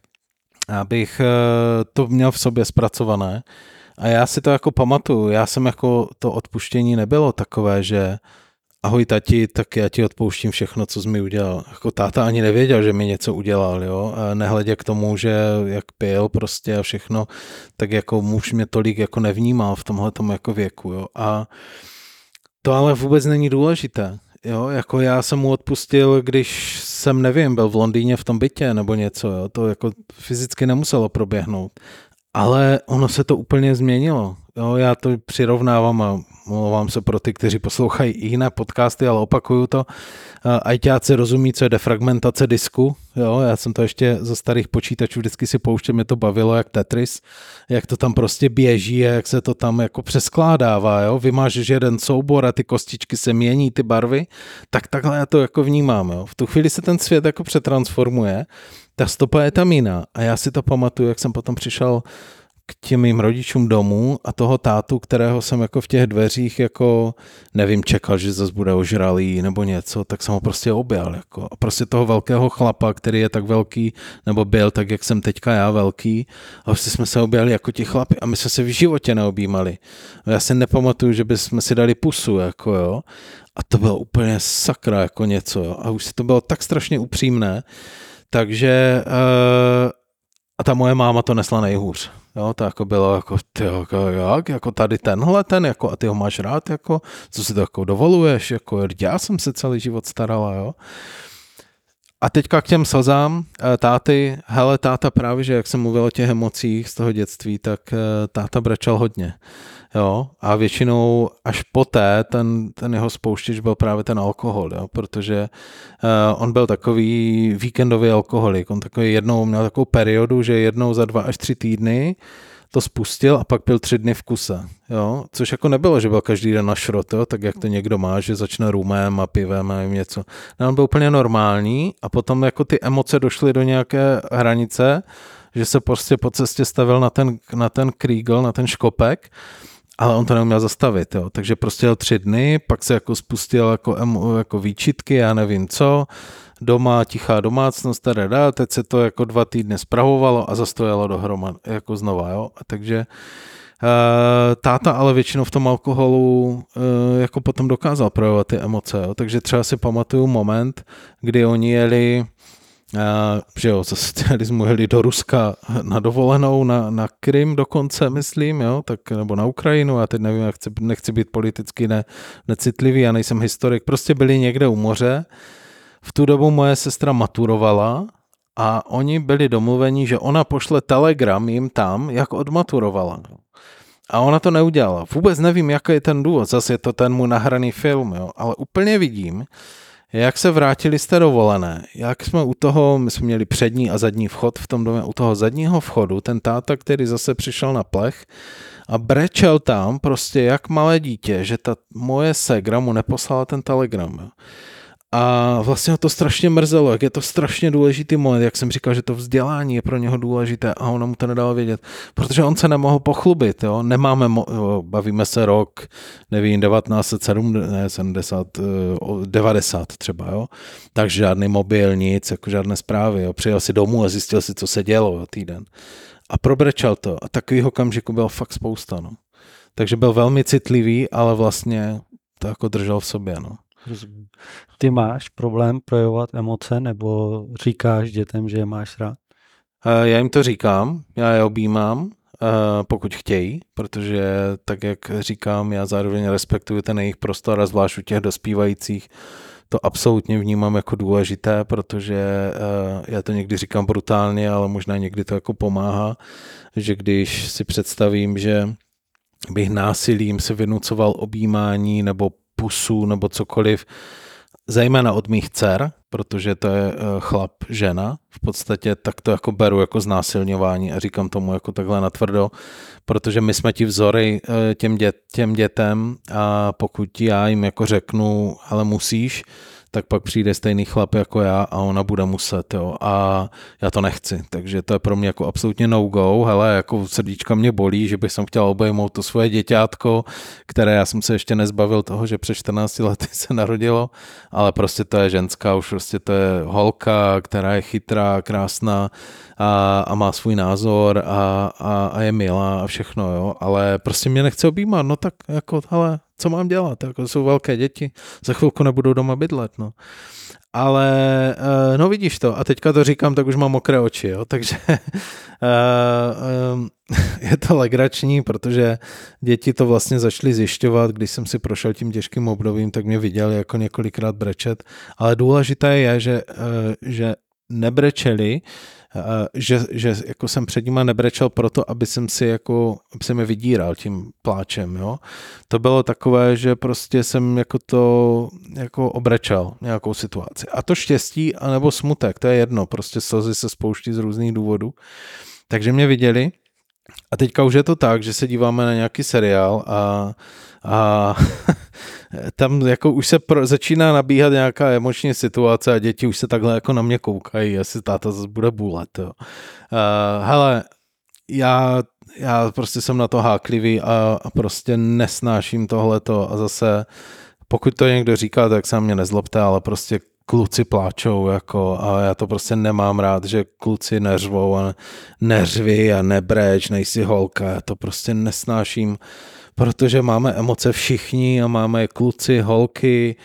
abych to měl v sobě zpracované. A já si to jako pamatuju, já jsem jako to odpuštění nebylo takové, že ahoj tati, tak já ti odpouštím všechno, co jsi mi udělal. Jako táta ani nevěděl, že mi něco udělal, jo, a nehledě k tomu, že jak pil prostě a všechno, tak jako muž mě tolik jako nevnímal v tomhletom jako věku, jo. A to ale vůbec není důležité, jo, jako já jsem mu odpustil, když jsem, nevím, byl v Londýně v tom bytě nebo něco, jo, to jako fyzicky nemuselo proběhnout. Ale ono se to úplně změnilo. Jo, já to přirovnávám a mluvám se pro ty, kteří poslouchají i jiné podcasty, ale opakuju to. Ajťáci rozumí, co je defragmentace disku. Jo, já jsem to ještě ze starých počítačů vždycky si pouštěl, mě to bavilo jak Tetris, jak to tam prostě běží a jak se to tam jako přeskládává. Jo. Vymážeš jeden soubor a ty kostičky se mění, ty barvy, tak takhle já to jako vnímám. Jo. V tu chvíli se ten svět jako přetransformuje, ta stopa je tam jiná a já si to pamatuju, jak jsem potom přišel k těm mým rodičům domů a toho tátu, kterého jsem jako v těch dveřích jako, nevím, čekal, že zase bude ožralý nebo něco, tak jsem ho prostě objal. Jako. A prostě toho velkého chlapa, který je tak velký, nebo byl tak, jak jsem teďka já velký, a prostě jsme se objali jako ti chlapi a my jsme se v životě neobjímali. Já si nepamatuju, že bychom si dali pusu, jako jo. A to bylo úplně sakra jako něco, jo. A už si to bylo tak strašně upřímné, takže a ta moje máma to nesla nejhůř. Jo, to jako bylo jako, tyjo, jako tady tenhle ten, jako, a ty ho máš rád, jako, co si to jako dovoluješ, jako, já jsem se celý život starala, jo. A teďka k těm slzám táty, hele, táta právě, že jak jsem mluvil o těch emocích z toho dětství, tak táta brečel hodně. Jo, a většinou až poté ten jeho spouštěč byl právě ten alkohol, jo, protože on byl takový víkendový alkoholik, on měl takovou periodu, že jednou za 2 až 3 týdny to spustil a pak byl 3 dny v kuse, jo, což jako nebylo, že byl každý den na šrot, jo, tak jak to někdo má, že začne rumem a pivem a něco. No, on byl úplně normální a potom jako ty emoce došly do nějaké hranice, že se prostě po cestě stavil na ten krígl, na ten škopek, ale on to neuměl zastavit, jo. Takže prostě jel 3 dny, pak se jako spustil jako výčitky, já nevím co, doma tichá domácnost, teď se to jako 2 týdny spravovalo a zase to jelo dohromady, jako znova, jo. A takže táta ale většinou v tom alkoholu jako potom dokázal projevovat ty emoce, jo. Takže třeba si pamatuju moment, kdy oni jeli, že jo, zase jsme jeli do Ruska na dovolenou, na Krym dokonce, myslím, jo, tak, nebo na Ukrajinu, já teď nevím, nechci být politicky necitlivý, já nejsem historik, prostě byli někde u moře. V tu dobu moje sestra maturovala a oni byli domluveni, že ona pošle telegram jim tam, jak odmaturovala. A ona to neudělala. Vůbec nevím, jaký je ten důvod, zase je to ten můj nahraný film, jo, ale úplně vidím, jak se vrátili z té dovolené, jak jsme u toho, my jsme měli přední a zadní vchod v tom domě, u toho zadního vchodu, ten táta, který zase přišel na plech a brečel tam prostě jak malé dítě, že ta moje ségra mu neposlala ten telegram. Jo. A vlastně ho to strašně mrzelo, jak je to strašně důležitý moment, jak jsem říkal, že to vzdělání je pro něho důležité a ona mu to nedala vědět, protože on se nemohl pochlubit, jo? Nemáme, bavíme se rok, nevím, 90 třeba, jo? Takže žádný mobil, nic, jako žádné zprávy, jo? Přijel si domů a zjistil si, co se dělo, jo, týden. A probrečel to a takovýho okamžiku bylo fakt spousta, no. Takže byl velmi citlivý, ale vlastně to jako držel v sobě, no. Ty máš problém projevovat emoce, nebo říkáš dětem, že je máš rád? Já jim to říkám, já je objímám, pokud chtějí, protože tak, jak říkám, já zároveň respektuju ten jejich prostor a zvlášť u těch dospívajících to absolutně vnímám jako důležité, protože já to někdy říkám brutálně, ale možná někdy to jako pomáhá, že když si představím, že bych násilím se vynucoval objímání nebo pusu nebo cokoliv, zejména od mých dcer, protože to je chlap, žena, v podstatě tak to jako beru jako znásilňování a říkám tomu jako takhle natvrdo, protože my jsme ti vzory těm dětem a pokud já jim jako řeknu, ale musíš, tak pak přijde stejný chlap jako já a ona bude muset, jo, a já to nechci, takže to je pro mě jako absolutně no-go, hele, jako srdíčka mě bolí, že bych jsem chtěl obejmout to svoje děťátko, které já jsem se ještě nezbavil toho, že před 14 lety se narodilo, ale prostě to je ženská, už prostě to je holka, která je chytrá, krásná a má svůj názor a je milá a všechno, jo, ale prostě mě nechce objímat, no tak jako, hele, co mám dělat, jako jsou velké děti, za chvilku nebudou doma bydlet, no. Ale, no vidíš to, a teďka to říkám, tak už mám mokré oči, jo, takže je to legrační, protože děti to vlastně začaly zjišťovat, když jsem si prošel tím těžkým obdobím, tak mě viděli jako několikrát brečet, ale důležité je, že nebrečeli, že jako jsem před nima nebrečel proto, aby jsem se mi vydíral tím pláčem, jo. To bylo takové, že prostě jsem jako to jako obrečel nějakou situaci. A to štěstí anebo smutek, to je jedno, prostě slzy se spouští z různých důvodů. Takže mě viděli a teďka už je to tak, že se díváme na nějaký seriál a tam jako už se začíná nabíhat nějaká emoční situace a děti už se takhle jako na mě koukají, jestli táta zase bude bulet. Jo. Hele, já prostě jsem na to háklivý a prostě nesnáším tohleto a zase pokud to někdo říká, tak se na mě nezlobte, ale prostě kluci pláčou jako a já to prostě nemám rád, že kluci neřvou a neřví a nebreč, nejsi holka, já to prostě nesnáším, protože máme emoce všichni a máme kluci, holky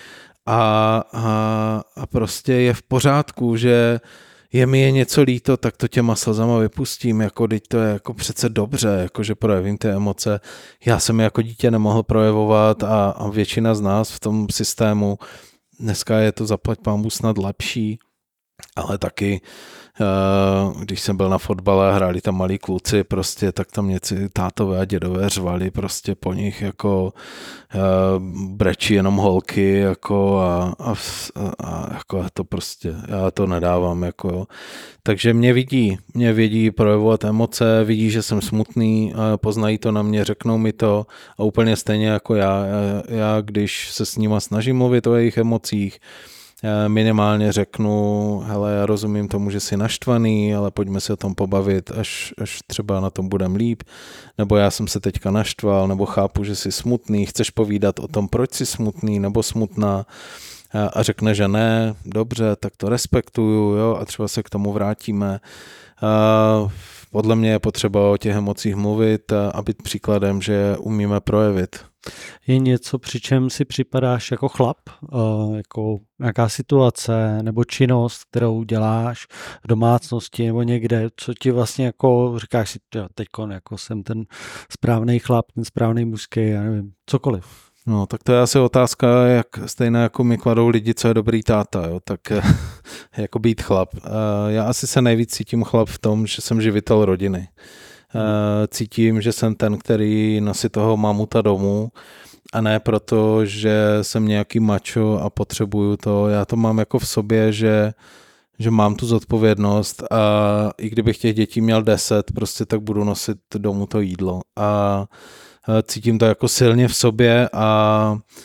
a prostě je v pořádku, že je mi něco líto, tak to těma slzama vypustím, jako teď to je jako přece dobře, jako že projevím ty emoce. Já jsem je jako dítě nemohl projevovat a většina z nás v tom systému, dneska je to zaplať pánbůh snad lepší, ale taky, když jsem byl na fotbale a hráli tam malí kluci, prostě, tak tam něci tátové a dědové řvali prostě po nich, jako brečí jenom holky, jako a jako to prostě, já to nedávám, jako. Takže mě vidí projevovat emoce, vidí, že jsem smutný, poznají to na mě, řeknou mi to a úplně stejně jako já, když se s nima snažím mluvit o jejich emocích, minimálně řeknu, hele, já rozumím tomu, že jsi naštvaný, ale pojďme se o tom pobavit, až třeba na tom budem líp, nebo já jsem se teďka naštval, nebo chápu, že jsi smutný, chceš povídat o tom, proč jsi smutný nebo smutná a řekne, že ne, dobře, tak to respektuju, jo, a třeba se k tomu vrátíme. Podle mě je potřeba o těch emocích mluvit a být příkladem, že umíme projevit. Je něco, při čem si připadáš jako chlap? Jako nějaká situace nebo činnost, kterou děláš v domácnosti nebo někde, co ti vlastně jako říkáš si, teďkon jako jsem ten správný chlap, ten správný mužský, já nevím, cokoliv. No, tak to je asi otázka, stejně jako mi kladou lidi, co je dobrý táta, jo, tak jako být chlap. Já asi se nejvíc cítím chlap v tom, že jsem živitel rodiny. Cítím, že jsem ten, který nosí toho mamuta domů a ne proto, že jsem nějaký mačo a potřebuju to. Já to mám jako v sobě, že mám tu zodpovědnost a i kdybych těch dětí měl 10, prostě tak budu nosit domů to jídlo. A cítím to jako silně v sobě a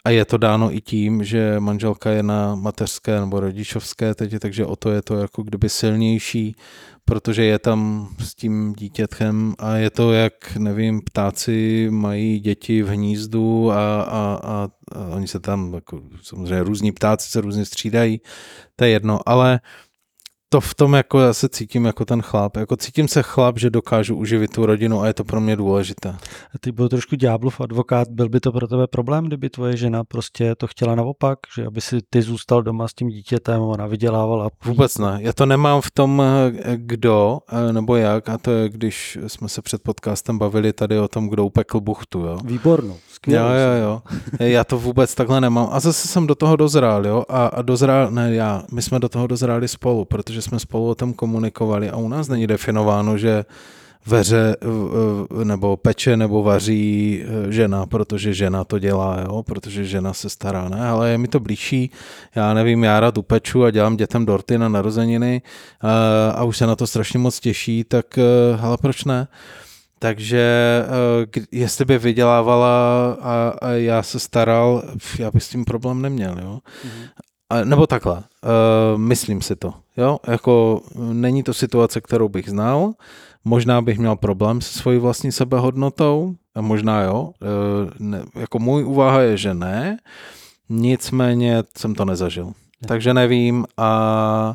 A je to dáno i tím, že manželka je na mateřské nebo rodičovské teď, takže o to je to jako kdyby silnější, protože je tam s tím dítětkem a je to, jak nevím, ptáci mají děti v hnízdu a oni se tam, jako, samozřejmě různí ptáci se různě střídají, to je jedno, ale to v tom jako já se cítím jako ten chlap. Jako cítím se chlap, že dokážu uživit tu rodinu a je to pro mě důležité. A ty byl trošku ďáblův advokát, byl by to pro tebe problém, kdyby tvoje žena prostě to chtěla naopak, že aby si ty zůstal doma s tím dítětem a ona vydělávala? Vůbec ne. Já to nemám v tom, kdo nebo jak, a to je, když jsme se před podcastem bavili tady o tom, kdo upekl buchtu. Jo? Výbornou. Jo. Já to vůbec takhle nemám. A zase jsem do toho dozrál, jo. A dozrál, ne já, my jsme do toho dozráli spolu, protože jsme spolu o tom komunikovali a u nás není definováno, že veře nebo peče nebo vaří žena, protože žena to dělá, jo, protože žena se stará, ne, ale je mi to blížší, já nevím, já rád upeču a dělám dětem dorty na narozeniny a už se na to strašně moc těší, tak hele, proč ne? Takže jestli by vydělávala a já se staral, já bych s tím problém neměl, jo. Nebo takhle, myslím si to, jo, jako není to situace, kterou bych znal, možná bych měl problém se svojí vlastní sebehodnotou, možná jo, jako můj úvaha je, že ne, nicméně jsem to nezažil, takže nevím a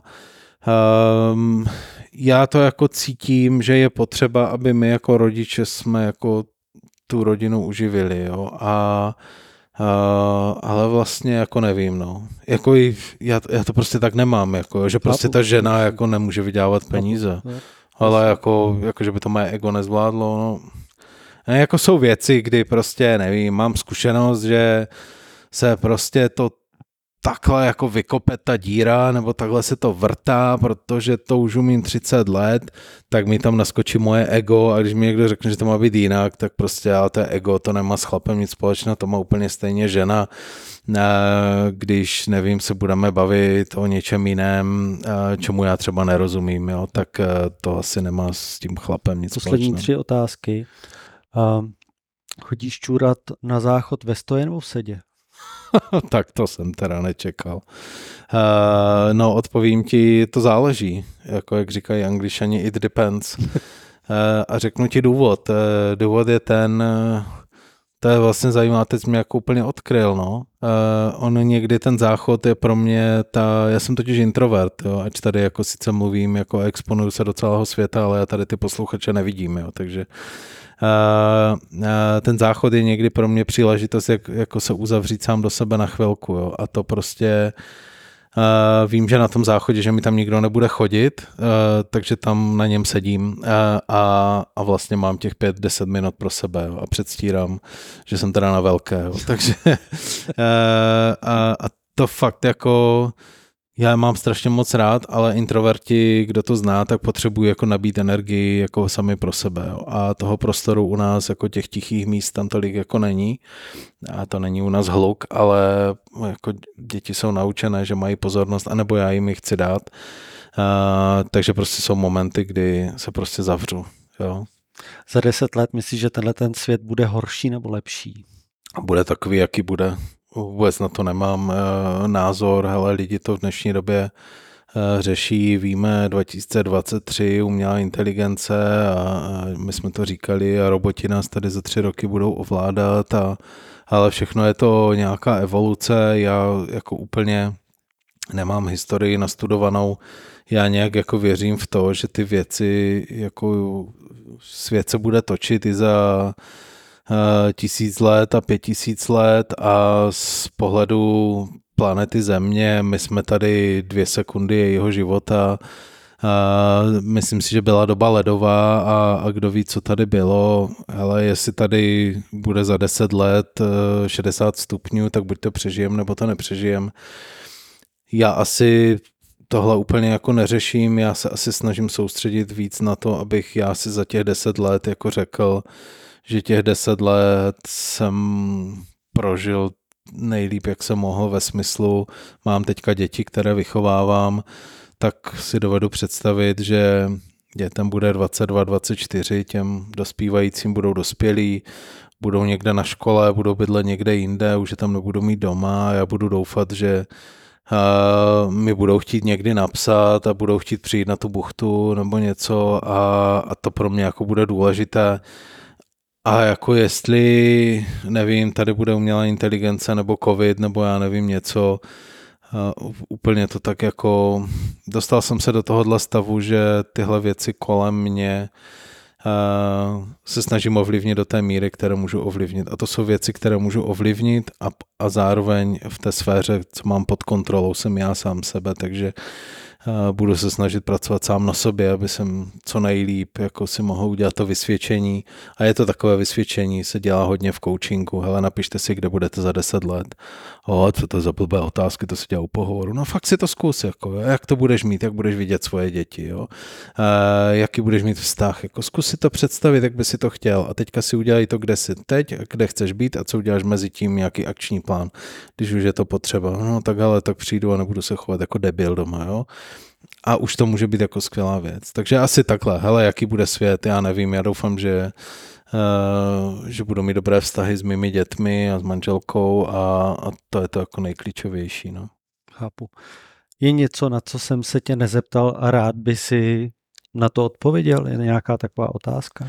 já to jako cítím, že je potřeba, aby my jako rodiče jsme jako tu rodinu uživili, jo, ale vlastně jako nevím, no. Jako já to prostě tak nemám, jako, že prostě ta žena jako nemůže vydělávat peníze. Ale jako že by to moje ego nezvládlo, no. Jako jsou věci, kdy prostě, nevím, mám zkušenost, že se prostě to takhle jako vykope ta díra, nebo takhle se to vrtá, protože to už umím 30 let, tak mi tam naskočí moje ego a když mi někdo řekne, že to má být jinak, tak prostě ale to je ego, to nemá s chlapem nic společného, to má úplně stejně žena. Když, nevím, se budeme bavit o něčem jiném, čemu já třeba nerozumím, jo, tak to asi nemá s tím chlapem nic společného. Poslední 3 otázky. Chodíš čůrat na záchod ve stoje nebo v sedě? Tak to jsem teda nečekal. No, odpovím ti, to záleží. Jako jak říkají Angličani, it depends. A řeknu ti důvod. Důvod je ten, to je vlastně zajímavé, teď mě jako úplně odkryl, no. On někdy ten záchod je pro mě, já jsem totiž introvert, jo, ač tady jako sice mluvím, jako exponuju se do celého světa, ale já tady ty posluchače nevidím, jo, takže ten záchod je někdy pro mě příležitost, jako se uzavřít sám do sebe na chvilku, jo, a to prostě vím, že na tom záchodě, že mi tam nikdo nebude chodit, takže tam na něm sedím a vlastně mám těch 5-10 minut pro sebe, jo, a předstírám, že jsem teda na velké, jo, takže a to fakt jako já mám strašně moc rád, ale introverti, kdo to zná, tak potřebují jako nabít energii jako sami pro sebe. Jo. A toho prostoru u nás, jako těch tichých míst, tam tolik jako není. A to není u nás hluk, ale jako děti jsou naučené, že mají pozornost, anebo já jim ji chci dát. Takže prostě jsou momenty, kdy se prostě zavřu. Jo. Za 10 let myslíš, že ten svět bude horší nebo lepší? Bude takový, jaký bude. Vůbec na to nemám názor, hele, lidi to v dnešní době řeší, víme 2023, umělá inteligence a my jsme to říkali a roboti nás tady za 3 roky budou ovládat, ale všechno je to nějaká evoluce, já jako úplně nemám historii nastudovanou, já nějak jako věřím v to, že ty věci, jako svět se bude točit i za 1000 let a 5000 let a z pohledu planety Země, my jsme tady 2 sekundy jejího života, myslím si, že byla doba ledová a kdo ví, co tady bylo, ale jestli tady bude za 10 let 60 stupňů, tak buď to přežijem, nebo to nepřežijem. Já asi tohle úplně jako neřeším, já se asi snažím soustředit víc na to, abych já si za těch 10 let jako řekl, že těch 10 let jsem prožil nejlíp, jak jsem mohl, ve smyslu, mám teďka děti, které vychovávám, tak si dovedu představit, že dětem bude 22, 24, těm dospívajícím budou dospělí, budou někde na škole, budou bydlet někde jinde, už je tam nebudu mít doma, já budu doufat, že mi budou chtít někdy napsat a budou chtít přijít na tu buchtu nebo něco a to pro mě jako bude důležité. A jako jestli, nevím, tady bude umělá inteligence nebo covid nebo já nevím něco, úplně to tak jako, dostal jsem se do tohohle stavu, že tyhle věci kolem mě se snažím ovlivnit do té míry, které můžu ovlivnit. A to jsou věci, které můžu ovlivnit a zároveň v té sféře, co mám pod kontrolou, jsem já sám sebe, takže budu se snažit pracovat sám na sobě, aby jsem co nejlíp jako si mohl udělat to vysvědčení. A je to takové vysvědčení, se dělá hodně v coachingu. Hele, napište si, kde budete za 10 let. Co to za blbé otázky, to se dělá u pohovoru. No fakt si to zkus, jako, jak to budeš mít, jak budeš vidět svoje děti, jo? Jaký budeš mít vztah. Jako, zkus si to představit, jak by si to chtěl. A teďka si udělej to, kde jsi teď, kde chceš být a co uděláš mezi tím, nějaký akční plán, když už je to potřeba. No tak ale tak přijdu a nebudu se chovat jako debil doma, jo? A už to může být jako skvělá věc. Takže asi takhle. Hele, jaký bude svět, já nevím. Já doufám, že budu mít dobré vztahy s mými dětmi a s manželkou a to je to jako nejklíčovější. No. Chápu. Je něco, na co jsem se tě nezeptal a rád by si na to odpověděl? Je nějaká taková otázka?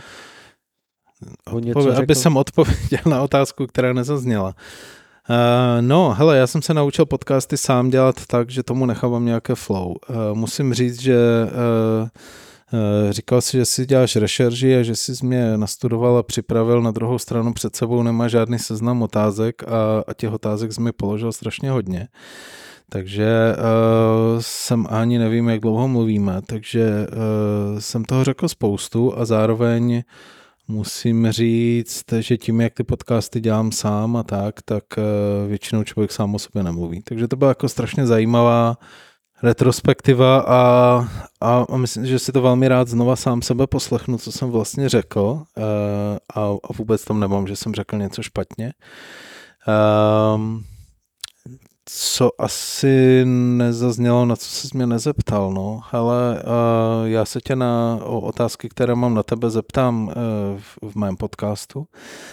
Aby jsem odpověděl na otázku, která nezazněla. No, hele, já jsem se naučil podcasty sám dělat tak, že tomu nechávám nějaké flow. Musím říct, že říkal si, že si děláš rešerži a že jsi mě nastudoval a připravil, na druhou stranu před sebou nemá žádný seznam otázek a těch otázek jsi mi položil strašně hodně. Takže jsem ani nevím, jak dlouho mluvíme, takže jsem toho řekl spoustu a zároveň musím říct, že tím, jak ty podcasty dělám sám a tak většinou člověk sám o sobě nemluví. Takže to byla jako strašně zajímavá retrospektiva a myslím, že si to velmi rád znova sám sebe poslechnu, co jsem vlastně řekl a vůbec tam nemám, že jsem řekl něco špatně. Co asi nezaznělo, na co jsi mě nezeptal, no. Hele, já se tě o otázky, které mám na tebe, zeptám v mém podcastu.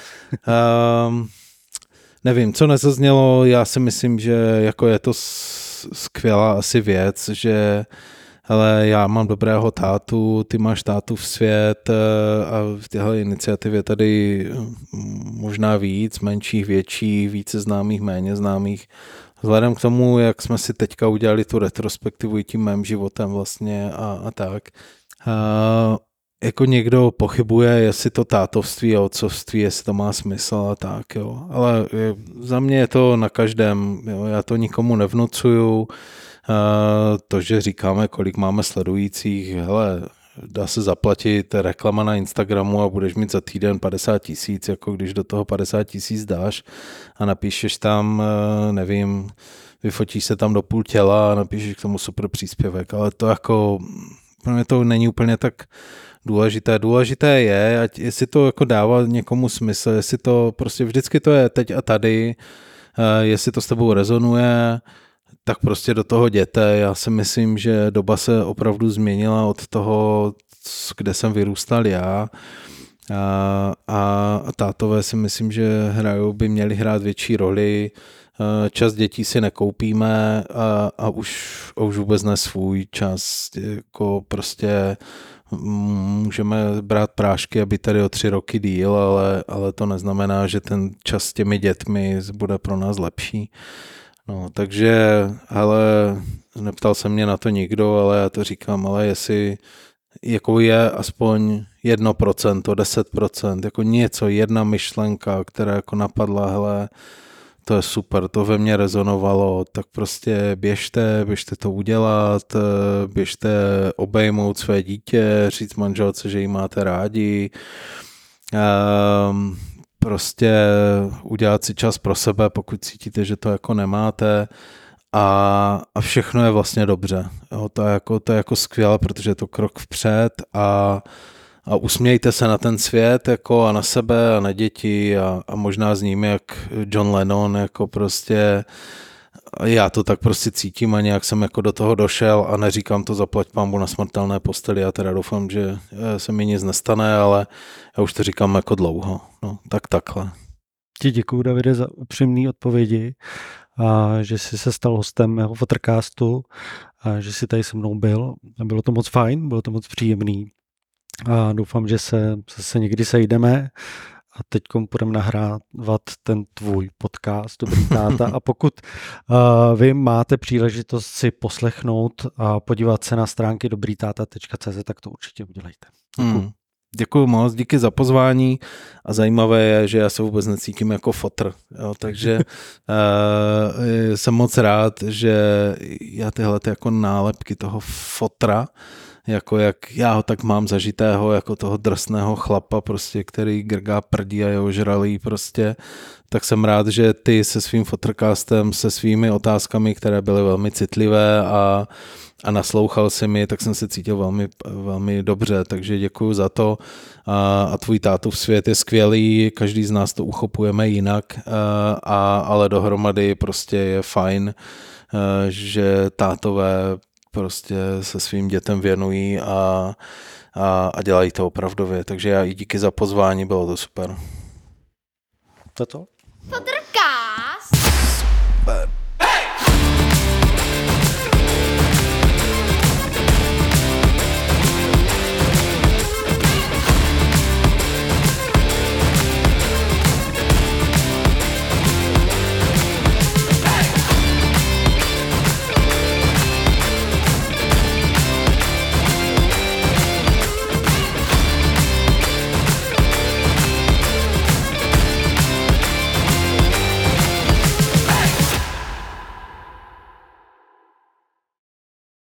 Nevím, co nezaznělo, já si myslím, že jako je to skvělá asi věc, že hele, já mám dobrého tátu, ty máš tátu v svět a v téhle iniciativě tady možná víc, menších, větších, více známých, méně známých. Vzhledem k tomu, jak jsme si teďka udělali tu retrospektivu i tím mým životem vlastně a tak. Jako někdo pochybuje, jestli to tátovství a otcovství, jestli to má smysl a tak, jo. Ale za mě je to na každém, jo. Já to nikomu nevnucuju. To, že říkáme, kolik máme sledujících, hele, dá se zaplatit reklama na Instagramu a budeš mít za týden 50 000, jako když do toho 50 000 dáš a napíšeš tam, nevím, vyfotíš se tam do půl těla a napíšeš k tomu super příspěvek, ale to jako, pro mě to není úplně tak důležité. Důležité je, ať jestli to jako dává někomu smysl, jestli to prostě vždycky to je teď a tady, jestli to s tebou rezonuje, tak prostě do toho jděte. Já si myslím, že doba se opravdu změnila od toho, kde jsem vyrůstal já. A tátové si myslím, že by měli hrát větší roli. Čas dětí si nekoupíme a už vůbec ne svůj čas. Jako prostě můžeme brát prášky a být tady o 3 roky díl, ale to neznamená, že ten čas s těmi dětmi bude pro nás lepší. No, takže, hele, neptal se mě na to nikdo, ale já to říkám, ale jestli jako je aspoň 1%, 10%, jako něco, jedna myšlenka, která jako napadla, hele, to je super, to ve mně rezonovalo, tak prostě běžte to udělat, běžte obejmout své dítě, říct manželce, že jí máte rádi, prostě udělat si čas pro sebe, pokud cítíte, že to jako nemáte a všechno je vlastně dobře. Jo, to je jako skvělé, protože je to krok vpřed a usmějte se na ten svět jako a na sebe a na děti a možná s nimi jak John Lennon jako prostě já to tak prostě cítím a nějak jsem jako do toho došel a neříkám to zaplať pánbu na smrtelné posteli, já teda doufám, že se mi nic nestane, ale já už to říkám jako dlouho, no tak takhle. Ti děkuju, Davide, za upřímné odpovědi a že jsi se stal hostem mého Fotrcastu a že jsi tady se mnou byl. Bylo to moc fajn, bylo to moc příjemný a doufám, že se někdy sejdeme a teď budeme nahrávat ten tvůj podcast Dobrý táta a pokud vy máte příležitost si poslechnout a podívat se na stránky dobrýtáta.cz, tak to určitě udělejte. Děkuju moc, díky za pozvání a zajímavé je, že já se vůbec necítím jako fotr, jo, takže jsem moc rád, že já tyhle jako nálepky toho fotra, jako jak já ho tak mám zažitého, jako toho drsného chlapa, prostě, který grgá prdí a je ožralý prostě, tak jsem rád, že ty se svým Fotrcastem, se svými otázkami, které byly velmi citlivé a naslouchal si mi, tak jsem se cítil velmi, velmi dobře, takže děkuju za to a tvůj tátův svět je skvělý, každý z nás to uchopujeme jinak, ale dohromady prostě je fajn, že tátové prostě se svým dětem věnují a dělají to opravdově, takže já i díky za pozvání, bylo to super. To? Fotrcast. Super.